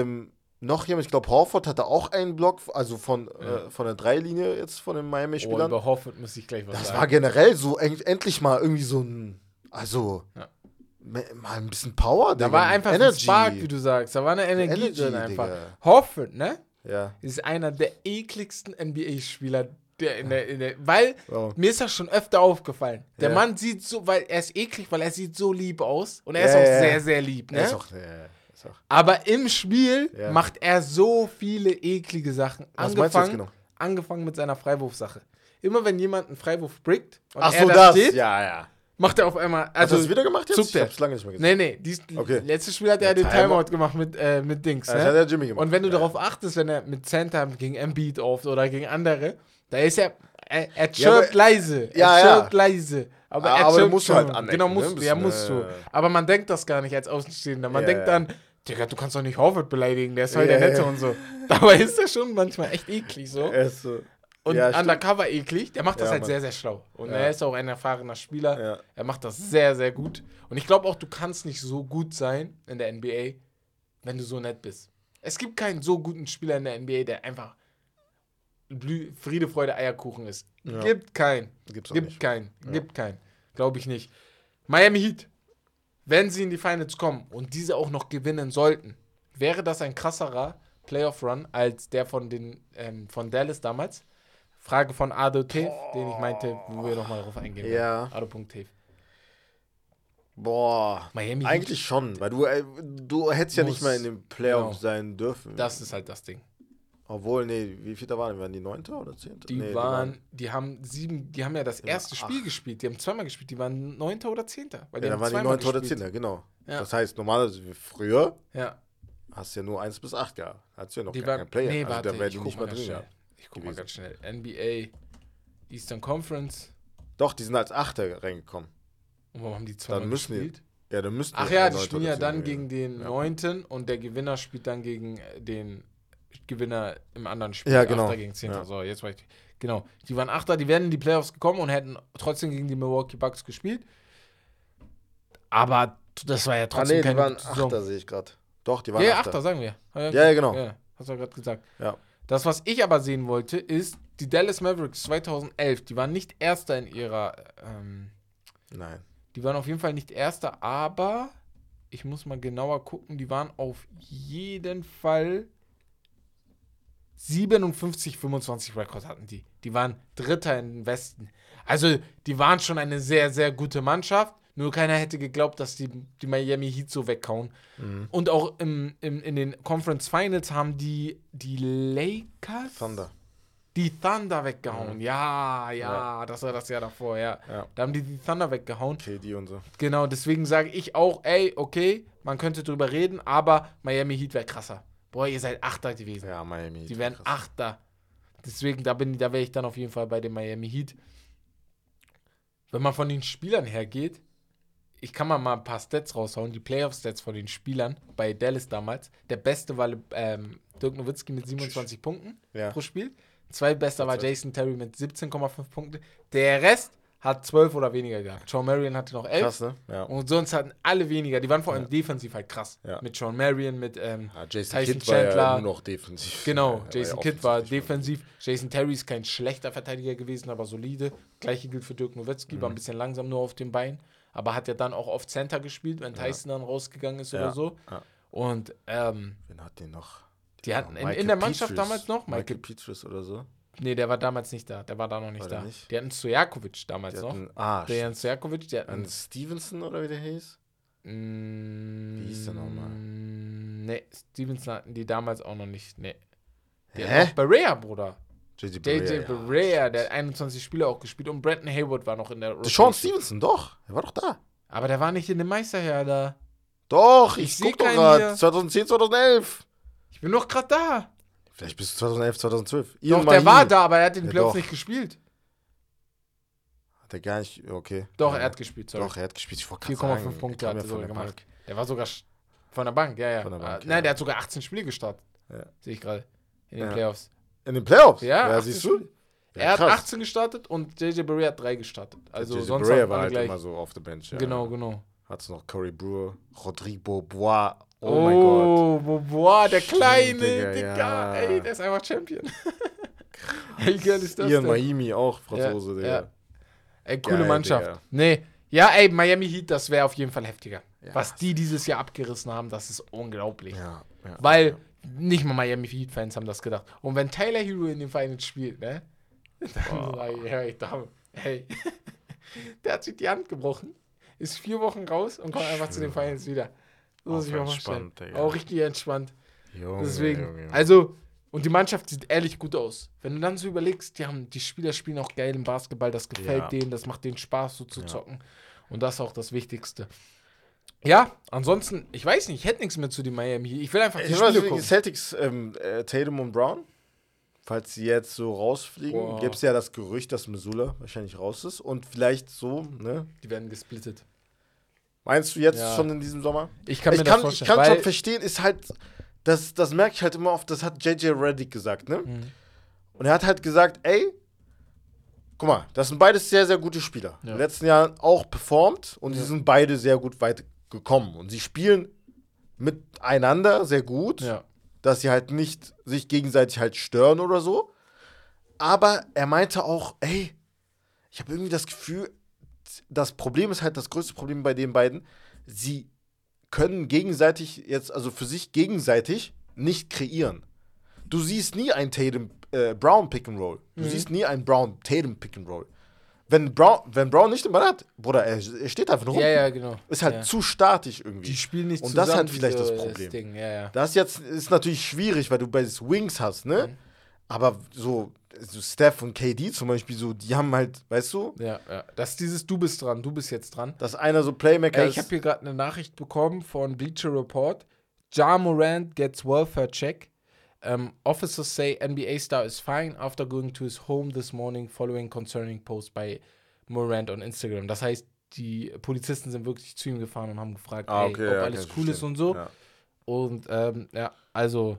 B: Noch jemand, ich glaube Horford hatte auch einen Block, also von der Dreilinie jetzt von den
A: Oh,
B: Miami-Spielern.
A: über Hoffert muss ich gleich was
B: Das
A: sagen.
B: war generell so endlich mal irgendwie so ein, also
A: Ja.
B: mal ein bisschen Power.
A: Da
B: Digga,
A: war einfach ein
B: Energy.
A: Spark, wie du sagst. Da war eine Energie
B: Energy,
A: drin einfach.
B: Digga.
A: Hoffert, ne?
B: Ja.
A: Ist einer der ekligsten NBA-Spieler, der in der weil
B: Oh.
A: mir ist das schon öfter aufgefallen. Der
B: Ja.
A: Mann sieht so, weil er ist eklig, weil er sieht so lieb aus und er ist
B: Ja,
A: auch
B: ja.
A: sehr, sehr lieb, ne?
B: Ist auch.
A: Aber im Spiel
B: Ja.
A: macht er so viele eklige Sachen.
B: Was meinst du jetzt genau?
A: Angefangen mit seiner Freiwurfsache. Immer wenn jemand einen Freiwurf brickt und
B: Ach
A: er
B: so,
A: da
B: das.
A: steht,
B: Ja.
A: macht er auf einmal.
B: Hast
A: Also,
B: du das wieder gemacht jetzt?
A: zuckt
B: Ich hab's lange nicht mehr
A: Nee,
B: gesehen.
A: nee. Letztes Spiel hat er den Timeout gemacht mit Dings.
B: Das
A: Ne?
B: hat der Jimmy gemacht.
A: Und wenn du darauf achtest, wenn er mit Center gegen Embiid oft oder gegen andere, da ist er chirpt leise. Er chirpt leise. Aber
B: da musst du halt anecken.
A: Genau, musst du. Aber man denkt das gar nicht als Außenstehender. Man denkt dann, Digga, du kannst doch nicht Horford beleidigen, der ist voll der Nette und so. Dabei ist er schon manchmal echt eklig so. Und undercover eklig. Der macht das halt sehr, sehr schlau. Und er ist auch ein erfahrener Spieler. Ja. Er macht das sehr, sehr gut. Und ich glaube auch, du kannst nicht so gut sein in der NBA, wenn du so nett bist. Es gibt keinen so guten Spieler in der NBA, der einfach Friede, Freude, Eierkuchen ist. Ja. Gibt keinen. Gibt keinen. Glaube ich nicht. Miami Heat. Wenn sie in die Finals kommen und diese auch noch gewinnen sollten, wäre das ein krasserer Playoff-Run als der von Dallas damals. Frage von Ado Tev, den ich meinte, wo wir nochmal drauf eingehen.
B: Ja.
A: Ado.tev.
B: Boah, Miami eigentlich Heat. Schon, weil du hättest ja nicht mal in den Playoffs sein dürfen.
A: Das ist halt das Ding.
B: Obwohl, wie viel da waren? Waren die 9. oder 10.?
A: Die haben ja das erste Spiel gespielt. Die haben zweimal gespielt. Die waren 9. oder 10.
B: Weil dann waren die 9. oder 10. Genau. Ja. Das heißt, normalerweise wie früher hast du ja nur 1 bis 8 gehabt. Hast du ja noch keinen Player.
A: Nee, warte, da die nicht mal drin. Ich guck mal ganz schnell. NBA Eastern Conference.
B: Doch, die sind als 8. reingekommen.
A: Und warum haben die zweimal gespielt?
B: Dann müssten
A: die spielen ja dann gegen den 9. und der Gewinner spielt dann gegen den Gewinner im anderen Spiel.
B: Ja, genau.
A: 8. gegen 10. Ja. So, jetzt weiß ich. Genau. Die waren 8. Die wären in die Playoffs gekommen und hätten trotzdem gegen die Milwaukee Bucks gespielt. Aber das war ja trotzdem keine
B: gute Saison. Die waren 8. sehe ich gerade. Doch, die waren 8.
A: Ja, 8. sagen wir.
B: Ja, genau.
A: Ja, hast du gerade gesagt.
B: Ja.
A: Das, was ich aber sehen wollte, ist, die Dallas Mavericks 2011, die waren nicht Erster in ihrer...
B: Nein.
A: Die waren auf jeden Fall nicht Erster, aber ich muss mal genauer gucken, die waren auf jeden Fall 57-25 Rekord hatten die. Die waren Dritter im Westen. Also, die waren schon eine sehr, sehr gute Mannschaft. Nur keiner hätte geglaubt, dass die Miami Heat so weghauen. Mhm. Und auch in den Conference Finals haben die Lakers... Die Thunder weggehauen. Mhm. Ja, das war das Jahr davor, ja. Da haben die Thunder weggehauen.
B: KD und so.
A: Genau, deswegen sage ich auch, okay, man könnte drüber reden, aber Miami Heat wäre krasser. Boah, ihr seid 8. gewesen.
B: Ja, Miami Heat.
A: Die wären 8. Deswegen, da wäre ich dann auf jeden Fall bei dem Miami Heat. Wenn man von den Spielern her geht, ich kann mal ein paar Stats raushauen, die Playoff-Stats von den Spielern bei Dallas damals. Der beste war Dirk Nowitzki mit 27 Punkten pro Spiel. Zweitbester war Jason Terry mit 17,5 Punkte. Der Rest hat 12 oder weniger gehabt. Sean Marion hatte noch 11.
B: Krass, ne? Ja.
A: Und sonst hatten alle weniger. Die waren vor allem defensiv halt krass. Ja. Mit Sean Marion, mit
B: Jason Tyson Kidd Chandler. War ja nur noch defensiv.
A: Genau, Jason Kidd war defensiv. Jason Terry ist kein schlechter Verteidiger gewesen, aber solide. Gleiche gilt für Dirk Nowitzki, war ein bisschen langsam nur auf den Beinen. Aber hat ja dann auch oft Center gespielt, wenn Tyson dann rausgegangen ist oder so. Ja. Und
B: wen hat den noch?
A: Die hatten in der Mannschaft
B: Petrus.
A: Damals noch
B: Michael Petrus oder so.
A: Nee, der war damals nicht da. Der war da noch nicht da. Nicht? Die hatten Stojakovic damals noch. Der Stojakovic, der
B: hatten Stevenson oder wie der hieß? Wie hieß der nochmal?
A: Nee, Stevenson hatten die damals auch noch nicht. Nee. Der hat noch Barea, Bruder. JJ Barea, der hat 21 Spiele auch gespielt und Brandon Hayward war noch in der
B: Sean Stevenson, doch. Der war doch da.
A: Aber der war nicht in dem Meisterjahr da.
B: Doch, ich guck doch gerade. 2010, 2011.
A: Ich bin doch gerade da.
B: Vielleicht bis 2011, 2012.
A: Doch, der war da, aber er hat den Playoffs nicht gespielt.
B: Hat er gar nicht, okay.
A: Doch, er hat gespielt,
B: sorry. Doch, er hat gespielt.
A: 4,5 Punkte hat er sogar gemacht. Der war sogar von der Bank, ja. Von der Bank, nein, der hat sogar 18 Spiele gestartet. Ja. Sehe ich gerade. In den Playoffs.
B: In den Playoffs?
A: Ja,
B: siehst du?
A: Ja, er hat 18 gestartet und JJ Barea hat 3 gestartet. Also sonst
B: Barea war halt immer so auf der Bench. Ja.
A: Genau.
B: Hat's noch Corey Brewer, Rodrigo Bois.
A: Oh mein Gott. Boah, der kleine, Digga. Ey, der ist einfach Champion. Wie geil ist das
B: denn? Miami auch, Franzose, Digga.
A: Ja. Ey, coole Mannschaft. Digga. Nee. Ja, ey, Miami Heat, das wäre auf jeden Fall heftiger. Ja, was die dieses Jahr abgerissen haben, das ist unglaublich. Weil nicht mal Miami Heat-Fans haben das gedacht. Und wenn Tyler Hero in den Finals spielt, ne? Dann sage ich, hey, der hat sich die Hand gebrochen, ist 4 Wochen raus und kommt einfach zu den Finals wieder. So muss ich mir vorstellen. Auch richtig entspannt. Junge, deswegen, Junge. Also, und die Mannschaft sieht ehrlich gut aus. Wenn du dann so überlegst, die Spieler spielen auch geil im Basketball, das gefällt denen, das macht denen Spaß, so zu zocken. Und das ist auch das Wichtigste. Ja, ansonsten, ich weiß nicht, ich hätte nichts mehr zu den Miami Heat. Ich will einfach die Spiele gucken.
B: Celtics, Tatum und Brown, falls sie jetzt so rausfliegen, gäbe es ja das Gerücht, dass Missoula wahrscheinlich raus ist und vielleicht so, ne?
A: Die werden gesplittet.
B: Meinst du jetzt schon in diesem Sommer?
A: Ich kann mir das vorstellen.
B: Ich kann schon verstehen, ist halt, das merke ich halt immer oft, das hat JJ Redick gesagt, ne? Und er hat halt gesagt, ey, guck mal, das sind beides sehr, sehr gute Spieler. In den letzten Jahren auch performt und sie sind beide sehr gut weit gekommen. Und sie spielen miteinander sehr gut, dass sie halt nicht sich gegenseitig halt stören oder so. Aber er meinte auch, ey, ich habe irgendwie das Gefühl, das Problem ist halt, das größte Problem bei den beiden, sie können gegenseitig jetzt, also für sich gegenseitig nicht kreieren. Du siehst nie ein Tatum-Brown Pick-and-Roll. Du siehst nie ein Brown-Tatum Pick-and-Roll. Wenn Brown nicht den Ball hat, Bruder, er steht einfach nur rum.
A: Ja, genau.
B: Ist halt zu statisch irgendwie.
A: Die spielen nicht
B: und
A: zusammen.
B: Und das ist halt vielleicht das Problem.
A: Ding.
B: Das jetzt ist natürlich schwierig, weil du bei Wings hast, ne? Aber so Steph und KD zum Beispiel, so, die haben halt, weißt du?
A: Ja. Das ist dieses Du bist dran, du bist jetzt dran.
B: Dass einer so Playmaker ist.
A: Ich habe hier gerade eine Nachricht bekommen von Bleacher Report. Ja Morant gets welfare check. Officers say NBA star is fine after going to his home this morning following concerning post by Morant on Instagram. Das heißt, die Polizisten sind wirklich zu ihm gefahren und haben gefragt, ob alles cool ist und so. Ja. Und also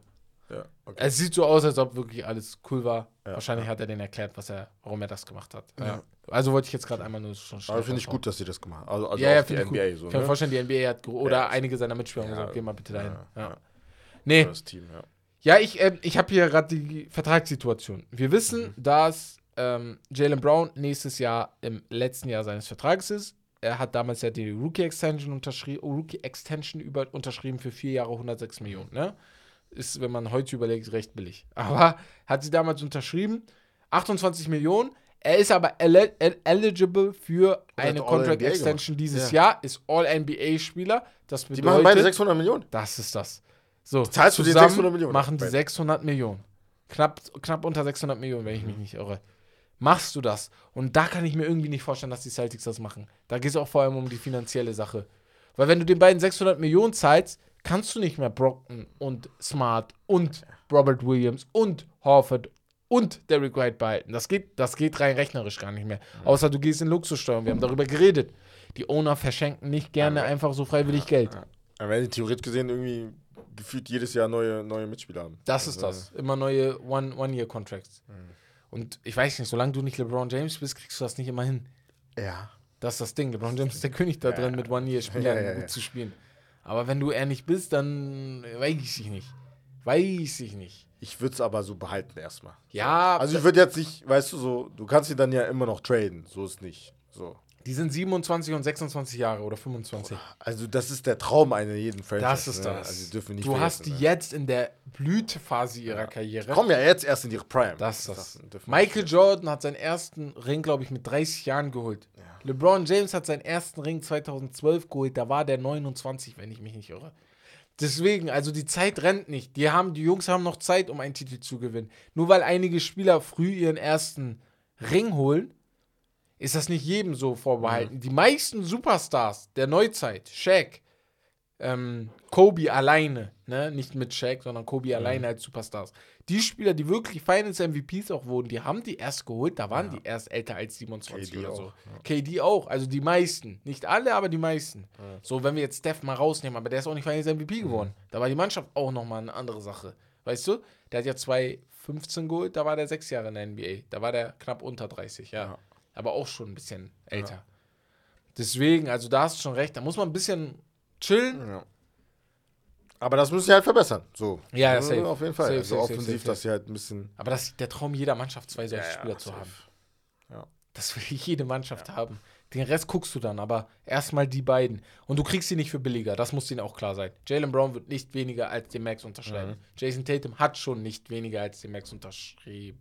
A: es sieht so aus, als ob wirklich alles cool war. Ja, wahrscheinlich hat er denen erklärt, warum er das gemacht hat. Ja. Also wollte ich jetzt gerade einmal nur schon
B: schnell. Aber finde ich gut, dass sie das gemacht haben. Also
A: ja,
B: auch die NBA so.
A: Ich kann mir vorstellen, die NBA hat einige seiner Mitspieler haben gesagt, geh mal bitte dahin. Nee. Das Team, Ja, ich habe hier gerade die Vertragssituation. Wir wissen, dass Jaylen Brown nächstes Jahr im letzten Jahr seines Vertrages ist. Er hat damals ja die Rookie-Extension unterschrieben für 4 Jahre 106 Millionen. Ne? Ist, wenn man heute überlegt, recht billig. Aber hat sie damals unterschrieben. 28 Millionen. Er ist aber eligible für eine Contract-Extension dieses Jahr. Ist All-NBA-Spieler. Das bedeutet,
B: die machen beide 600 Millionen.
A: Das ist das. So,
B: zahlst du die 600 Millionen?
A: Machen die 600 Millionen. Knapp unter 600 Millionen, wenn ich mich nicht irre. Machst du das? Und da kann ich mir irgendwie nicht vorstellen, dass die Celtics das machen. Da geht es auch vor allem um die finanzielle Sache. Weil wenn du den beiden 600 Millionen zahlst, kannst du nicht mehr Brockton und Smart und Robert Williams und Horford und Derrick White behalten. Das geht rein rechnerisch gar nicht mehr. Außer du gehst in Luxussteuern. Wir haben darüber geredet. Die Owner verschenken nicht gerne einfach so freiwillig Geld.
B: Aber wenn die theoretisch gesehen irgendwie gefühlt jedes Jahr neue Mitspieler haben.
A: Das ist das. Immer neue One-Year-Contracts. Und ich weiß nicht, solange du nicht LeBron James bist, kriegst du das nicht immer hin.
B: Ja.
A: Das ist das Ding. LeBron James ist der König da drin, mit One-Year-Spielern gut zu spielen. Aber wenn du er nicht bist, dann weiß ich nicht.
B: Ich würde es aber so behalten erstmal.
A: Ja.
B: Also ich würde jetzt nicht, weißt du, so, du kannst ihn dann ja immer noch traden. So ist nicht. So.
A: Die sind 27 und 26 Jahre oder 25.
B: Also das ist der Traum einer jeden Franchise.
A: Das ist das.
B: Also dürfen wir nicht
A: du hast die jetzt in der Blütephase ihrer Karriere.
B: Kommen ja jetzt erst in ihre Prime.
A: Das ist das. Michael Jordan hat seinen ersten Ring, glaube ich, mit 30 Jahren geholt. Ja. LeBron James hat seinen ersten Ring 2012 geholt. Da war der 29, wenn ich mich nicht irre. Deswegen, also die Zeit rennt nicht. Die Jungs haben noch Zeit, um einen Titel zu gewinnen. Nur weil einige Spieler früh ihren ersten Ring holen, ist das nicht jedem so vorbehalten. Die meisten Superstars der Neuzeit, Shaq, Kobe alleine, ne? Nicht mit Shaq, sondern Kobe alleine als Superstars. Die Spieler, die wirklich Finals-MVPs auch wurden, die haben die erst geholt, da waren die erst älter als 27 KD oder so. Ja. KD auch, also die meisten. Nicht alle, aber die meisten. Ja. So, wenn wir jetzt Steph mal rausnehmen, aber der ist auch nicht Finals-MVP geworden. Da war die Mannschaft auch nochmal eine andere Sache. Weißt du? Der hat ja 2015 geholt, da war der 6 Jahre in der NBA. Da war der knapp unter 30, ja. Aber auch schon ein bisschen älter. Ja. Deswegen, also da hast du schon recht, da muss man ein bisschen chillen. Ja.
B: Aber das müssen sie halt verbessern. So.
A: Ja, safe.
B: Auf jeden Fall.
A: Safe,
B: offensiv, dass sie halt ein bisschen.
A: Aber das ist der Traum jeder Mannschaft, 2 solche Spieler zu haben. Ja. Das will jede Mannschaft haben. Den Rest guckst du dann, aber erstmal die beiden. Und du kriegst sie nicht für billiger, das muss denen auch klar sein. Jaylen Brown wird nicht weniger als den Max unterschreiben. Jason Tatum hat schon nicht weniger als den Max unterschrieben.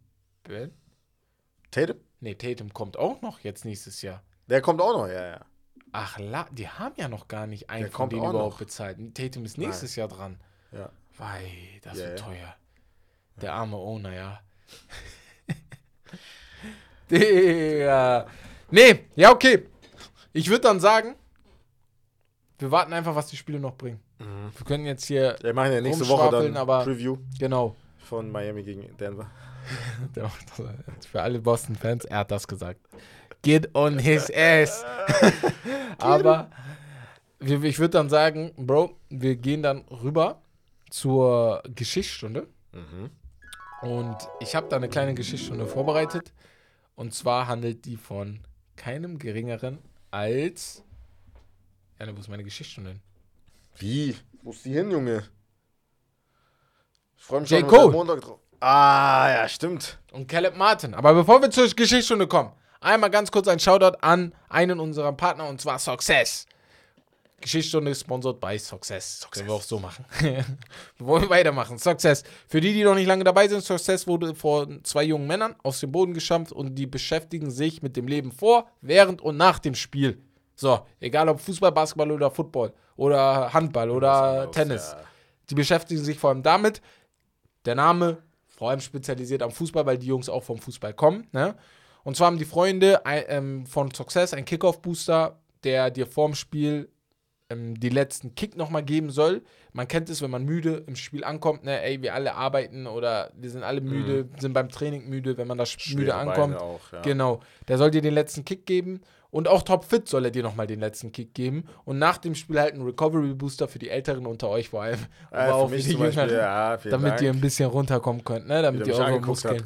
B: Tatum?
A: Nee, Tatum kommt auch noch jetzt nächstes Jahr.
B: Der kommt auch noch, ja.
A: Ach, die haben ja noch gar nicht einen von denen überhaupt bezahlt. Tatum ist nächstes Jahr dran.
B: Ja.
A: Wei, das wird teuer. Der arme Owner, ja. Digga. Nee, ja, okay. Ich würde dann sagen, wir warten einfach, was die Spiele noch bringen. Wir können jetzt hier
B: Wir machen ja nächste Woche dann
A: aber
B: Preview
A: genau.
B: von Miami gegen Denver.
A: Für alle Boston-Fans, er hat das gesagt. Get on his ass. Aber ich würde dann sagen, Bro, wir gehen dann rüber zur Geschichtsstunde. Und ich habe da eine kleine Geschichtsstunde vorbereitet. Und zwar handelt die von keinem geringeren als... Ja, wo ist meine Geschichtsstunde hin?
B: Wie? Wo ist die hin, Junge? Ich freue mich
A: J.
B: schon
A: Cole.
B: Montag drauf. Ah, ja, stimmt.
A: Und Caleb Martin. Aber bevor wir zur Geschichtsstunde kommen, einmal ganz kurz ein Shoutout an einen unserer Partner, und zwar Success. Geschichtsstunde ist sponsored by Success. Können wir auch so machen. Wir wollen weitermachen. Success. Für die noch nicht lange dabei sind, Success wurde von 2 jungen Männern aus dem Boden geschampft und die beschäftigen sich mit dem Leben vor, während und nach dem Spiel. So, egal ob Fußball, Basketball oder Football oder Handball oder Tennis. Ja. Die beschäftigen sich vor allem damit. Der Name, vor allem spezialisiert am Fußball, weil die Jungs auch vom Fußball kommen. Ne? Und zwar haben die Freunde von Success einen Kickoff-Booster, der dir vorm Spiel die letzten Kick nochmal geben soll. Man kennt es, wenn man müde im Spiel ankommt, ne, ey, wir alle arbeiten oder wir sind alle müde, sind beim Training müde, wenn man da müde ankommt. Auch, ja. Genau, der soll dir den letzten Kick geben und auch topfit soll er dir nochmal den letzten Kick geben und nach dem Spiel halt einen Recovery-Booster für die Älteren unter euch vor allem, aber auch für die Jüngeren, damit ihr ein bisschen runterkommen könnt, ne, damit ihr eure Muskeln...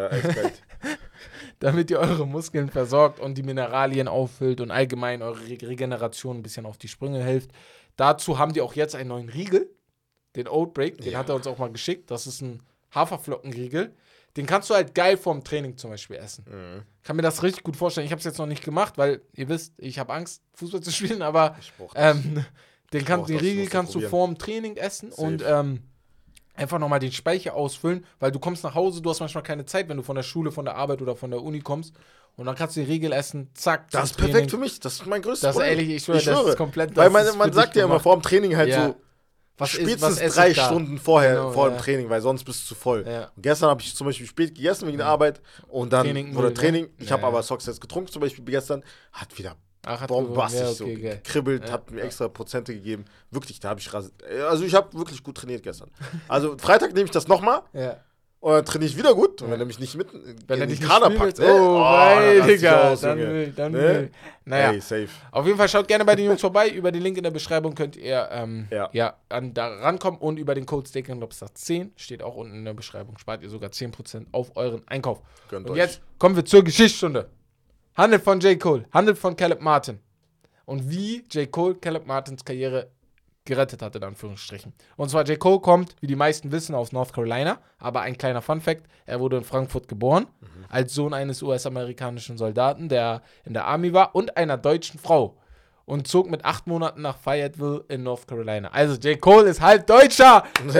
A: damit ihr eure Muskeln versorgt und die Mineralien auffüllt und allgemein eure Regeneration ein bisschen auf die Sprünge hilft. Dazu haben die auch jetzt einen neuen Riegel, den Oatbreak, den hat er uns auch mal geschickt. Das ist ein Haferflockenriegel. Den kannst du halt geil vorm Training zum Beispiel essen. Kann mir das richtig gut vorstellen. Ich habe es jetzt noch nicht gemacht, weil ihr wisst, ich habe Angst, Fußball zu spielen, aber den Riegel kannst du vorm Training essen. Safe. Und einfach nochmal den Speicher ausfüllen, weil du kommst nach Hause, du hast manchmal keine Zeit, wenn du von der Schule, von der Arbeit oder von der Uni kommst und dann kannst du den Riegel essen, zack.
B: Das ist perfekt für mich, das ist mein größtes
A: Problem. Das ist ehrlich, ich schwöre, das ist komplett...
B: Weil man sagt ja immer vor dem Training halt so, spätestens 3 Stunden vor dem Training, weil sonst bist du zu voll. Ja. Gestern habe ich zum Beispiel spät gegessen wegen der Arbeit und dann Training. Ich habe aber Success getrunken zum Beispiel gestern, hat wieder bombastisch gekribbelt, hat mir extra Prozente gegeben. Wirklich, da habe ich also ich habe wirklich gut trainiert gestern. Also Freitag nehme ich das nochmal und dann trainiere ich wieder gut. Und wenn er mich nicht mit in den Kader packt,
A: Digga, dann will. Naja,
B: hey, safe.
A: Auf jeden Fall schaut gerne bei den Jungs vorbei. Über den Link in der Beschreibung könnt ihr da rankommen und über den Code SteakandLobster10 steht auch unten in der Beschreibung. Spart ihr sogar 10% auf euren Einkauf.
B: Gönnt
A: und
B: euch.
A: Jetzt kommen wir zur Geschichtsstunde. Handelt von J. Cole, handelt von Caleb Martin. Und wie J. Cole Caleb Martins Karriere gerettet hat, in Anführungsstrichen. Und zwar, J. Cole kommt, wie die meisten wissen, aus North Carolina. Aber ein kleiner Funfact, er wurde in Frankfurt geboren, als Sohn eines US-amerikanischen Soldaten, der in der Army war, und einer deutschen Frau. Und zog mit 8 Monaten nach Fayetteville in North Carolina. Also, J. Cole ist halb Deutscher.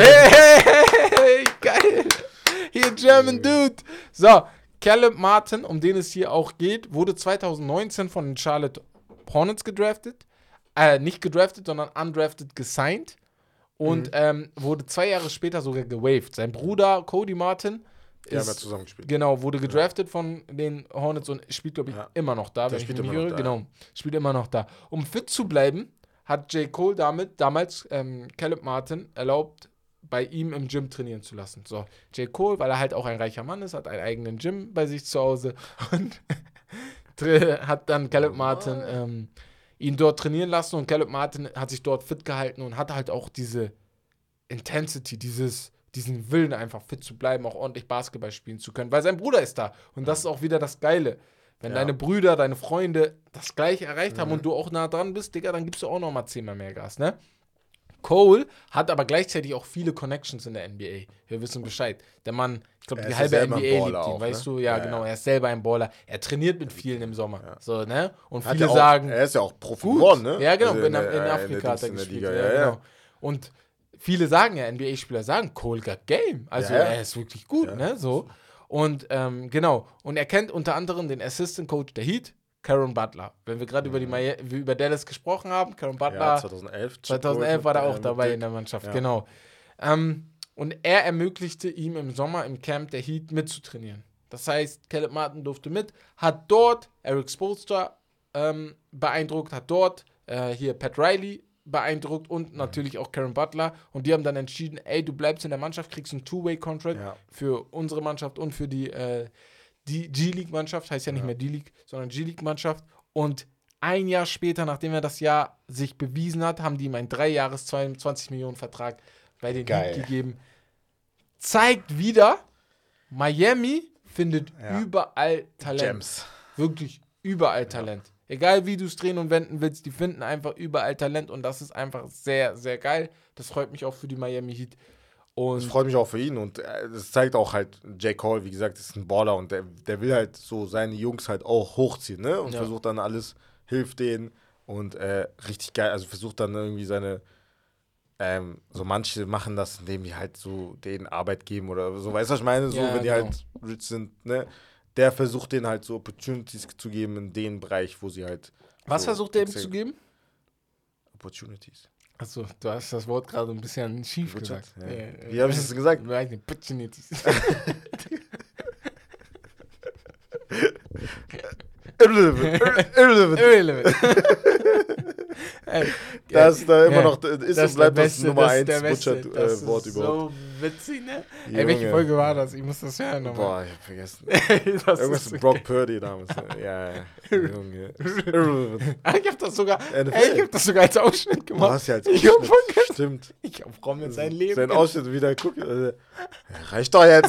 A: Hey, geil. Hier, German Dude. So, Caleb Martin, um den es hier auch geht, wurde 2019 von den Charlotte Hornets gedraftet. Nicht gedraftet, sondern undrafted gesigned. Und wurde 2 Jahre später sogar gewaved. Sein Bruder Cody Martin
B: haben ja zusammen gespielt.
A: Genau, wurde gedraftet von den Hornets und spielt, glaube ich, immer noch da, wenn ich mich nicht irre. Genau, spielt immer noch da. Um fit zu bleiben, hat J. Cole damals Caleb Martin erlaubt, bei ihm im Gym trainieren zu lassen. So, J. Cole, weil er halt auch ein reicher Mann ist, hat einen eigenen Gym bei sich zu Hause und hat dann Caleb Martin ihn dort trainieren lassen und Caleb Martin hat sich dort fit gehalten und hat halt auch diese Intensity, diesen Willen einfach fit zu bleiben, auch ordentlich Basketball spielen zu können, weil sein Bruder ist da und das ist auch wieder das Geile. Wenn deine Brüder, deine Freunde das Gleiche erreicht haben und du auch nah dran bist, Digga, dann gibst du auch noch mal 10-mal mehr Gas, ne? Cole hat aber gleichzeitig auch viele Connections in der NBA. Wir wissen Bescheid. Der Mann, ich glaube, die halbe NBA liebt ihn, weißt du? Ja, genau. Er ist selber ein Baller. Er trainiert mit vielen im Sommer. Ja. So, ne? Und viele sagen...
B: Er ist ja auch Profi geworden, ne?
A: Ja, genau. Also in Afrika hat er gespielt. Genau. Und viele sagen ja, NBA-Spieler sagen, Cole got game. Also er ist wirklich gut, ne? So. Und genau. Und er kennt unter anderem den Assistant Coach der Heat, Caron Butler. Wenn wir gerade über Dallas gesprochen haben, Caron Butler. Ja, 2011 war er auch dabei in der Mannschaft, genau. Und er ermöglichte ihm im Sommer im Camp der Heat mitzutrainieren. Das heißt, Caleb Martin durfte mit, hat dort Eric Spoelstra beeindruckt, hat dort hier Pat Riley beeindruckt und natürlich auch Karen Butler. Und die haben dann entschieden, ey, du bleibst in der Mannschaft, kriegst einen Two-Way-Contract für unsere Mannschaft und für die G-League-Mannschaft, heißt ja nicht mehr D-League, sondern G-League-Mannschaft. Und ein Jahr später, nachdem er das Jahr sich bewiesen hat, haben die ihm einen 3-Jahres 22 Millionen Vertrag bei den Heat gegeben. Zeigt wieder, Miami findet überall Talent.
B: Gems.
A: Wirklich überall Talent. Egal wie du es drehen und wenden willst, die finden einfach überall Talent und das ist einfach sehr, sehr geil. Das freut mich auch für die Miami Heat. Und
B: das freut mich auch für ihn und das zeigt auch halt, J. Cole, wie gesagt, ist ein Baller und der will halt so seine Jungs halt auch hochziehen, ne? Und versucht dann alles, hilft denen und richtig geil, also versucht dann irgendwie seine, so manche machen das, indem die halt so denen Arbeit geben oder so, weißt du, was ich meine? So, wenn die halt rich sind, ne? Der versucht denen halt so Opportunities zu geben in dem Bereich, wo sie halt.
A: Was
B: so
A: versucht der ihm zu geben?
B: Opportunities.
A: Achso, du hast das Wort gerade ein bisschen schief gesagt.
B: Ja. Wie habe ich das gesagt?
A: Opportunities.
B: Irrelevant. Das ist da immer noch, ist und bleibt das Nummer 1 Butcher-Wort überhaupt.
A: So witzig, ne?
B: Junge.
A: Ey, welche Folge war das? Ich muss das hören nochmal.
B: Boah, ich hab vergessen. Irgendwas mit Brock Purdy damals. Ja. Junge. Irrelevant.
A: Ich hab das sogar als Ausschnitt gemacht.
B: Du hast ja als Ausschnitt. Stimmt.
A: Ich hab Rom in sein Leben.
B: Sein Ausschnitt wieder gucken. Reicht doch jetzt.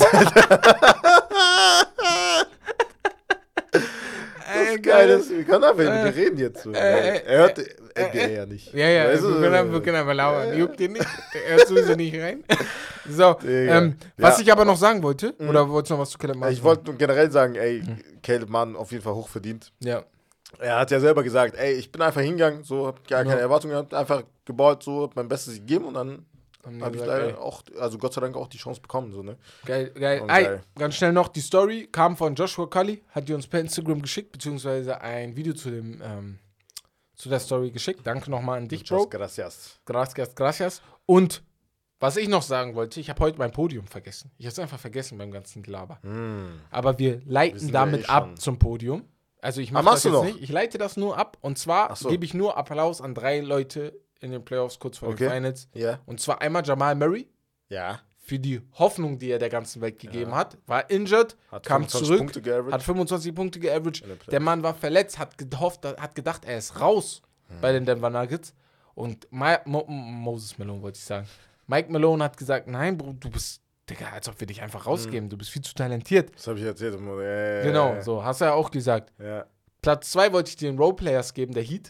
B: Geil, wir können einfach wir reden jetzt so. Er hört NBA ja nicht.
A: Ja, wir können einfach lauern. Juckt den nicht. Er hört sowieso nicht rein. So, was ich aber noch sagen wollte, oder wolltest du noch was zu Caleb Martin
B: Ich wollte generell sagen, ey, Caleb Martin auf jeden Fall hochverdient.
A: Ja.
B: Er hat ja selber gesagt, ey, ich bin einfach hingegangen, so, hab gar keine Erwartungen gehabt, einfach geballt, so, hab mein Bestes gegeben und dann habe ich leider auch, also Gott sei Dank auch die Chance bekommen, so, ne?
A: Geil. Ganz schnell noch, die Story kam von Joshua Cully, hat die uns per Instagram geschickt, beziehungsweise ein Video zu der Story geschickt. Danke nochmal an dich, Bro. Gracias. Und was ich noch sagen wollte, ich habe heute mein Podium vergessen. Ich habe es einfach vergessen beim ganzen Gelaber. Aber wir leiten damit ab zum Podium. Also ich mache das jetzt nicht. Ich leite das nur ab. Und zwar gebe ich nur Applaus an 3 Leute in den Playoffs kurz vor den Finals.
B: Ja.
A: Und zwar einmal Jamal Murray.
B: Ja.
A: Für die Hoffnung, die er der ganzen Welt gegeben hat. War injured, kam zurück, hat 25 Punkte geaveraged. Der Mann war verletzt, hat gedacht, er ist raus bei den Denver Nuggets. Und Moses Malone wollte ich sagen. Mike Malone hat gesagt, nein, Bro, du bist, Digga, als ob wir dich einfach rausgeben. Du bist viel zu talentiert.
B: Das habe ich erzählt.
A: Genau, so, hast du ja auch gesagt.
B: Ja.
A: Platz 2 wollte ich den Roleplayers geben, der Heat.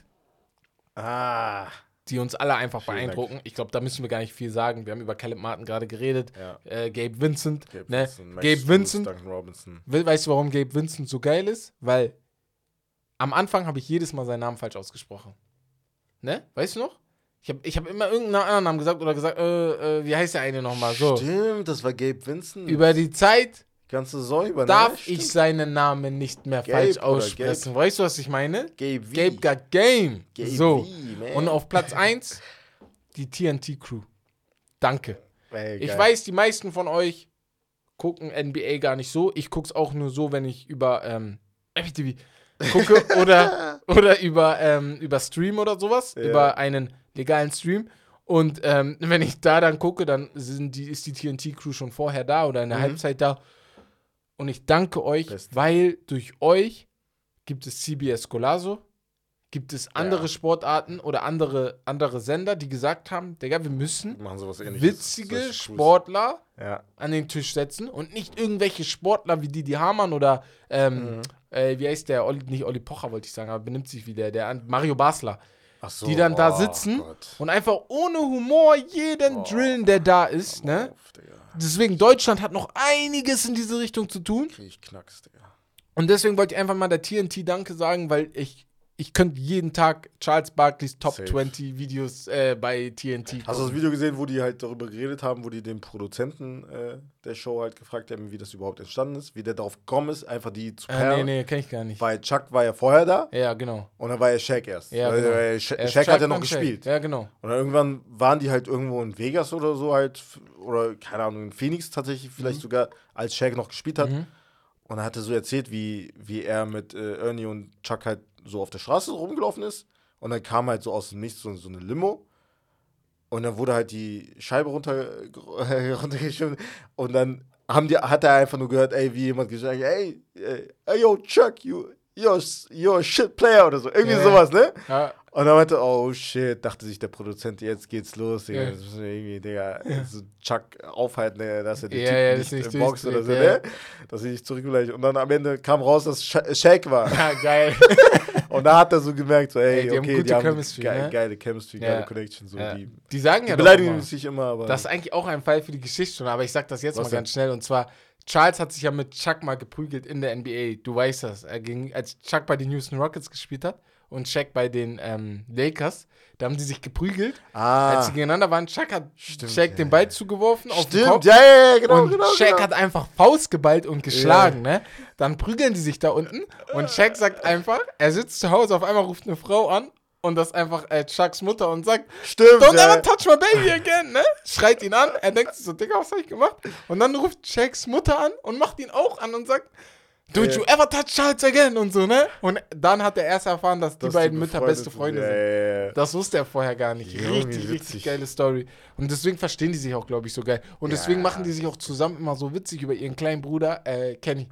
A: Die uns alle einfach beeindrucken. Dank. Ich glaube, da müssen wir gar nicht viel sagen. Wir haben über Caleb Martin gerade geredet. Ja. Gabe Vincent. Gabe Vincent. Weißt du, warum Gabe Vincent so geil ist? Weil am Anfang habe ich jedes Mal seinen Namen falsch ausgesprochen. Ne? Weißt du noch? Ich hab immer irgendeinen anderen Namen gesagt oder gesagt, wie heißt der eine nochmal? So.
B: Stimmt, das war Gabe Vincent.
A: Über die Zeit
B: ganze Saison über.
A: Darf ich seinen Namen nicht mehr falsch aussprechen? Weißt du, was ich meine? Gabe got Game. So. Und auf Platz 1 die TNT Crew. Danke. Ich weiß, die meisten von euch gucken NBA gar nicht so. Ich guck's auch nur so, wenn ich über FTV gucke oder über Stream oder sowas. Ja. Über einen legalen Stream. Und wenn ich da dann gucke, dann ist die TNT Crew schon vorher da oder in der Halbzeit da. Und ich danke euch, weil durch euch gibt es CBS Golazo, gibt es andere Sportarten oder andere Sender, die gesagt haben, Digga, wir müssen witzige Sportler an den Tisch setzen und nicht irgendwelche Sportler wie Didi Hamann oder wie heißt der, nicht Olli Pocher wollte ich sagen, aber benimmt sich wie der Mario Basler. So, die dann da sitzen und einfach ohne Humor jeden drillen, der da ist, ne? Deswegen, Deutschland hat noch einiges in diese Richtung zu tun.
B: Ich knack's, Digga.
A: Und deswegen wollte ich einfach mal der TNT Danke sagen, weil ich könnte jeden Tag Charles Barkleys Top 20 Videos bei TNT gucken.
B: Hast du das Video gesehen, wo die halt darüber geredet haben, wo die den Produzenten der Show halt gefragt haben, wie das überhaupt entstanden ist, wie der darauf gekommen ist, einfach die zu pairen?
A: Nee, kenn ich gar nicht.
B: Weil Chuck war ja vorher da.
A: Ja, genau.
B: Und dann war ja Shaq erst.
A: Ja, genau.
B: Weil Shaq hat ja noch gespielt.
A: Ja, genau.
B: Und dann irgendwann waren die halt irgendwo in Vegas oder so halt, oder keine Ahnung, in Phoenix tatsächlich, vielleicht sogar, als Shaq noch gespielt hat. Und er hatte so erzählt, wie er mit Ernie und Chuck halt so auf der Straße rumgelaufen ist und dann kam halt so aus dem Nichts so eine Limo und dann wurde halt die Scheibe runtergeschoben und dann hat er einfach nur gehört, ey, wie jemand gesagt, ey, yo, Chuck, you're a shit player oder so. Irgendwie sowas, ne? Ja. Und dann meinte, oh shit, dachte sich der Produzent, jetzt geht's los, Digga. Das müssen wir irgendwie, Digga, so Chuck aufhalten, dass er die Typen nicht boxt oder so, ne? Dass er nicht zurückbeleidigt. Und dann am Ende kam raus, dass Shaq war.
A: Ja, geil.
B: Und da hat er so gemerkt, so, ey,
A: die
B: okay,
A: haben gute Chemistry,
B: geile Chemistry, geile Connection. So.
A: Die sagen ja
B: beleidigen sich immer, aber...
A: Das ist eigentlich auch ein Fall für die Geschichte, aber ich sag das jetzt mal ganz schnell. Und zwar, Charles hat sich ja mit Chuck mal geprügelt in der NBA. Du weißt das. Als Chuck bei den Houston Rockets gespielt hat und Shaq bei den Lakers, da haben die sich geprügelt. Als sie gegeneinander waren, Chuck hat Shaq den Ball zugeworfen auf den Kopf.
B: Genau.
A: Und Shaq hat einfach Faust geballt und geschlagen, ne? Dann prügeln die sich da unten und Shaq sagt einfach, er sitzt zu Hause, auf einmal ruft eine Frau an und das ist einfach Chucks Mutter und sagt, don't ever touch my baby again, ne? Schreit ihn an, er denkt sich so, Digga, was hab ich gemacht? Und dann ruft Chucks Mutter an und macht ihn auch an und sagt, don't you ever touch Charles again und so, ne? Und dann hat er erst erfahren, dass die beiden Mütter beste Freunde sind. Das wusste er vorher gar nicht. Richtig geile Story. Und deswegen verstehen die sich auch, glaube ich, so geil. Und deswegen machen die sich auch zusammen immer so witzig über ihren kleinen Bruder, Kenny.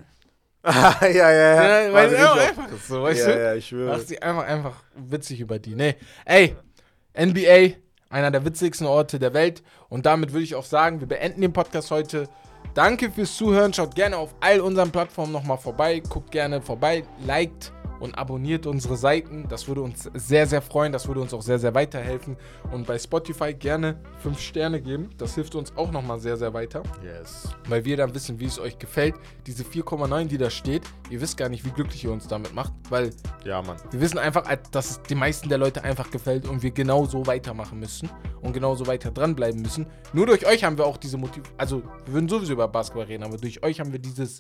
B: Ja.
A: Weil er auch einfach ist so, weißt du?
B: Ja, ich schwöre.
A: Macht sie einfach witzig über die. Nee, ey, NBA, einer der witzigsten Orte der Welt. Und damit würde ich auch sagen, wir beenden den Podcast heute. Danke fürs Zuhören. Schaut gerne auf all unseren Plattformen nochmal vorbei. Guckt gerne vorbei, liked und abonniert unsere Seiten. Das würde uns sehr, sehr freuen. Das würde uns auch sehr, sehr weiterhelfen. Und bei Spotify gerne 5 Sterne geben. Das hilft uns auch nochmal sehr, sehr weiter.
B: Yes.
A: Weil wir dann wissen, wie es euch gefällt. Diese 4,9, die da steht, ihr wisst gar nicht, wie glücklich ihr uns damit macht. Weil wir wissen einfach, dass es den meisten der Leute einfach gefällt und wir genau so weitermachen müssen. Und genauso weiter dranbleiben müssen. Nur durch euch haben wir auch diese Motivation. Also, wir würden sowieso über Basketball reden, aber durch euch haben wir dieses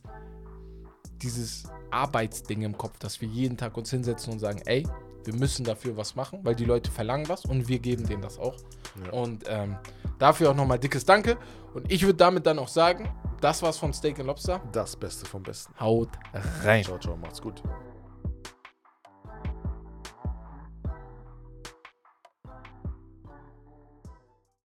A: Arbeitsding im Kopf, dass wir jeden Tag uns hinsetzen und sagen, ey, wir müssen dafür was machen, weil die Leute verlangen was und wir geben denen das auch. Ja. Und dafür auch nochmal dickes Danke. Und ich würde damit dann auch sagen, das war's von Steak & Lobster.
B: Das Beste vom Besten.
A: Haut rein.
B: Ciao, macht's gut.